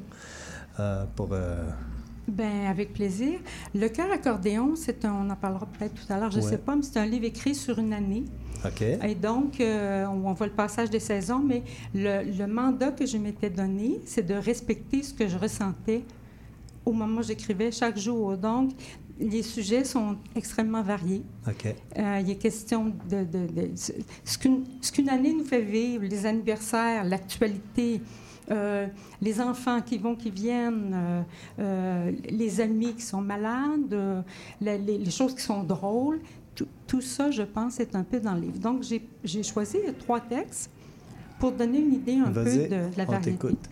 Bien, avec plaisir. Le cœur accordéon, on en parlera peut-être tout à l'heure, je ne sais pas, mais c'est un livre écrit sur une année. OK. Et donc, on voit le passage des saisons, mais le mandat que je m'étais donné, c'est de respecter ce que je ressentais au moment où j'écrivais chaque jour. Donc, les sujets sont extrêmement variés. OK. Il est question de ce qu'une année nous fait vivre, les anniversaires, l'actualité, les enfants qui vont, qui viennent, les amis qui sont malades, les choses qui sont drôles. Tout ça, je pense, est un peu dans le livre. Donc, j'ai choisi 3 textes pour donner une idée un peu de la variété. T'écoute.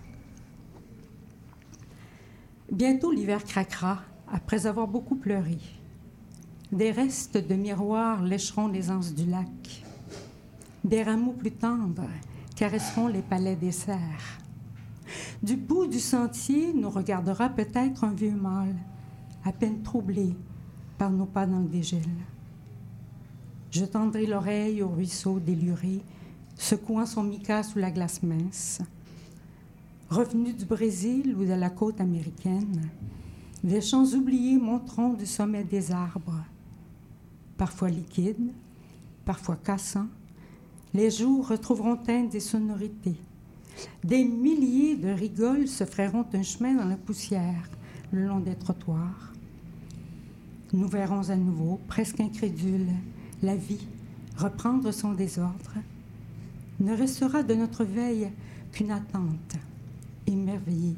Bientôt, l'hiver craquera, après avoir beaucoup pleuré. Des restes de miroirs lécheront les anses du lac. Des rameaux plus tendres caresseront les palais des cerfs. Du bout du sentier nous regardera peut-être un vieux mâle, à peine troublé par nos pas dans le dégel. Je tendrai l'oreille au ruisseau déluré, secouant son mica sous la glace mince. Revenu du Brésil ou de la côte américaine, les champs oubliés monteront du sommet des arbres. Parfois liquides, parfois cassants, les jours retrouveront teintes et sonorités. Des milliers de rigoles se feront un chemin dans la poussière, le long des trottoirs. Nous verrons à nouveau, presque incrédules, la vie reprendre son désordre. Ne restera de notre veille qu'une attente émerveillée.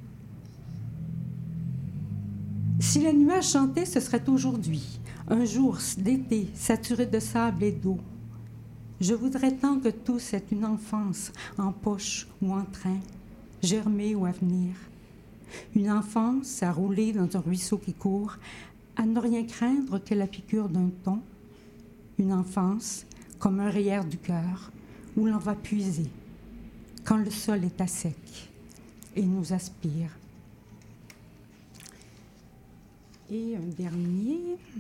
Si les nuages chantaient, ce serait aujourd'hui, un jour d'été saturé de sable et d'eau. Je voudrais tant que tous aient une enfance en poche ou en train, germée ou à venir. Une enfance à rouler dans un ruisseau qui court, à ne rien craindre que la piqûre d'un thon. Une enfance comme un rayère du cœur, où l'on va puiser quand le sol est à sec et nous aspire. Et un dernier,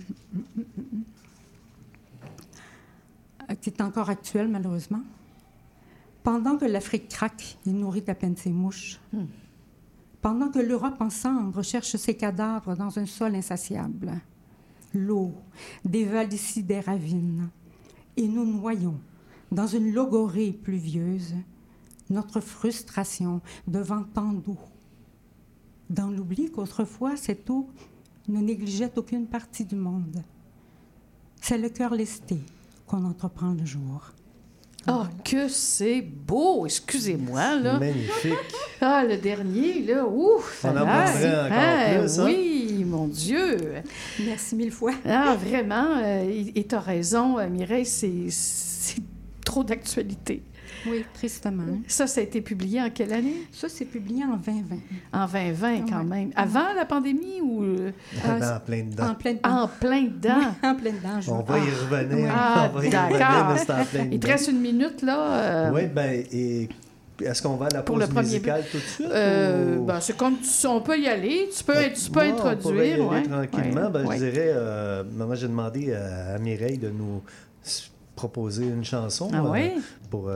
qui est encore actuel malheureusement. Pendant que l'Afrique craque et nourrit à peine ses mouches, pendant que l'Europe en cendres cherche ses cadavres dans un sol insatiable, l'eau dévale ici des ravines et nous noyons dans une logorrhée pluvieuse notre frustration devant tant d'eau. Dans l'oubli qu'autrefois cette eau ne négligeait aucune partie du monde. C'est le cœur lesté qu'on entreprend le jour. Ah, que c'est beau! Excusez-moi, là. Magnifique. Ah, le dernier, là, ouf! On en prendrait encore plus, hein? Oui, mon Dieu! Merci 1000 fois. Ah, vraiment, et tu as raison, Mireille, c'est trop d'actualité. Oui, tristement. Ça a été publié en quelle année? Ça, c'est publié en 2020. En 2020, quand même. Avant la pandémie ou... En plein dedans. En plein dedans. En plein dedans. Oui, en plein dedans. On va y revenir. Ah, on va y revenir, mais c'est en plein dedans. Il te reste une minute, là. Oui, bien, et est-ce qu'on va à la pause musicale tout de suite? Ben, c'est comme on peut y aller. Tu peux introduire. On peut y aller tranquillement. Ouais. Je dirais, moi, j'ai demandé à Mireille de nous proposer une chanson pour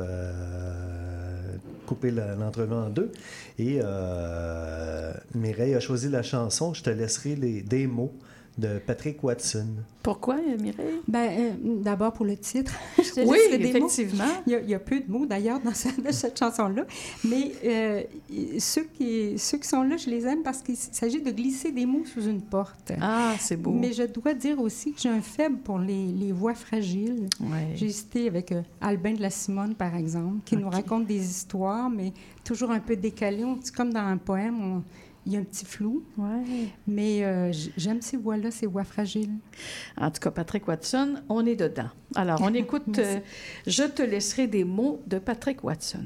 couper l'entrevue en deux. Et Mireille a choisi la chanson « Je te laisserai des mots » de Patrick Watson. Pourquoi, Mireille? D'abord pour le titre. Oui, effectivement. Il y a peu de mots, d'ailleurs, dans cette chanson-là. Mais ceux qui sont là, je les aime parce qu'il s'agit de glisser des mots sous une porte. Ah, c'est beau. Mais je dois dire aussi que j'ai un faible pour les voix fragiles. Ouais. J'ai hésité avec Albin de la Simone, par exemple, qui nous raconte des histoires, mais toujours un peu décalées. Comme dans un poème, il y a un petit flou, mais j'aime ces voix-là, ces voix fragiles. En tout cas, Patrick Watson, on est dedans. Alors, on écoute « Je te laisserai des mots » de Patrick Watson.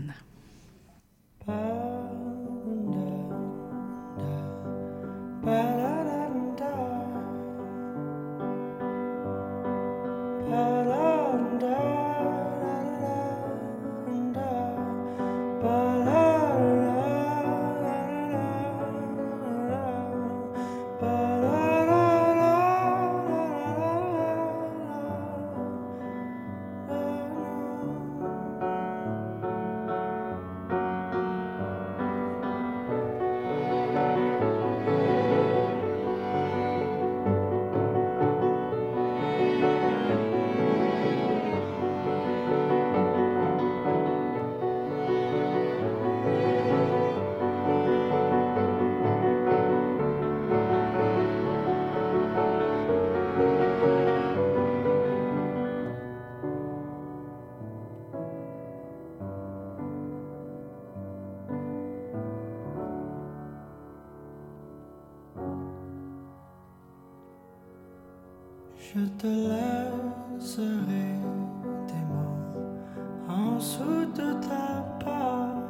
Je te laisserai des mots en dessous de ta porte,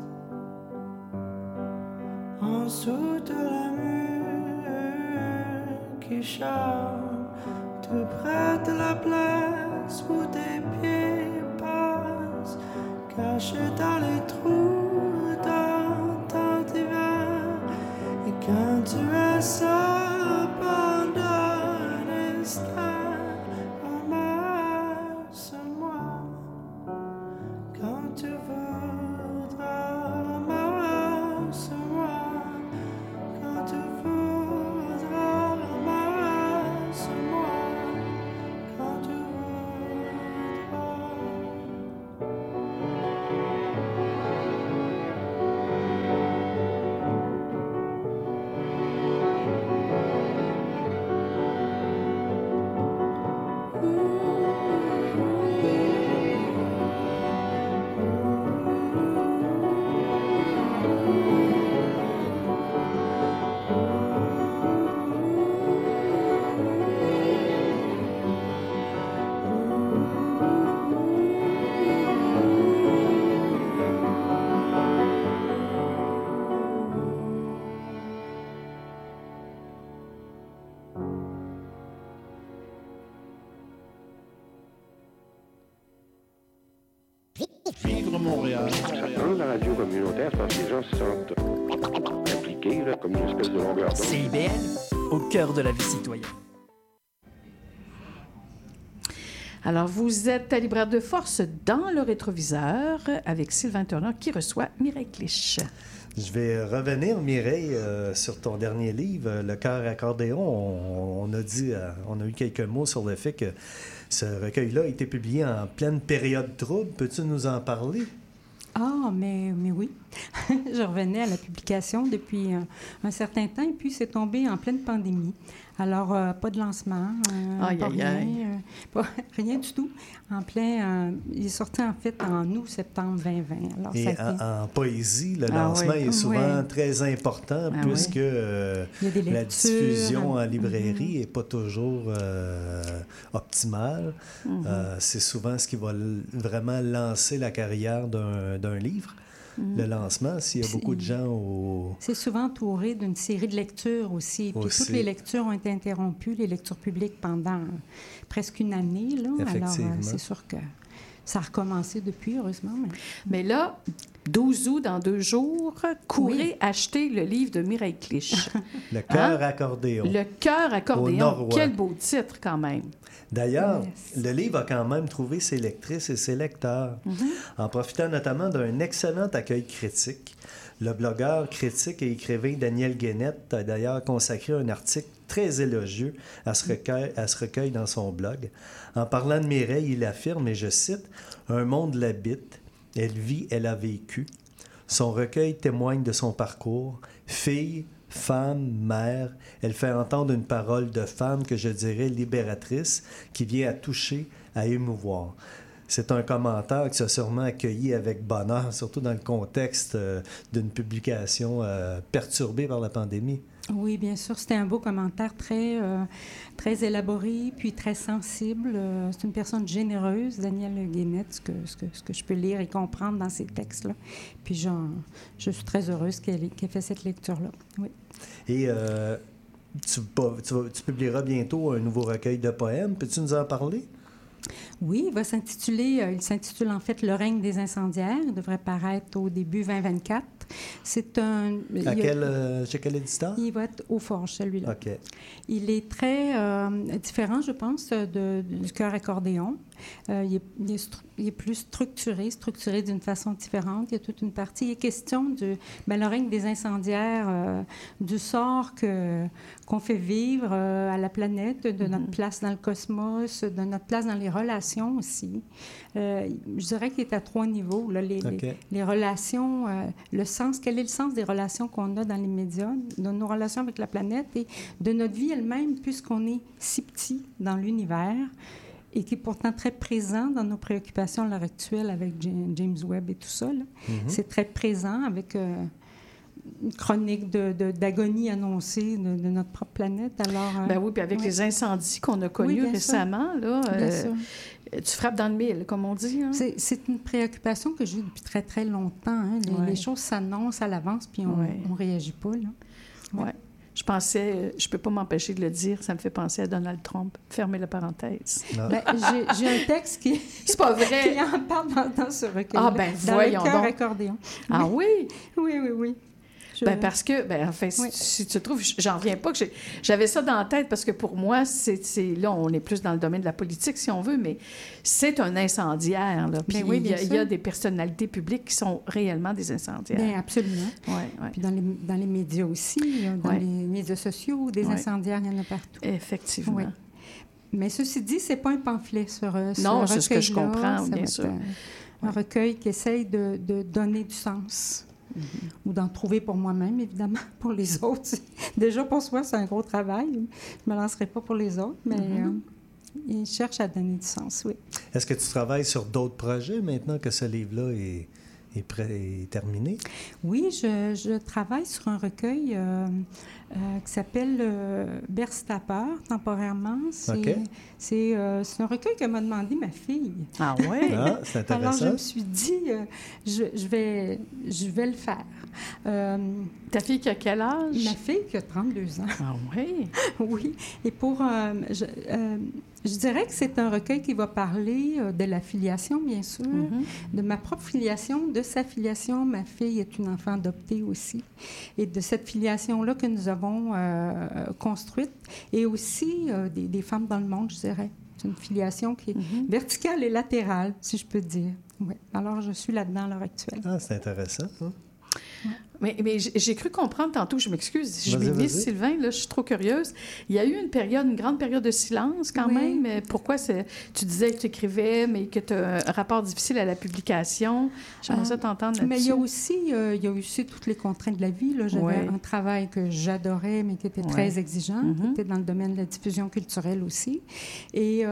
en dessous de la mur qui chante, tout près de la place où tes pieds passent, cachés dans les trous dans ton divan. Et quand tu es seul pendant un instant, ramasse-moi. Quand tu voudras, ramasse-moi. Quand tu voudras, ramasse-moi. Quand tu Vivre Montréal. Dans la radio communautaire, parce que les gens se sentent impliqués, là, comme une espèce de longueur d'onde. CIBL, au cœur de la vie citoyenne. Alors, vous êtes à Libraire de Force dans le rétroviseur avec Sylvain Turner qui reçoit Mireille Clich. Je vais revenir, Mireille, sur ton dernier livre, Le cœur accordéon. On a eu quelques mots sur le fait que ce recueil-là a été publié en pleine période trouble. Peux-tu nous en parler? Ah, mais oui. Je revenais à la publication depuis un certain temps et puis c'est tombé en pleine pandémie. Alors, pas de lancement, rien du tout. En plein, il est sorti en fait en août-septembre 2020. Alors, et en poésie, le lancement est souvent très important puisque la diffusion en librairie n'est pas toujours optimale. C'est souvent ce qui va vraiment lancer la carrière d'un livre. Le lancement, s'il y a beaucoup de gens C'est souvent entouré d'une série de lectures aussi. Puis toutes les lectures ont été interrompues, les lectures publiques, pendant presque une année. Là. Alors, c'est sûr que ça a recommencé depuis, heureusement. Mais là, 12 août, dans 2 jours, courez acheter le livre de Mireille Clich. Le cœur accordéon. Le cœur accordéon. Quel beau titre, quand même. D'ailleurs, le livre a quand même trouvé ses lectrices et ses lecteurs, en profitant notamment d'un excellent accueil critique. Le blogueur, critique et écrivain Daniel Guénette a d'ailleurs consacré un article très élogieux à ce recueil dans son blog. En parlant de Mireille, il affirme, et je cite, « Un monde l'habite, elle vit, elle a vécu. Son recueil témoigne de son parcours. Fille, femme, mère, elle fait entendre une parole de femme que je dirais libératrice, qui vient à toucher, à émouvoir. » C'est un commentaire qui s'est sûrement accueilli avec bonheur, surtout dans le contexte d'une publication perturbée par la pandémie. Oui, bien sûr. C'était un beau commentaire très élaboré, puis très sensible. C'est une personne généreuse, Daniel Guénette, ce que je peux lire et comprendre dans ces textes-là. Puis je suis très heureuse qu'elle ait fait cette lecture-là. Oui. Et tu publieras bientôt un nouveau recueil de poèmes. Peux-tu nous en parler? Oui, il s'intitule en fait « Le règne des incendiaires ». Il devrait paraître au début 2024. C'est un... Chez quel éditeur? Il va être au Forge, celui-là. OK. Il est très différent, je pense, du cœur accordéon. Il est plus structuré d'une façon différente. Il y a toute une partie. Il est question le règne des incendiaires, du sort qu'on fait vivre à la planète, de notre place dans le cosmos, de notre place dans les relations aussi. Je dirais qu'il est à 3 niveaux. Là, les relations, le sens, quel est le sens des relations qu'on a dans les médias, de nos relations avec la planète et de notre vie elle-même, puisqu'on est si petit dans l'univers et qui est pourtant très présent dans nos préoccupations à l'heure actuelle avec James Webb et tout ça. Là. C'est très présent avec une chronique d'agonie annoncée de notre propre planète. Alors, ben oui, puis avec les incendies qu'on a connus récemment, là, tu frappes dans le mille, comme on dit. Hein? C'est une préoccupation que j'ai depuis très, très longtemps. Hein. Les choses s'annoncent à l'avance, puis on ne réagit pas. Oui. Je pensais, je ne peux pas m'empêcher de le dire, ça me fait penser à Donald Trump. Fermez la parenthèse. Ben, j'ai un texte qui... C'est pas vrai! qui en parle dans ce recueil. Ah, ben voyons donc. Accordéon. Ah oui? Oui. Ben parce que, enfin, si tu trouves, j'en reviens pas que j'avais ça dans la tête parce que pour moi, là, on est plus dans le domaine de la politique, si on veut, mais c'est un incendiaire. Là. Puis il y a des personnalités publiques qui sont réellement des incendiaires. Bien, absolument. Ouais. Puis dans les médias aussi, dans les médias sociaux, des incendiaires, il y en a partout. Effectivement. Oui. Mais ceci dit, c'est pas un pamphlet sur non, c'est ce que je comprends, bien sûr. Un recueil qui essaye de donner du sens. Ou d'en trouver pour moi-même, évidemment. Pour les autres, déjà pour soi, c'est un gros travail. Je ne me lancerai pas pour les autres, mais il cherche à donner du sens, oui. Est-ce que tu travailles sur d'autres projets maintenant que ce livre-là est terminé? Oui, je travaille sur un recueil qui s'appelle Berce ta peur, temporaiment. C'est un recueil que m'a demandé ma fille. Ah oui? C'est intéressant. Alors, je me suis dit, je vais le faire. Ta fille qui a quel âge? Ma fille qui a 32 ans. Ah oui? Oui. Et je dirais que c'est un recueil qui va parler de la filiation, bien sûr, de ma propre filiation, de sa filiation. Ma fille est une enfant adoptée aussi. Et de cette filiation-là que nous avons construite. Et aussi des femmes dans le monde, je dirais. C'est une filiation qui est verticale et latérale, si je peux dire. Oui. Alors, je suis là-dedans à l'heure actuelle. Ah, c'est intéressant, hein? Mais j'ai cru comprendre tantôt, je m'excuse, si je m'évise, Sylvain, là, je suis trop curieuse. Il y a eu une grande période de silence quand même. Pourquoi tu disais que tu écrivais, mais que tu as un rapport difficile à la publication? J'aimerais ça t'entendre là-dessus. Mais il y a aussi toutes les contraintes de la vie. Là. J'avais un travail que j'adorais, mais qui était très exigeant, qui était dans le domaine de la diffusion culturelle aussi. Et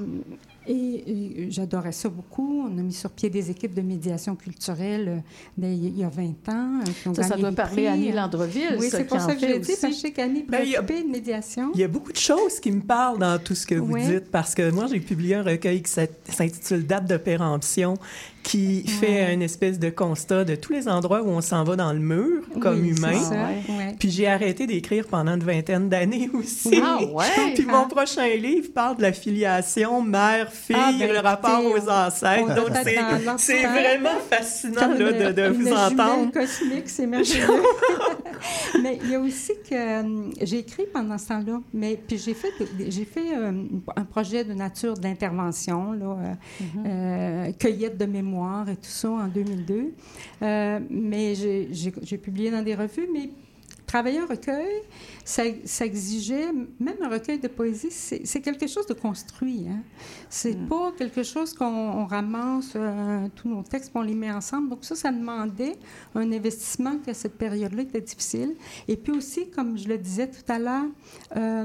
j'adorais ça beaucoup. On a mis sur pied des équipes de médiation culturelle il y a 20 ans. Ça doit parler à Annie Landreville. Oui, c'est pour ça que j'ai dit, parce que je sais qu'Annie est préoccupée de médiation. Il y a beaucoup de choses qui me parlent dans tout ce que vous dites, parce que moi, j'ai publié un recueil qui s'intitule « Date de péremption », qui fait une espèce de constat de tous les endroits où on s'en va dans le mur, comme humain. Puis j'ai arrêté d'écrire pendant une vingtaine d'années aussi. Ah ouais? Puis mon prochain livre parle de la filiation mère-fille, le rapport aux ancêtres. Donc c'est vraiment fascinant là, de vous entendre. Cosmique, c'est merveilleux. Mais il y a aussi que j'ai écrit pendant ce temps-là, mais puis j'ai fait un projet de nature d'intervention, cueillette de mémoire et tout ça en 2002. Mais j'ai publié dans des revues, mais travailler un recueil, ça exigeait, même un recueil de poésie, c'est quelque chose de construit. Hein? C'est pas quelque chose qu'on ramasse tous nos textes, on les met ensemble. Donc ça demandait un investissement qu'à cette période-là était difficile. Et puis aussi, comme je le disais tout à l'heure,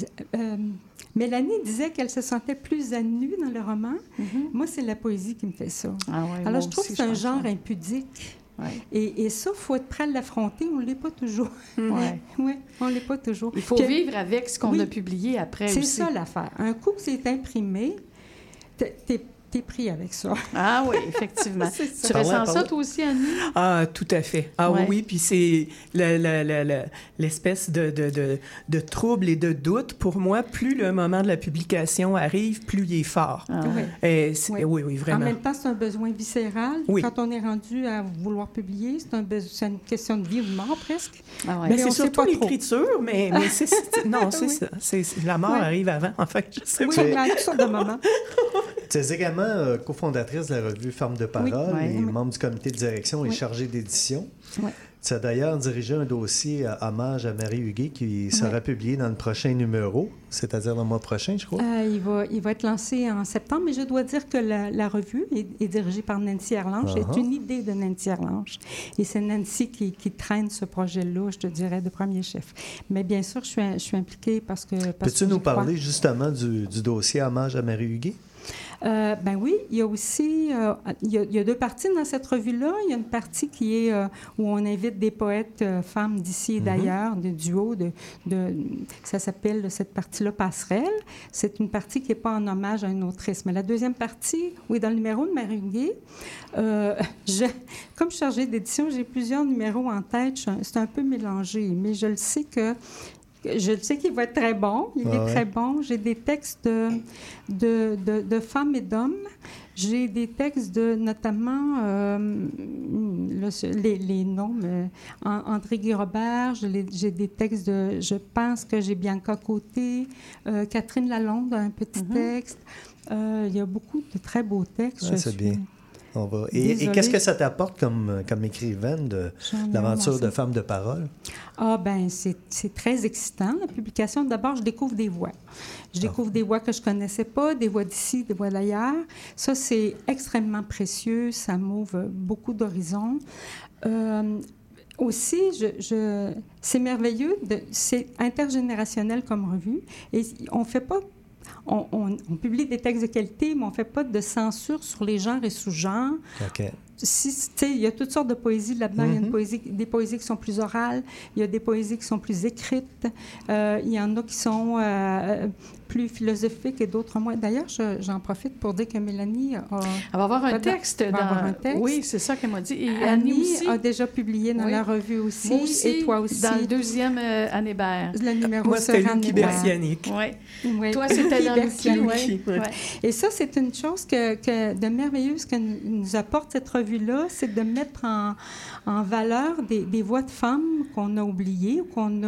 Mélanie disait qu'elle se sentait plus à nu dans le roman. Moi, c'est la poésie qui me fait ça. Alors, je trouve que c'est un genre impudique. Et ça, il faut être prêt à l'affronter. On ne l'est pas toujours. Oui, on ne l'est pas toujours. Il faut vivre avec ce qu'on a publié après aussi. C'est ça l'affaire. Un coup que c'est imprimé, t'es pris avec ça. Ah oui, effectivement. Tu ressens ça, toi aussi, Annie? Ah, tout à fait. Ah oui, puis c'est l'espèce de trouble et de doute. Pour moi, plus le moment de la publication arrive, plus il est fort. Oui, vraiment. En même temps, c'est un besoin viscéral. Oui. Quand on est rendu à vouloir publier, c'est une question de vie ou de mort, presque. Mais c'est surtout l'écriture, mais c'est ça. La mort arrive avant, en fait. Je sais pas. Oui, à toutes sortes de moments. Tu es également cofondatrice de la revue Femmes de parole et membre du comité de direction et chargée d'édition. Tu as d'ailleurs dirigé un dossier hommage à Marie Huguet qui sera publié dans le prochain numéro, c'est-à-dire le mois prochain, je crois. Il va être lancé en septembre, mais je dois dire que la revue est dirigée par Nancy Erlange. C'est une idée de Nancy Erlange. Et c'est Nancy qui traîne ce projet-là, je te dirais, de premier chef. Mais bien sûr, je suis impliquée parce que... Peux-tu nous parler justement du dossier hommage à Marie Huguet? Ben oui, il y a aussi il y a deux parties dans cette revue-là. Il y a une partie qui est où on invite des poètes femmes d'ici et d'ailleurs, de duos. Ça s'appelle cette partie-là Passerelle. C'est une partie qui n'est pas en hommage à une autrice. Mais la deuxième partie, oui, dans le numéro de Marie Huguet, comme chargée d'édition, j'ai plusieurs numéros en tête. C'est un peu mélangé, mais je le sais qu'il va être très bon. Il est très bon. J'ai des textes de femmes et d'hommes. J'ai des textes notamment, les noms, André Guy Robert. J'ai des textes de, je pense que j'ai Bianca Côté, Catherine Lalonde a un petit texte. Il y a beaucoup de très beaux textes. Ah, c'est bien. On va... Et qu'est-ce que ça t'apporte comme écrivaine de l'aventure de Femmes de parole? Ah, bien, c'est très excitant, la publication. D'abord, je découvre des voix. Je découvre des voix que je ne connaissais pas, des voix d'ici, des voix d'ailleurs. Ça, c'est extrêmement précieux. Ça m'ouvre beaucoup d'horizons. Aussi, c'est merveilleux. C'est intergénérationnel comme revue. Et on fait pas... On publie des textes de qualité, mais on ne fait pas de censure sur les genres et sous-genres. OK. Il y a toutes sortes de poésies là-dedans. Il y a des poésies qui sont plus orales, il y a des poésies qui sont plus écrites, il y en a qui sont plus philosophiques et d'autres moins. D'ailleurs, j'en profite pour dire que Mélanie Elle va avoir un texte. Oui, c'est ça qu'elle m'a dit. Et Annie aussi a déjà publié dans la revue aussi, moi aussi, et toi aussi. Dans le deuxième Annébert. Le numéro moi, c'était sera Lucky Bersianique. Oui. Toi, c'était dans Lucky. Et ça, c'est une chose de merveilleuse que nous apporte cette revue-là, c'est de mettre en valeur des voix de femmes qu'on a oubliées ou qu'on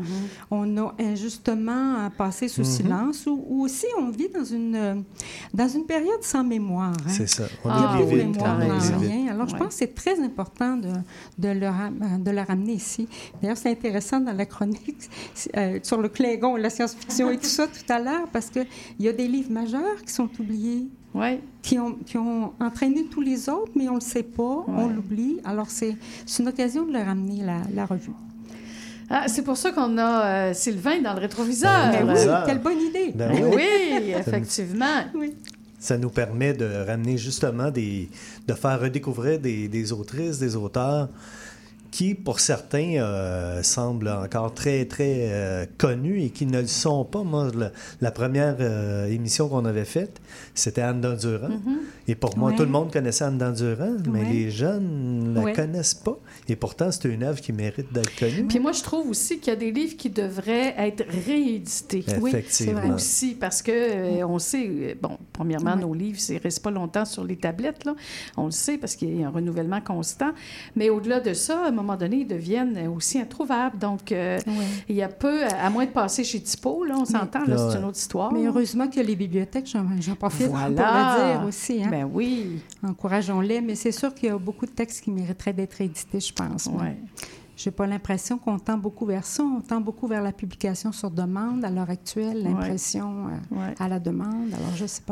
a injustement passées sous silence, ou aussi on vit dans une période sans mémoire. Hein? C'est ça. On a plus de mémoire dans rien. Alors, je pense que c'est très important de le ramener ici. D'ailleurs, c'est intéressant dans la chronique sur le Klingon, la science-fiction et tout ça tout à l'heure, parce qu'il y a des livres majeurs qui sont oubliés. Qui ont entraîné tous les autres, mais on ne le sait pas, on l'oublie. Alors, c'est une occasion de le ramener, la revue. Ah, c'est pour ça qu'on a Sylvain dans le rétroviseur. Ben oui, quelle bonne idée. Ben oui, effectivement. Ça nous permet de ramener justement de faire redécouvrir des autrices, des auteurs qui, pour certains, semblent encore très, très connus et qui ne le sont pas. Moi, la première émission qu'on avait faite, c'était Anne Dandurand. Et pour moi, tout le monde connaissait Anne Dandurand, mais les jeunes ne la connaissent pas. Et pourtant, c'est une œuvre qui mérite d'être connue. Puis moi, je trouve aussi qu'il y a des livres qui devraient être réédités. Effectivement. Oui, c'est vrai. Aussi, parce que on sait, bon, premièrement, nos livres, ils ne restent pas longtemps sur les tablettes, là. On le sait parce qu'il y a un renouvellement constant. Mais au-delà de ça, à un moment donné, ils deviennent aussi introuvables. Donc, il y a peu, à moins de passer chez Typo, là, on s'entend, là, c'est une autre histoire. Mais heureusement que les bibliothèques, j'en profite pour le dire aussi. Hein? Ben oui. Encourageons-les, mais c'est sûr qu'il y a beaucoup de textes qui mériteraient d'être édités, je pense. Je n'ai pas l'impression qu'on tend beaucoup vers ça. On tend beaucoup vers la publication sur demande à l'heure actuelle, l'impression à la demande. Alors, je ne sais pas.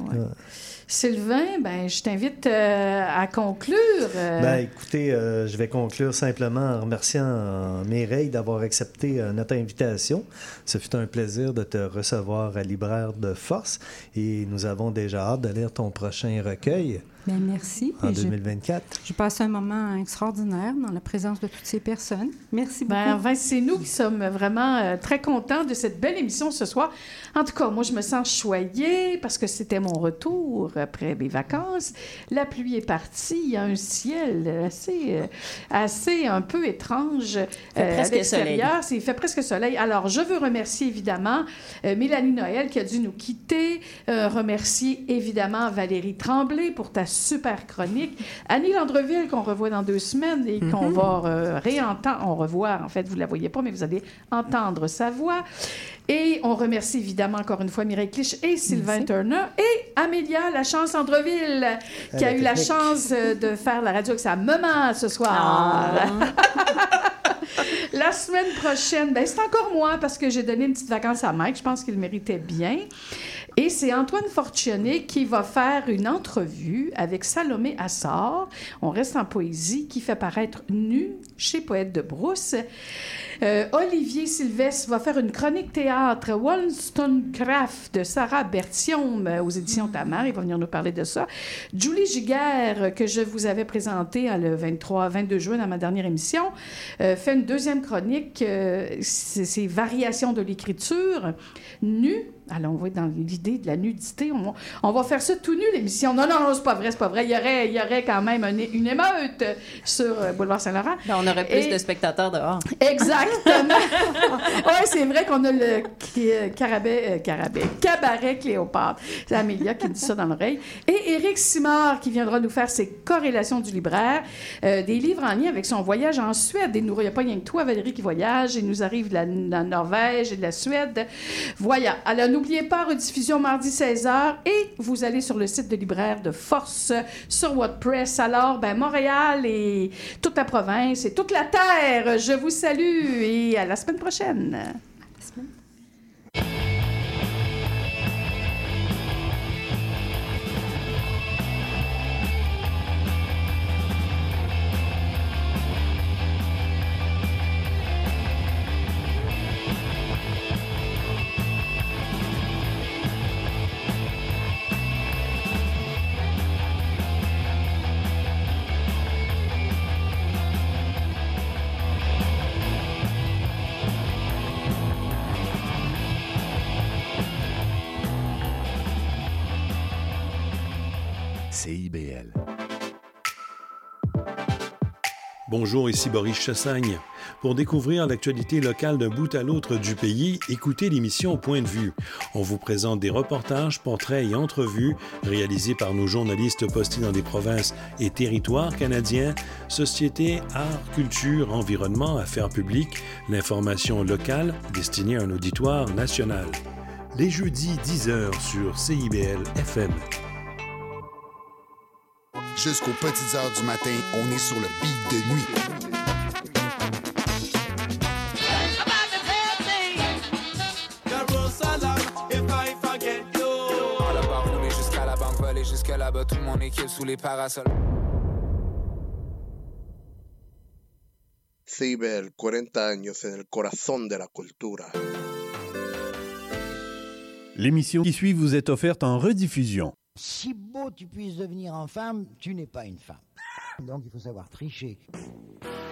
Sylvain, ben, je t'invite à conclure. Écoutez, je vais conclure simplement en remerciant Mireille d'avoir accepté notre invitation. Ce fut un plaisir de te recevoir à Libraire de Force et nous avons déjà hâte de lire ton prochain recueil. Bien, merci. En 2024. Je passe un moment extraordinaire dans la présence de toutes ces personnes. Merci beaucoup. Ben, c'est nous qui sommes vraiment très contents de cette belle émission ce soir. En tout cas, moi, je me sens choyée parce que c'était mon retour après mes vacances. La pluie est partie. Il y a un ciel assez un peu étrange à l'extérieur. Il fait presque soleil. Alors, je veux remercier évidemment Mélanie Noël qui a dû nous quitter. Remercier évidemment Valérie Tremblay pour ta super chronique. Annie Landreville, qu'on revoit dans 2 semaines et qu'on va réentendre. On revoit, en fait, vous ne la voyez pas, mais vous allez entendre sa voix. Et on remercie évidemment encore une fois Mireille Clich et Sylvain Turner et Amélia Lachance Andreville qui a eu la chance de faire la radio avec sa maman ce soir. La semaine prochaine, ben, c'est encore moi parce que j'ai donné une petite vacance à Mike. Je pense qu'il le méritait bien. Et c'est Antoine Fortuné qui va faire une entrevue avec Salomé Assar. On reste en poésie, qui fait paraître Nu chez Poète de Brousse. Olivier Sylvestre va faire une chronique théâtre Wollstonecraft de Sarah Bertium aux éditions Tamar. Il va venir nous parler de ça. Julie Giguère, que je vous avais présentée le 22 juin dans ma dernière émission, fait une deuxième chronique. C'est Variations de l'écriture. Nu. Alors, on va être dans l'idée de la nudité. On va faire ça tout nu, l'émission. Non, c'est pas vrai, c'est pas vrai. Il y aurait quand même une émeute sur Boulevard Saint-Laurent. Ben, on aurait plus de spectateurs dehors. Exactement. Oui, c'est vrai qu'on a le cabaret Cléopâtre. C'est Amélia qui dit ça dans l'oreille. Et Éric Simard qui viendra nous faire ses corrélations du libraire, des livres en lien avec son voyage en Suède. Il n'y a pas rien que toi, Valérie, qui voyage. Il nous arrive de la Norvège et de la Suède. Voilà. Alors, n'oubliez pas, rediffusion mardi 16h et vous allez sur le site de Libraire de Force sur WordPress. Alors, Montréal et toute la province et toute la terre, je vous salue et à la semaine prochaine. À la semaine. CIBL. Bonjour, ici Boris Chassagne. Pour découvrir l'actualité locale d'un bout à l'autre du pays, écoutez l'émission Point de vue. On vous présente des reportages, portraits et entrevues réalisés par nos journalistes postés dans des provinces et territoires canadiens, société, art, culture, environnement, affaires publiques, l'information locale destinée à un auditoire national. Les jeudis 10h sur CIBL FM. Jusqu'aux petites heures du matin, on est sur le beat de nuit. La barre roulée jusqu'à la banque volée, jusqu'à là-bas, tout mon équipe sous les parasols. CIBL, 40 años en el corazón de la cultura. L'émission qui suit vous est offerte en rediffusion. Si beau tu puisses devenir en femme, tu n'es pas une femme. Donc il faut savoir tricher.